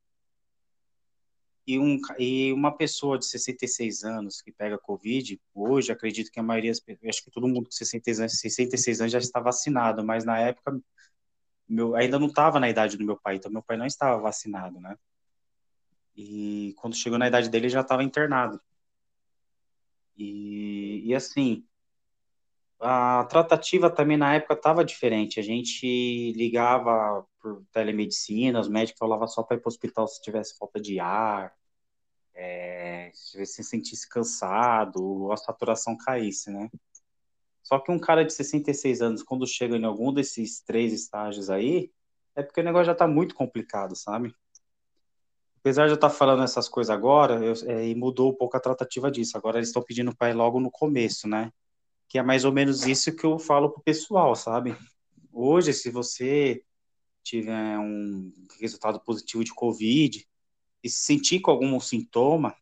E, um, e uma pessoa de sessenta e seis anos que pega Covid, hoje, acredito que a maioria, acho que todo mundo com sessenta e seis anos, sessenta e seis anos já está vacinado, mas na época meu, ainda não estava na idade do meu pai, então meu pai não estava vacinado, né? E quando chegou na idade dele, já estava internado. E, e assim, a tratativa também na época estava diferente. A gente ligava por telemedicina, os médicos falavam só para ir para o hospital se tivesse falta de ar, é, se você se sentisse cansado, ou a saturação caísse, né? Só que um cara de sessenta e seis anos, quando chega em algum desses três estágios aí, é porque o negócio já está muito complicado, sabe? Apesar de eu estar falando essas coisas agora, eu, é, e mudou um pouco a tratativa disso. Agora eles estão pedindo para ir logo no começo, né? Que é mais ou menos isso que eu falo pro pessoal, sabe? Hoje, se você tiver um resultado positivo de Covid e se sentir com algum sintoma,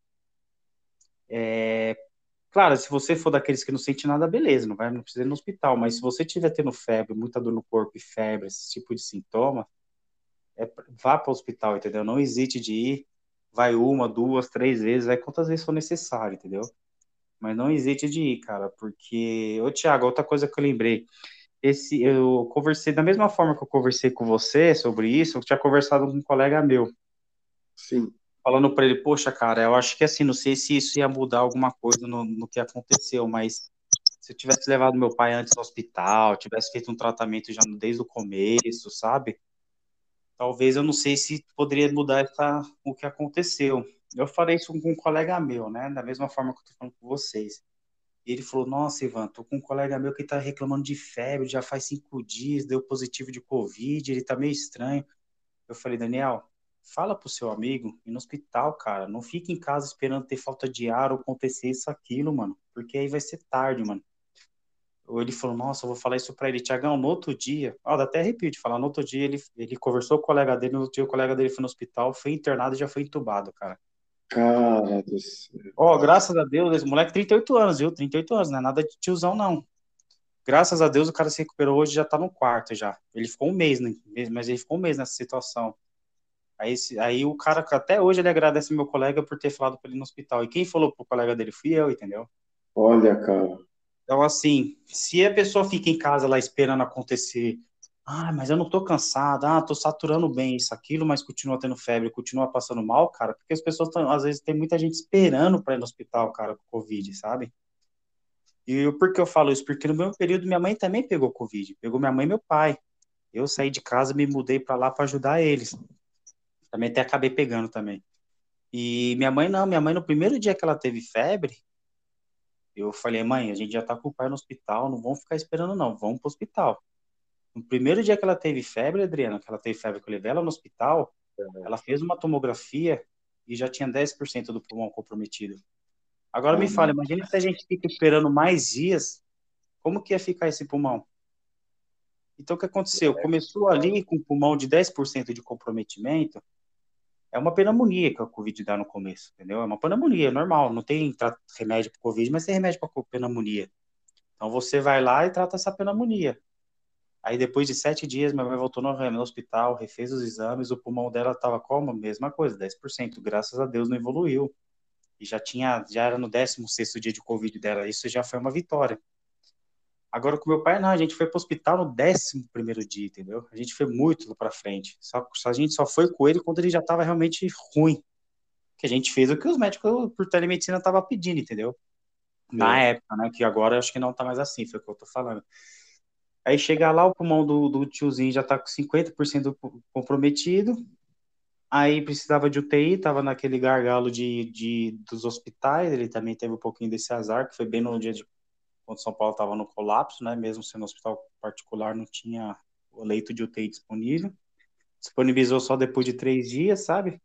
é, claro, se você for daqueles que não sente nada, beleza, não vai, não precisa ir no hospital, mas se você tiver tendo febre, muita dor no corpo e febre, esse tipo de sintoma, é, vá para o hospital, entendeu? Não hesite de ir, vai uma, duas, três vezes, vai quantas vezes for necessário, entendeu? Mas não hesite de ir, cara, porque, ô Thiago, outra coisa que eu lembrei, esse, eu conversei da mesma forma que eu conversei com você sobre isso, eu tinha conversado com um colega meu, Sim. falando pra ele, poxa, cara, eu acho que assim, não sei se isso ia mudar alguma coisa no, no que aconteceu, mas se eu tivesse levado meu pai antes no hospital, tivesse feito um tratamento já desde o começo, sabe? Talvez eu não sei se poderia mudar essa, o que aconteceu. Eu falei isso com um colega meu, né? Da mesma forma que eu tô falando com vocês. E ele falou, nossa, Ivan, tô com um colega meu que tá reclamando de febre, já faz cinco dias, deu positivo de Covid, ele tá meio estranho. Eu falei, Daniel, fala pro seu amigo ir no hospital, cara. Não fica em casa esperando ter falta de ar ou acontecer isso, aquilo, mano. Porque aí vai ser tarde, mano. Ou ele falou, nossa, eu vou falar isso pra ele. Tiagão, no outro dia, ó, dá até arrepio de falar, no outro dia ele, ele conversou com o colega dele, no outro dia o colega dele foi no hospital, foi internado e já foi entubado, cara. Cara do céu. Ó, graças a Deus, esse moleque trinta e oito anos, viu? trinta e oito anos, não é nada de tiozão, não. Graças a Deus o cara se recuperou hoje, já tá no quarto já. Ele ficou um mês, né? Mas ele ficou um mês nessa situação. Aí, esse- aí o cara, até hoje, ele agradece meu colega por ter falado pra ele no hospital. E quem falou pro colega dele fui eu, entendeu? Olha, cara. Então, assim, se a pessoa fica em casa lá esperando acontecer, ah, mas eu não tô cansado, ah, tô saturando bem isso, aquilo, mas continua tendo febre, continua passando mal, cara, porque as pessoas, tão, às vezes, tem muita gente esperando pra ir no hospital, cara, com Covid, sabe? E eu, por que eu falo isso? Porque no meu período, minha mãe também pegou Covid, pegou minha mãe e meu pai. Eu saí de casa, me mudei pra lá pra ajudar eles. Também até acabei pegando também. E minha mãe não, minha mãe no primeiro dia que ela teve febre, eu falei, mãe, a gente já tá com o pai no hospital, não vamos ficar esperando não, vamos pro hospital. No primeiro dia que ela teve febre, Adriana, que ela teve febre, que eu levei ela no hospital, ela fez uma tomografia e já tinha dez por cento do pulmão comprometido. Agora me fala, imagina se a gente fica esperando mais dias, como que ia ficar esse pulmão? Então o que aconteceu? Começou ali com o pulmão de dez por cento de comprometimento, é uma pneumonia que a Covid dá no começo, entendeu? É uma pneumonia, normal, não tem remédio para Covid, mas tem remédio para pneumonia. Então você vai lá e trata essa pneumonia. Aí depois de sete dias, minha mãe voltou no, no hospital, refez os exames, o pulmão dela estava como? Mesma coisa, dez por cento. Graças a Deus não evoluiu. E já tinha, já era no décimo sexto dia de Covid dela, isso já foi uma vitória. Agora com meu pai, não, a gente foi para o hospital no décimo primeiro dia, entendeu? A gente foi muito para frente. Só, a gente só foi com ele quando ele já estava realmente ruim. Que a gente fez o que os médicos por telemedicina estavam pedindo, entendeu? Na É. época, né? Que agora eu acho que não tá mais assim, foi o que eu tô falando. Aí chega lá, o pulmão do, do tiozinho já tá com cinquenta por cento comprometido. Aí precisava de U T I, tava naquele gargalo de, de, dos hospitais. Ele também teve um pouquinho desse azar, que foi bem no dia de quando São Paulo tava no colapso, né? Mesmo sendo um hospital particular, não tinha o leito de U T I disponível. Disponibilizou só depois de três dias, sabe?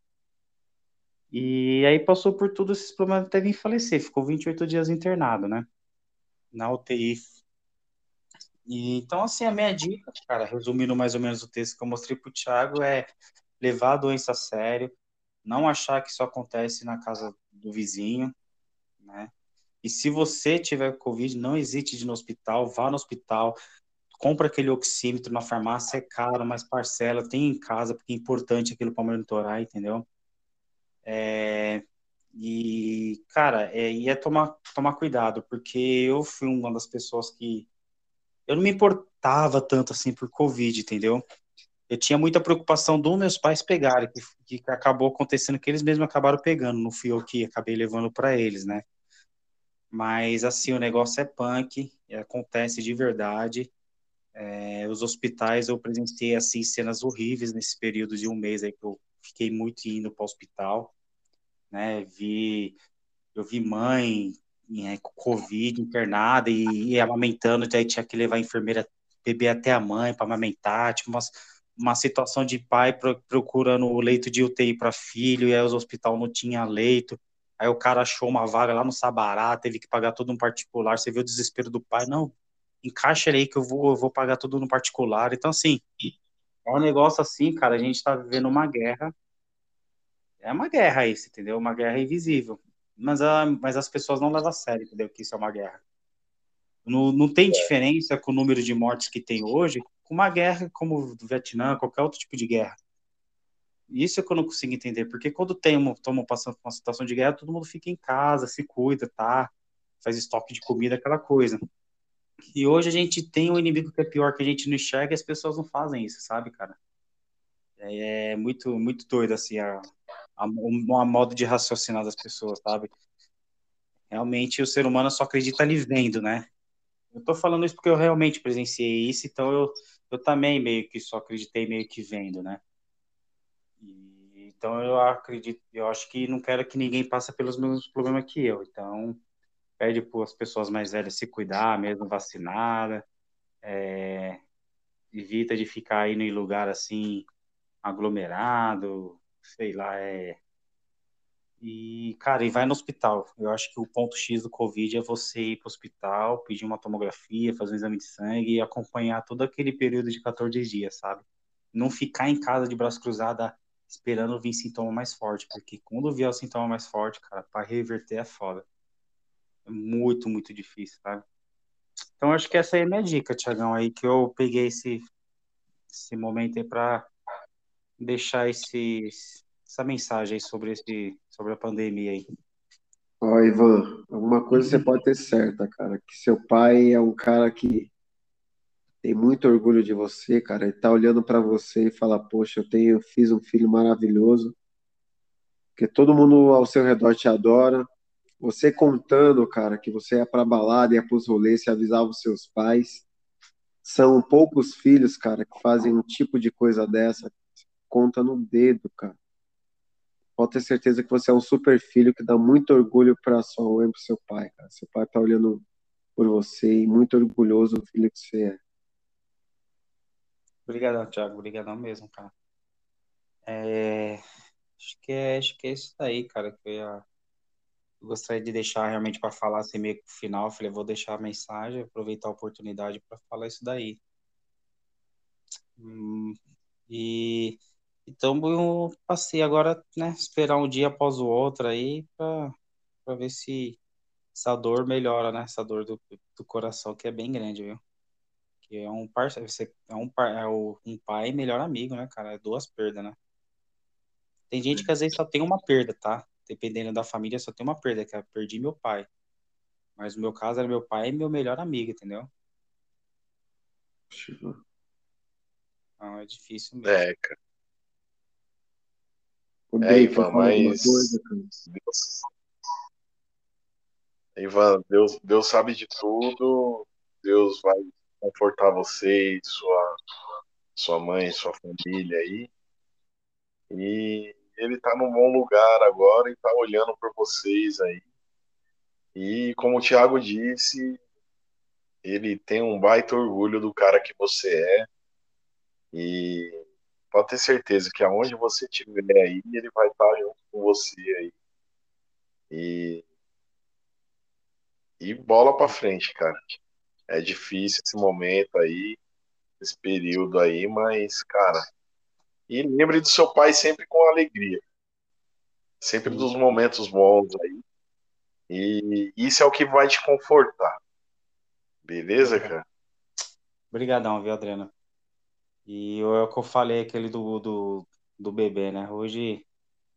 E aí passou por todos esses problemas até vir falecer. Ficou vinte e oito dias internado, né? Na U T I. E, então, assim, a minha dica, cara, resumindo mais ou menos o texto que eu mostrei pro Thiago, é levar a doença a sério, não achar que isso acontece na casa do vizinho, né? E se você tiver Covid, não hesite de ir no hospital, vá no hospital, compra aquele oxímetro na farmácia, é caro, mas parcela, tem em casa, porque é importante aquilo para monitorar, entendeu? É, e, cara, é, e é tomar, tomar cuidado, porque eu fui uma das pessoas que eu não me importava tanto assim por Covid, entendeu? Eu tinha muita preocupação dos meus pais pegarem, que, que acabou acontecendo que eles mesmos acabaram pegando, não fui eu que acabei levando para eles, né? Mas assim, o negócio é punk, acontece de verdade. É, os hospitais eu presenciei assim cenas horríveis nesse período de um mês aí que eu fiquei muito indo para o hospital, né? Vi, eu vi mãe é, com Covid internada e, e amamentando, aí tinha que levar a enfermeira beber até a mãe para amamentar, tipo umas, uma situação de pai pro, procurando o leito de U T I para filho, e aí os hospital não tinha leito, aí o cara achou uma vaga lá no Sabará, teve que pagar tudo no particular, você viu o desespero do pai, não, encaixa ele aí que eu vou, eu vou pagar tudo no particular, então assim, é um negócio assim, cara, a gente tá vivendo uma guerra, é uma guerra isso, entendeu? Uma guerra invisível. Mas, a, mas as pessoas não levam a sério, entendeu? Que isso é uma guerra. Não, não tem diferença com o número de mortes que tem hoje com uma guerra como do Vietnã, qualquer outro tipo de guerra. Isso é que eu não consigo entender, porque quando tem uma, estamos passando por uma situação de guerra, todo mundo fica em casa, se cuida, tá? Faz estoque de comida, aquela coisa. E hoje a gente tem um inimigo que é pior, que a gente não enxerga e as pessoas não fazem isso, sabe, cara? É muito, muito doido, assim, a, a, o a modo de raciocinar das pessoas, sabe? Realmente o ser humano só acredita ali vendo, né? Eu tô falando isso porque eu realmente presenciei isso, então eu, eu também meio que só acreditei meio que vendo, né? E, então eu acredito, eu acho que não quero que ninguém passe pelos mesmos problemas que eu. Então, pede para as pessoas mais velhas se cuidar, mesmo vacinada, é, evita de ficar aí em lugar assim aglomerado, sei lá, é. E, cara, e vai no hospital. Eu acho que o ponto X do Covid é você ir para o hospital, pedir uma tomografia, fazer um exame de sangue e acompanhar todo aquele período de quatorze dias, sabe? Não ficar em casa de braço cruzado esperando vir sintoma mais forte, porque quando vier o sintoma mais forte, cara, para reverter é foda. É muito, muito difícil, sabe? Então, acho que essa aí é a minha dica, Tiagão, aí, que eu peguei esse, esse momento aí para deixar esse, essa mensagem aí sobre, esse, sobre a pandemia aí. Ó, Ivan, alguma coisa você pode ter certa, cara, que seu pai é um cara que tem muito orgulho de você, cara. Ele tá olhando pra você e fala, poxa, eu tenho, fiz um filho maravilhoso, porque todo mundo ao seu redor te adora. Você contando, cara, que você ia pra balada, ia pros rolês, você avisava os seus pais. São poucos filhos, cara, que fazem um tipo de coisa dessa. Conta no dedo, cara. Pode ter certeza que você é um super filho que dá muito orgulho pra sua mãe e pro seu pai, cara. Seu pai tá olhando por você e muito orgulhoso do filho que você é. Obrigadão, Thiago. Obrigadão mesmo, cara. É, acho que é, acho que é isso daí, cara, que eu, ia, eu gostaria de deixar realmente para falar assim meio que no final. Eu falei, vou deixar a mensagem, aproveitar a oportunidade para falar isso daí. Hum, e então eu passei agora, né, esperar um dia após o outro aí para ver se essa dor melhora, né? Essa dor do, do coração que é bem grande, viu? Que é um parceiro, você é um, par, é o, um pai e melhor amigo, né, cara? É duas perdas, né? Tem gente que às vezes só tem uma perda, tá? Dependendo da família, só tem uma perda, que é perdi meu pai. Mas no meu caso era meu pai e meu melhor amigo, entendeu? Então é difícil mesmo. É, cara. É, Rodrigo, quer Ivan, falar alguma mas coisa, cara? Deus, Ivan, Deus, Deus sabe de tudo. Deus vai confortar você e sua, sua mãe, sua família aí. E ele tá num bom lugar agora e tá olhando por vocês aí. E como o Thiago disse, ele tem um baita orgulho do cara que você é. E pode ter certeza que aonde você estiver aí, ele vai estar junto com você aí. E, e bola pra frente, cara. É difícil esse momento aí, esse período aí, mas, cara. E lembre do seu pai sempre com alegria. Sempre Sim. dos momentos bons aí. E isso é o que vai te confortar. Beleza, cara? Obrigadão, viu, Adriana? E é o que eu falei, aquele do, do, do bebê, né? Hoje,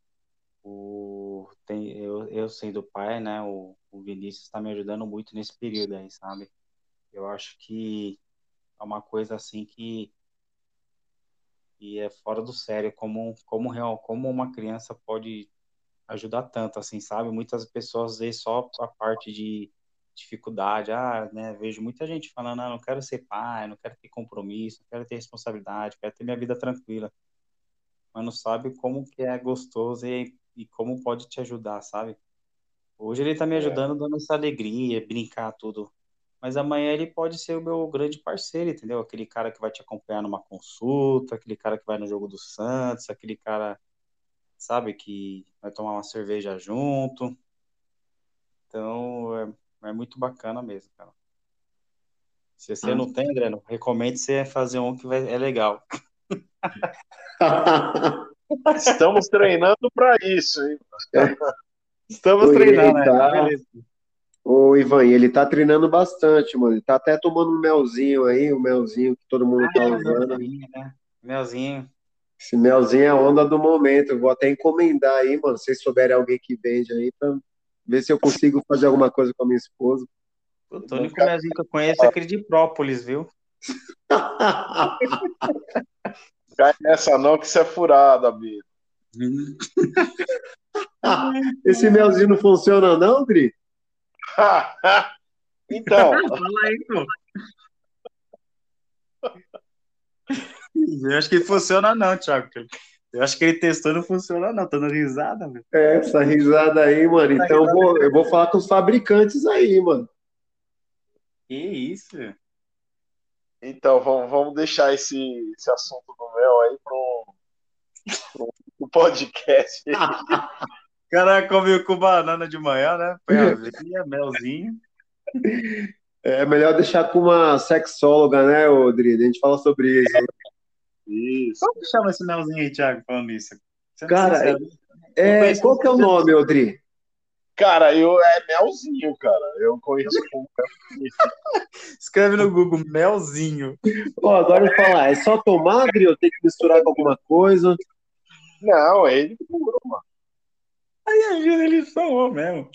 o, tem, eu, eu sendo pai, né? O, o Vinícius está me ajudando muito nesse período aí, sabe? Eu acho que é uma coisa assim que, que é fora do sério, como, como, real, como uma criança pode ajudar tanto, assim, sabe? Muitas pessoas veem só a parte de dificuldade, ah, né? Vejo muita gente falando, ah, não quero ser pai, não quero ter compromisso, não quero ter responsabilidade, quero ter minha vida tranquila, mas não sabe como que é gostoso e, e como pode te ajudar, sabe? Hoje ele tá me É, ajudando, dando essa alegria, brincar, tudo. Mas amanhã ele pode ser o meu grande parceiro, entendeu? Aquele cara que vai te acompanhar numa consulta, aquele cara que vai no jogo do Santos, aquele cara, sabe, que vai tomar uma cerveja junto. Então, é, é muito bacana mesmo, cara. Se você não tem, André, não recomendo você fazer um que vai, é legal. estamos treinando para isso, hein? Estamos Oi, ele treinando, né? Então, tá. beleza. Ô, Ivan, e ele tá treinando bastante, mano. Ele tá até tomando um melzinho aí, o melzinho que todo mundo tá usando. Melzinho, né? Melzinho. Esse melzinho é a onda do momento. Eu vou até encomendar aí, mano. Se vocês souberem alguém que vende aí, pra ver se eu consigo fazer alguma coisa com a minha esposa. O Não único cai, melzinho que eu conheço é aquele de própolis, viu? cai nessa não, que isso é furada, amigo. Ah, esse melzinho não funciona não, Dri? Então, Fala aí, pô. Eu acho que funciona não, Thiago. Eu acho que ele testou e não funciona não. Tô dando risada, velho. É, essa risada aí, mano. Então eu vou, eu vou falar com os fabricantes aí, mano. Que isso? então vamos, vamos deixar esse, esse assunto do mel aí para um podcast. O cara come com banana de manhã, né? Põe aveia, melzinho. É melhor deixar com uma sexóloga, né, ô Dri? A gente fala sobre isso. Isso. Como que chama esse melzinho aí, Thiago, falando isso? Sendo Cara, sincero, eu é, conheço qual que é o nome, ô Dri? Cara, eu é melzinho, cara. Eu conheço pouco. escreve no Google, melzinho. Ó, agora eu vou falar, é só tomar, Dri, ou tem que misturar com alguma coisa? Não, é ele puro, mano. Aí a vida ele falou mesmo.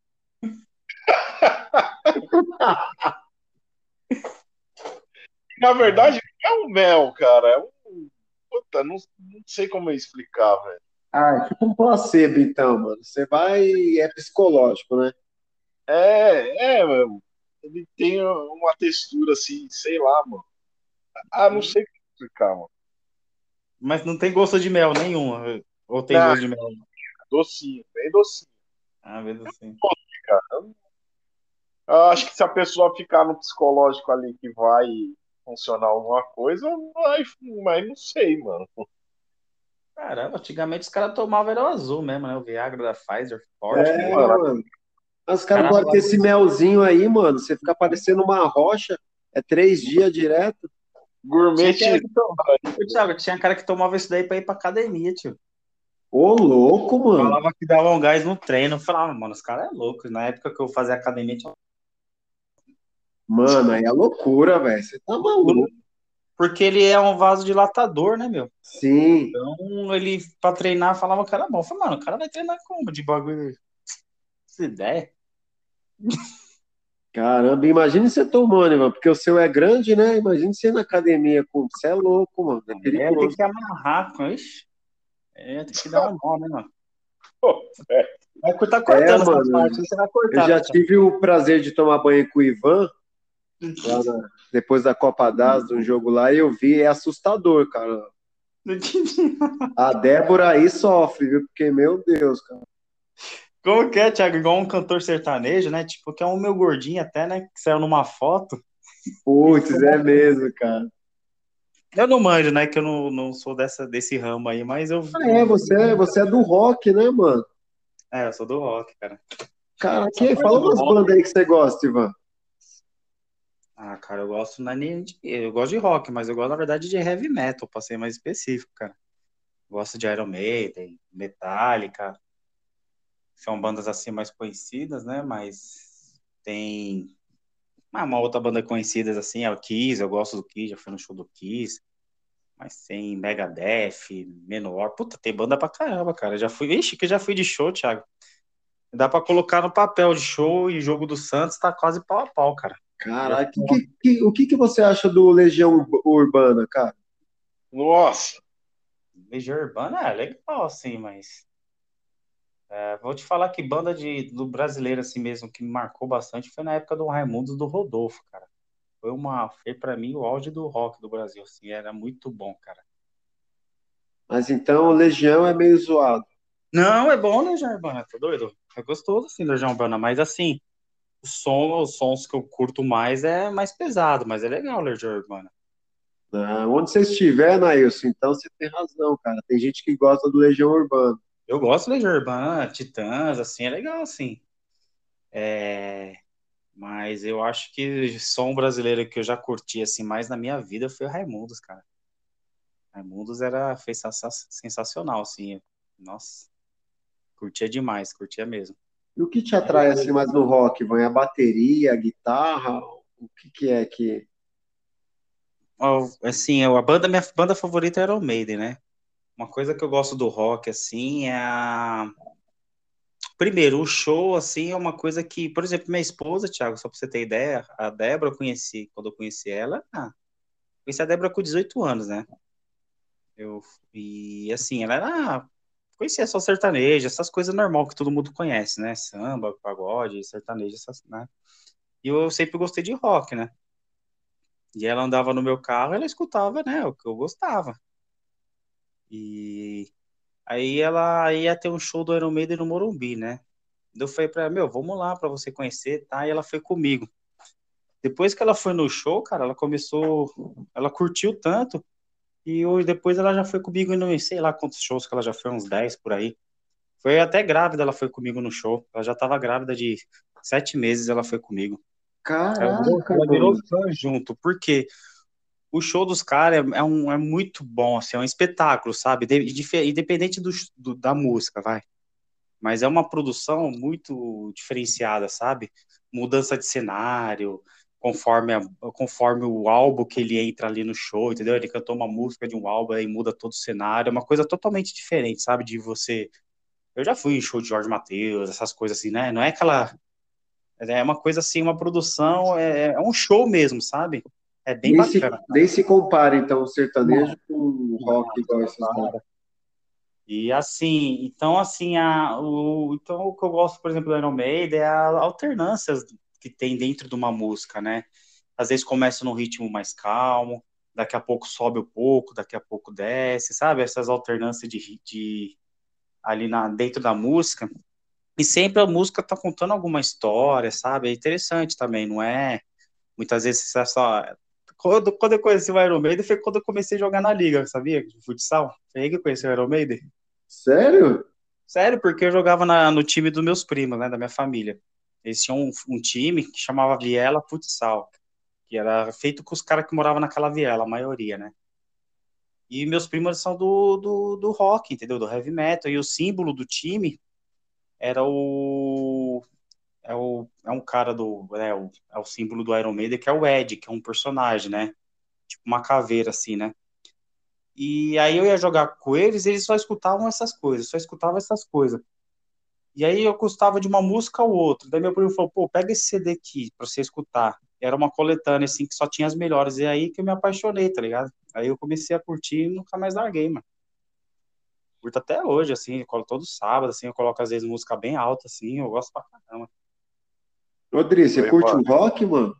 Na verdade, é um mel, cara. É um. Puta, não, não sei como eu explicar, velho. Ah, é tipo um placebo, então, mano. Você vai e é psicológico, né? É, é, mano. Ele tem uma textura assim, sei lá, mano. Ah, não sei como explicar, mano. Mas não tem gosto de mel nenhum. Ou tem Não, gosto de mel? docinho, bem docinho, Ah, vendo assim. cara. Eu, eu acho que se a pessoa ficar no psicológico ali que vai funcionar alguma coisa, vai, mas não sei, mano. Caramba, antigamente os caras tomavam era o azul mesmo, né? O Viagra da Pfizer, forte É, mesmo. Mano, mano. Os caras Caramba, falam que esse melzinho aí, mano, você fica parecendo uma rocha, é três dias direto. tinha gourmet. cara que tomava. Thiago, tinha cara que tomava isso daí pra ir pra academia, tio. Ô, louco, mano. Falava que dava um gás no treino. Eu falava, mano, os caras é louco. Na época que eu fazia academia, tinha... Mano, aí é loucura, velho. Você tá maluco. porque ele é um vasodilatador, né, meu? Sim. Então, ele, pra treinar, falava que era bom. Eu falei, mano, o cara vai treinar como? De bagulho. Essa ideia. Caramba, imagine você tomando, mano, porque o seu é grande, né? Imagine você na academia com. Você é louco, mano. É É, tem perigoso. que amarrar com isso. É, tem que dar uma mão, né, mano? Pô, é, Vai cortar É, cortando essa mano. parte, você vai Eu cortar, já né, Thiago? tive o prazer de tomar banho com o Ivan, lá na- depois da Copa das, de um jogo lá, e eu vi, é assustador, cara. Não entendi. A Débora aí sofre, viu? Porque, meu Deus, cara. Como que é, Thiago? Igual um cantor sertanejo, né? Tipo, que é um meu gordinho até, né? Que saiu numa foto. E Putz, ficou... é mesmo, cara. Eu não manjo, né? Que eu não, não sou dessa, desse ramo aí, mas eu, Ah, é, eu... você é, você é do rock, né, mano? É, eu sou do rock, cara. Cara, Essa que, parte fala do umas rock. bandas aí que você gosta, Ivan. Ah, cara, eu gosto, não é nem de... Eu gosto de rock, mas eu gosto, na verdade, de heavy metal, pra ser mais específico, cara. Gosto de Iron Maiden, Metallica. São bandas assim mais conhecidas, né? Mas tem ah, uma outra banda conhecida assim, é o Kiss, eu gosto do Kiss, já fui no show do Kiss. Mas tem Megadeth, Manowar. Puta, tem banda pra caramba, cara. Já fui, ixi, que já fui de show, Thiago. Dá pra colocar no papel de show e jogo do Santos tá quase pau a pau, cara. Já Caraca, que, fui... que, que- o que, que você acha do Legião Urbana, cara? nossa, Legião Urbana é legal, assim, mas é, vou te falar que banda de, do brasileiro, assim mesmo, que me marcou bastante foi na época do Raimundos do Rodolfo, cara. Foi uma, foi pra mim o auge do rock do Brasil, assim, era muito bom, cara. Mas então o Legião é meio zoado. Não, é bom, né, Legião Urbana, tá doido? É gostoso, assim, Legião Urbana, mas assim, o som, os sons que eu curto mais é mais pesado, mas é legal, Legião Urbana. Ah, onde você estiver, Nailson, então você tem razão, cara. Tem gente que gosta do Legião Urbana. Eu gosto de Legião Urbana, Titãs, assim, é legal, assim. É... Mas eu acho que som brasileiro que eu já curti, assim, mais na minha vida foi o Raimundos, cara. Raimundos era, foi sensa- sensacional, assim. Nossa, curtia demais, curtia mesmo. E o que te atrai assim mais no rock, Ivan? É a bateria, a guitarra? O que que é que... Ó, assim, a banda, minha banda favorita era o Maiden, né? Uma coisa que eu gosto do rock, assim, é a... Primeiro, o show, assim, é uma coisa que, por exemplo, minha esposa, Thiago, só pra você ter ideia, a Débora eu conheci, quando eu conheci ela, ah, conheci a Débora com dezoito anos, né? Eu, e, assim, ela era conhecia só sertanejo, essas coisas normal que todo mundo conhece, né? Samba, pagode, sertanejo, essas, né? E eu sempre gostei de rock, né? E ela andava no meu carro, ela escutava, né, o que eu gostava. E aí ela ia ter um show do Iron Maiden no Morumbi, né? Eu falei pra ela, meu, vamos lá pra você conhecer, tá? E ela foi comigo. Depois que ela foi no show, cara, ela começou, ela curtiu tanto, e hoje depois ela já foi comigo em sei lá quantos shows que ela já foi, uns dez por aí. Foi até grávida, ela foi comigo no show. Ela já tava grávida de sete meses, ela foi comigo. Ela virou, Caraca, ela virou mano. fã junto, porque o show dos caras é, é, um, é muito bom, assim, é um espetáculo, sabe? De, de, independente do, do, da música, vai. Mas é uma produção muito diferenciada, sabe? Mudança de cenário, conforme, a, conforme o álbum que ele entra ali no show, entendeu? Ele cantou uma música de um álbum e muda todo o cenário, é uma coisa totalmente diferente, sabe? De você. Eu já fui em show de Jorge Mateus, essas coisas assim, né? Não é aquela. É uma coisa assim, uma produção, é, é um show mesmo, sabe? É bem Nem se, bacana. nem se compara, então, o sertanejo Não, com o rock não, igual não esses daí. para. E assim, então assim, a, o, então o que eu gosto, por exemplo, do Iron Maiden é a alternância que tem dentro de uma música, né? Às vezes começa num ritmo mais calmo, daqui a pouco sobe um pouco, daqui a pouco desce, sabe? Essas alternâncias de, de ali na, dentro da música. E sempre a música tá contando alguma história, sabe? É interessante também, não é? Muitas vezes você só. Quando, quando eu conheci o Iron Maiden foi quando eu comecei a jogar na liga, sabia? De futsal. Foi aí que eu conheci o Iron Maiden. Sério? Sério, porque eu jogava na, no time dos meus primos, né, da minha família. Eles tinham um, um time que chamava Viela Futsal, que era feito com os caras que moravam naquela viela, a maioria, né? E meus primos são do, do, do rock, entendeu? Do heavy metal. E o símbolo do time era o. É, o, é um cara do. É o, é o símbolo do Iron Maiden, que é o Ed, que é um personagem, né? Tipo uma caveira, assim, né? E aí eu ia jogar com eles, eles só escutavam essas coisas, só escutavam essas coisas. E aí eu gostava de uma música ou outra. Daí meu primo falou, pô, pega esse C D aqui pra você escutar. Era uma coletânea, assim, que só tinha as melhores. E aí que eu me apaixonei, tá ligado? Aí eu comecei a curtir e nunca mais larguei, mano. Curto até hoje, assim, eu coloco todo sábado, assim, eu coloco às vezes música bem alta, assim, eu gosto pra caramba. Rodrigo, você Oi, curte o mano. rock, mano?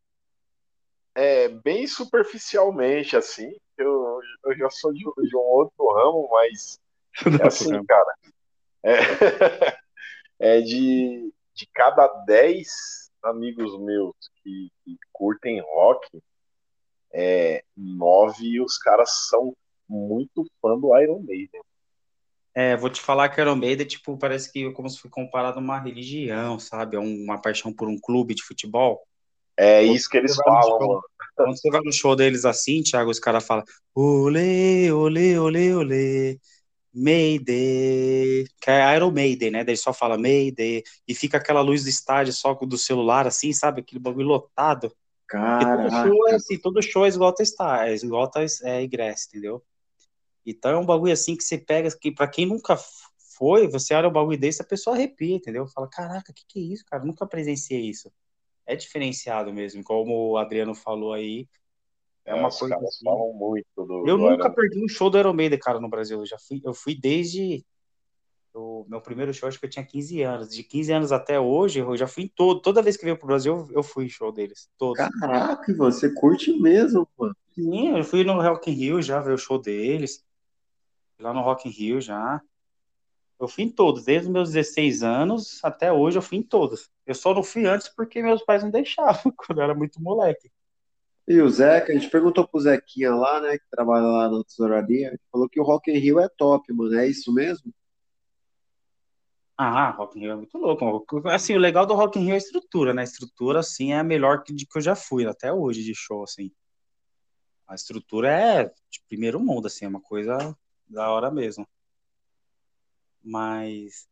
É bem superficialmente, assim. Eu, eu já sou de, de um outro ramo, mas é Não, tô assim, brincando. cara. É, é de, de cada dez amigos meus que, que curtem rock, é, nove os caras são muito fã do Iron Maiden. É, vou te falar que Iron Maiden, tipo, parece que é como se foi comparado a uma religião, sabe? A uma paixão por um clube de futebol. É Quando isso que você eles vai no falam, show, mano. quando você vai no show deles assim, Thiago, os caras falam olê, olê, olê, olê, Mayday, que é Iron Maiden, né? Daí ele só fala Mayday, e fica aquela luz do estádio só do celular, assim, sabe? Aquele bagulho lotado. Porque todo show é Caraca. assim, todo show esgota estádio, esgota é, ingresso, entendeu? Então é um bagulho assim que você pega, que pra quem nunca foi, você olha um bagulho desse, a pessoa arrepia, entendeu? Fala, caraca, o que que é isso, cara? Nunca presenciei isso. É diferenciado mesmo, como o Adriano falou aí, é É, uma os coisa caras assim. falam muito do, Eu do nunca Iron perdi um show do Iron Maiden, cara, no Brasil. Eu já fui, eu fui desde o meu primeiro show, acho que eu tinha quinze anos. De quinze anos até hoje, eu já fui em todo. Toda vez que veio pro Brasil, eu fui em show deles, todos. Caraca, Ivan, você curte mesmo, mano. Sim, eu fui no Rock in Rio já ver o show deles, lá no Rock in Rio já. Eu fui em todos, desde os meus dezesseis anos até hoje eu fui em todos. Eu só não fui antes porque meus pais não deixavam, quando eu era muito moleque. E o Zeca, a gente perguntou pro Zequinha lá, né, que trabalha lá na tesouraria, ele falou que o Rock in Rio é top, mano. É isso mesmo? Ah, Rock in Rio é muito louco. Assim, o legal do Rock in Rio é a estrutura, né? A estrutura, assim, é a melhor que, de que eu já fui até hoje de show, assim. A estrutura é de primeiro mundo, assim, é uma coisa da hora mesmo. Mas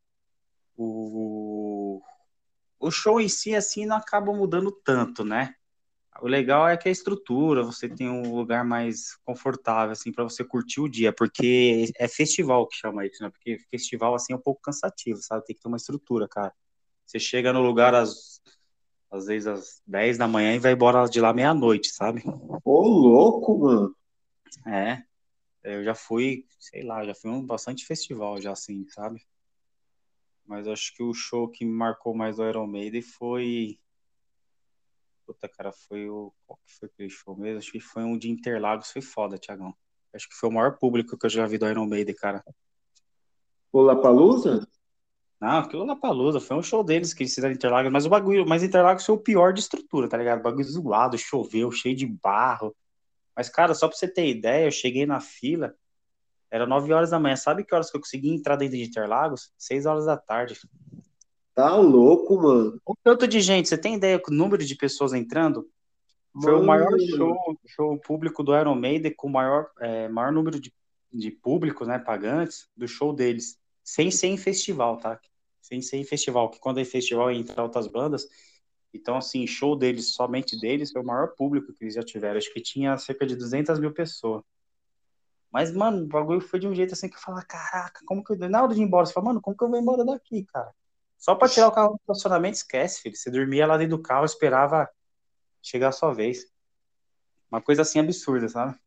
o, o show em si, assim, não acaba mudando tanto, né? O legal é que a estrutura, você tem um lugar mais confortável, assim, para você curtir o dia, porque é festival que chama isso, né? Porque festival, assim, é um pouco cansativo, sabe? Tem que ter uma estrutura, cara. Você chega no lugar às, às vezes às dez da manhã e vai embora de lá meia-noite, sabe? Ô, louco, mano. É, Eu já fui, sei lá, já fui um bastante festival já, assim, sabe? Mas acho que o show que me marcou mais do Iron Maiden foi... Puta, cara, foi o... Qual que foi aquele show mesmo? Acho que foi um de Interlagos, foi foda, Thiagão. Acho que foi o maior público que eu já vi do Iron Maiden, cara. O Lollapalooza? Não, aquilo lá pra Lusa, foi um show deles que eles fizeram em Interlagos, mas o bagulho, mas Interlagos foi o pior de estrutura, tá ligado? O bagulho zoado, choveu, cheio de barro. Mas, cara, só pra você ter ideia, eu cheguei na fila, era nove horas da manhã. Sabe que horas que eu consegui entrar dentro de Interlagos? Seis horas da tarde. Tá louco, mano. O tanto de gente, você tem ideia do número de pessoas entrando? Foi o maior show, Mano, show público do Iron Maiden, com o maior, é, maior número de, de públicos, né, pagantes, do show deles. Sem ser em festival, tá? Sem ser em festival, que quando é festival entra outras bandas. Então, assim, show deles, somente deles, foi o maior público que eles já tiveram. Acho que tinha cerca de duzentas mil pessoas. Mas, mano, o bagulho foi de um jeito assim que eu falava, caraca, como que eu... Na hora de ir embora, você fala, mano, como que eu vou embora daqui, cara? Só pra tirar o carro do estacionamento, esquece, filho. Você dormia lá dentro do carro, esperava chegar a sua vez. Uma coisa assim absurda, sabe?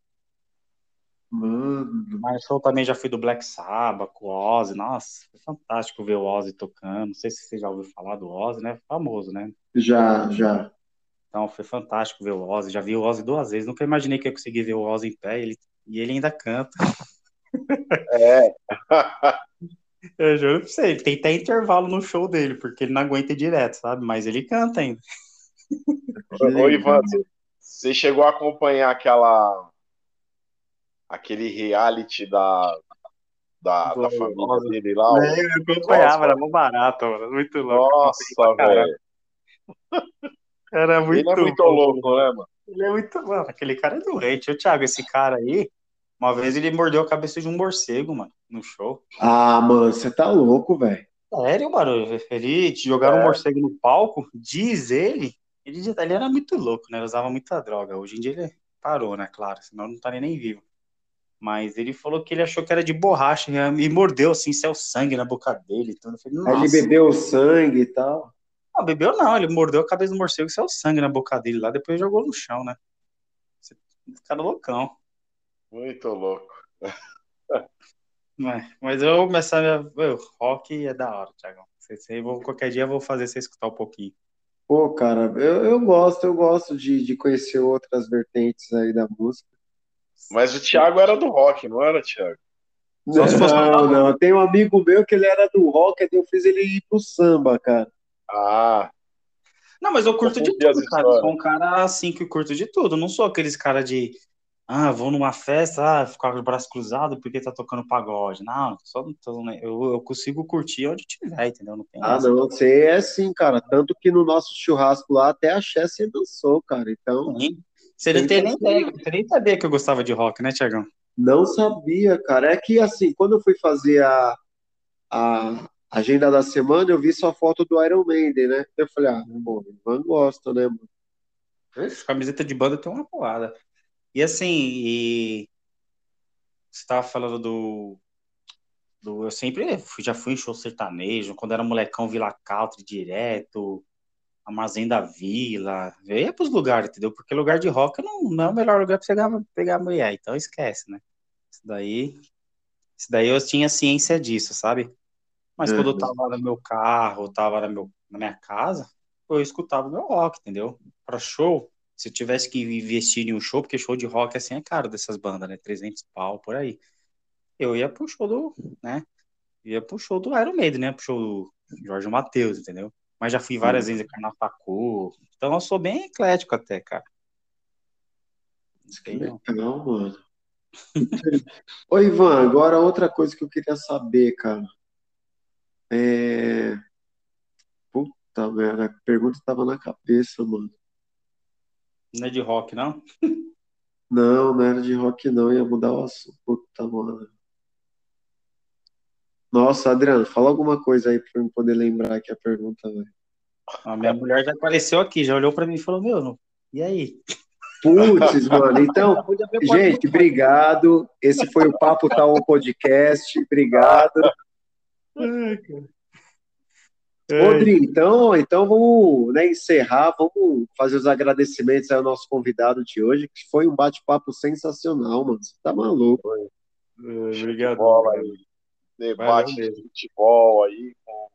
mano. Mas show também já fui do Black Sabbath, com o Ozzy. Nossa, foi fantástico ver o Ozzy tocando. Não sei se você já ouviu falar do Ozzy, né? Famoso, né? Já, já. Então foi fantástico ver o Ozzy. Já vi o Ozzy duas vezes. Nunca imaginei que eu ia conseguir ver o Ozzy em pé. Ele... E ele ainda canta. É. Eu juro pra você, ele tem até intervalo no show dele, porque ele não aguenta ir direto, sabe? Mas ele canta ainda. Que Ô, Ivan, legal. você você chegou a acompanhar aquela, aquele reality da, da, Do da família Ozzy. dele lá, É, o eu os acompanhava, era Osbourne? mó barato, mano. Muito louco, eu acompanhei pra Nossa, caramba. velho. Era Ele é muito muito bom. louco, né, mano? Ele é muito. Mano, aquele cara é doente. O Thiago, esse cara aí, uma vez ele mordeu a cabeça de um morcego, mano, no show. Ah, mano, você tá louco, velho. Sério, mano. Ele jogaram um É. morcego no palco, diz ele. Ele, ele era muito louco, né? Ele usava muita droga. Hoje em dia ele parou, né? Claro, senão não estaria nem vivo. Mas ele falou que ele achou que era de borracha e mordeu assim, saiu sangue na boca dele. Então eu falei, Aí ele nossa. bebeu sangue e tal. Não, bebeu não, ele mordeu a cabeça do morcego e saiu sangue na boca dele lá, depois jogou no chão, né? Esse cara loucão. Muito louco. Mas, mas eu começar a. Meu, rock é da hora, Thiagão. Você, você, vou, qualquer dia eu vou fazer você escutar um pouquinho. Pô, cara, eu, eu gosto, eu gosto de, de conhecer outras vertentes aí da música. Mas o Thiago era do rock, não era, Thiago? Só se fosse. Não, não. Tem um amigo meu que ele era do rock, aí eu fiz ele ir pro samba, cara. Ah, Não, mas eu curto de confundi as tudo, cara. Eu sou histórias. um cara assim que curto de tudo. Eu não sou aqueles cara de. Ah, vou numa festa, ah, ficar com o braço cruzado porque tá tocando pagode. Não, só, tô- eu, eu consigo curtir onde tiver, entendeu? Não tem Ah, essa. não, você é assim, cara. Tanto que no nosso churrasco lá, até a Xé você dançou, cara. Então, Sim. Você não tem nem ideia, sensacional. você nem sabia que eu gostava de rock, né, Thiagão? Não sabia, cara. É que, assim, quando eu fui fazer a, a agenda da semana, eu vi sua foto do Iron Maiden, né? Eu falei, ah, pô, o Ivan gosta, né, mano? Ixi, camiseta de banda tem uma porrada. E assim, e você tava falando do, do. Eu sempre fui- já fui em show sertanejo, quando era molecão, Vila Country direto, Armazém da Vila. Eu ia pros lugares, entendeu? Porque lugar de rock não, não é o melhor lugar pra você pegar, pegar mulher, então esquece, né? Isso daí, isso daí eu tinha ciência disso, sabe? Mas quando eu Aham. tava no meu carro, eu tava na, meu, na minha casa, eu escutava o meu rock, entendeu? Pra show, se eu tivesse que investir em um show, porque show de rock assim é caro dessas bandas, né? trezentos pau por aí. Eu ia pro show do, né? Ia pro show do Iron Maiden, né? Pro show do Jorge Mateus, entendeu? Mas já fui várias vezes em Carnapacu. Então eu sou bem eclético até, cara. Não Que tenho. legal, mano. Ô, Ivan, agora outra coisa que eu queria saber, cara. É... Puta merda, a pergunta tava na cabeça, mano. Não é de rock, não? Não, não era de rock, não. Ia mudar o assunto. Puta, mano. Nossa, Adriano, fala alguma coisa aí pra eu poder lembrar aqui a pergunta, velho. A minha mulher já apareceu aqui, já olhou pra mim e falou: Meu, não- e aí? Putz, mano. Então, Acabou de abrir a porta do gente, quarto. obrigado. Esse foi o Papo Tá On Podcast. Obrigado. Ai, cara. Ô, Ai, Dri, então, então vamos, né, encerrar, vamos fazer os agradecimentos aí ao nosso convidado de hoje, que foi um bate-papo sensacional, mano. Você tá maluco. Show de Obrigadão, bola cara. aí. Valeu Debate de mesmo. futebol aí. com-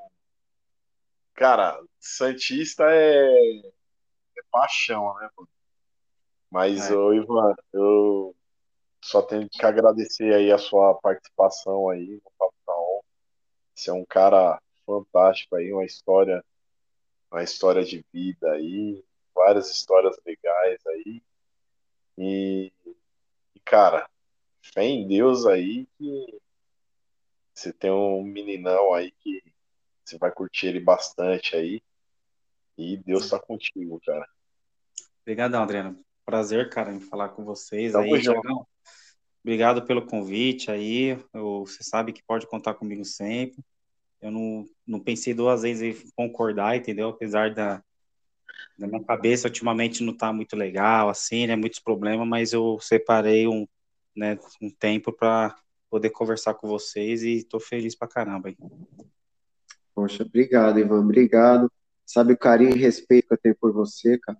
Cara, Santista é, é paixão, né, mano? Mas, É, ô, Ivan, eu só tenho que agradecer aí a sua participação aí no Papo da On. Você é um cara fantástico aí, uma história, uma história de vida aí, várias histórias legais aí. E, e, cara, fé em Deus aí que você tem um meninão aí que você vai curtir ele bastante aí. E Deus tá contigo, cara. obrigadão, Adriano. Prazer, cara, em falar com vocês Tamo aí, junto. Tiagão. Obrigado pelo convite aí. Eu- você sabe que pode contar comigo sempre. Eu não, não pensei duas vezes em concordar, entendeu? Apesar da, da minha cabeça ultimamente não tá muito legal, assim, né? Muitos problemas, mas eu separei um, né, um tempo para poder conversar com vocês e tô feliz pra caramba, hein? Poxa, obrigado, Ivan, obrigado. Sabe o carinho e respeito que eu tenho por você, cara?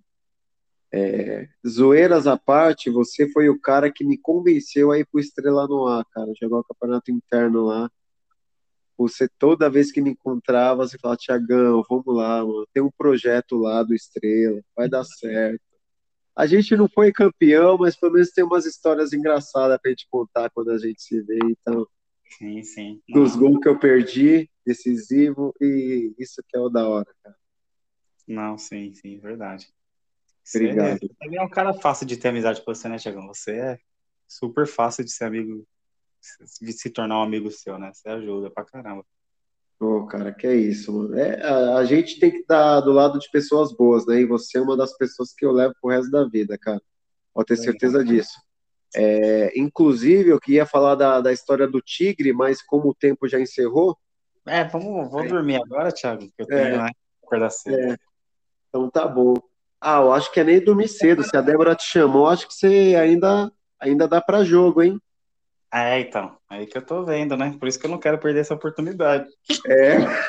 Zoeiras à parte, você foi o cara que me convenceu a ir pro Estrela no Ar, cara. Jogar o campeonato interno lá. Você, toda vez que me encontrava, você falava, Tiagão, vamos lá, mano. Tem um projeto lá do Estrela, vai dar certo. A gente não foi campeão, mas pelo menos tem umas histórias engraçadas pra gente contar quando a gente se vê. Então, Sim, sim. dos Não, gols que eu perdi, decisivo, e isso que é o da hora, cara. não, sim, sim, verdade. Você, Obrigado. você também é um cara fácil de ter amizade com você, né, Tiagão? Você é super fácil de ser amigo, de se tornar um amigo seu, né? Você ajuda pra caramba. Pô, cara, que é isso, mano. É, a, a gente tem que estar do lado de pessoas boas, né? E você é uma das pessoas que eu levo pro resto da vida, cara. Pode ter Legal. certeza disso. É, inclusive, eu queria falar da, da história do Tigre, mas como o tempo já encerrou, É, vamos, vou dormir agora, Thiago, que eu tenho, é, né, que acordar cedo. é, então tá bom. Ah, eu acho que é nem dormir cedo. Se a Débora te chamou, acho que você ainda, ainda dá pra jogo, hein? É, então, aí que eu tô vendo, né? Por isso que eu não quero perder essa oportunidade. É,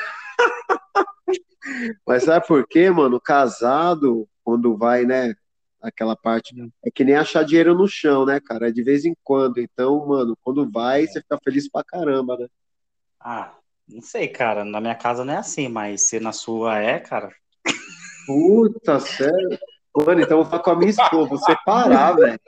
mas sabe por quê, mano? Casado, quando vai, né? Aquela parte. É que nem achar dinheiro no chão, né, cara? É de vez em quando. Então, mano, quando vai, você fica feliz pra caramba, né? Ah, não sei, cara, na minha casa não é assim, mas se na sua é, cara. Puta, sério? Mano, então eu vou falar com a minha esposa. Você parar, velho.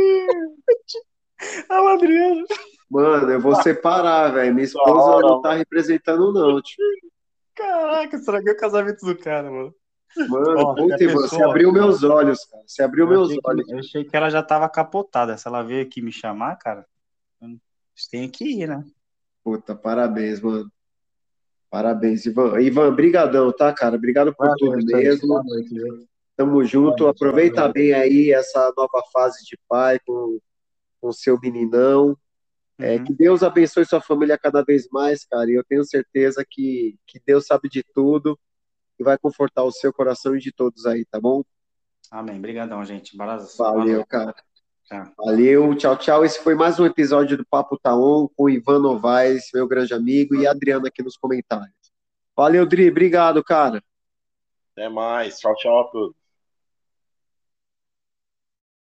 Ah, o Adriano. Mano, eu vou separar, velho. Minha Da esposa hora, não tá mano. representando, não, tio. Caraca, estraguei o casamento do cara, mano. Mano, Ó, se a puta, Ivan, você pessoa, abriu meus olhos, cara. Você abriu eu meus achei que, olhos. eu achei que ela já tava capotada. Se ela veio aqui me chamar, cara, eu não- tem que ir, né? Puta, parabéns, mano. Parabéns, Ivan. Ivan, brigadão, tá, cara? Obrigado por Valeu, tudo gente. mesmo. Boa noite, viu? Tamo Boa junto. noite, boa Aproveita noite. bem aí essa nova fase de pai com com seu meninão. É, que Uhum. Deus abençoe sua família cada vez mais, cara. E eu tenho certeza que, que Deus sabe de tudo e vai confortar o seu coração e de todos aí, tá bom? Amém. Obrigadão, gente. Boa boa Valeu, noite. cara. Tchau. Valeu, tchau, tchau. Esse foi mais um episódio do Papo Taon com o Ivan Novaes, meu grande amigo, e a Adriana aqui nos comentários. Valeu, Dri. Obrigado, cara. Até mais. Tchau, tchau a todos.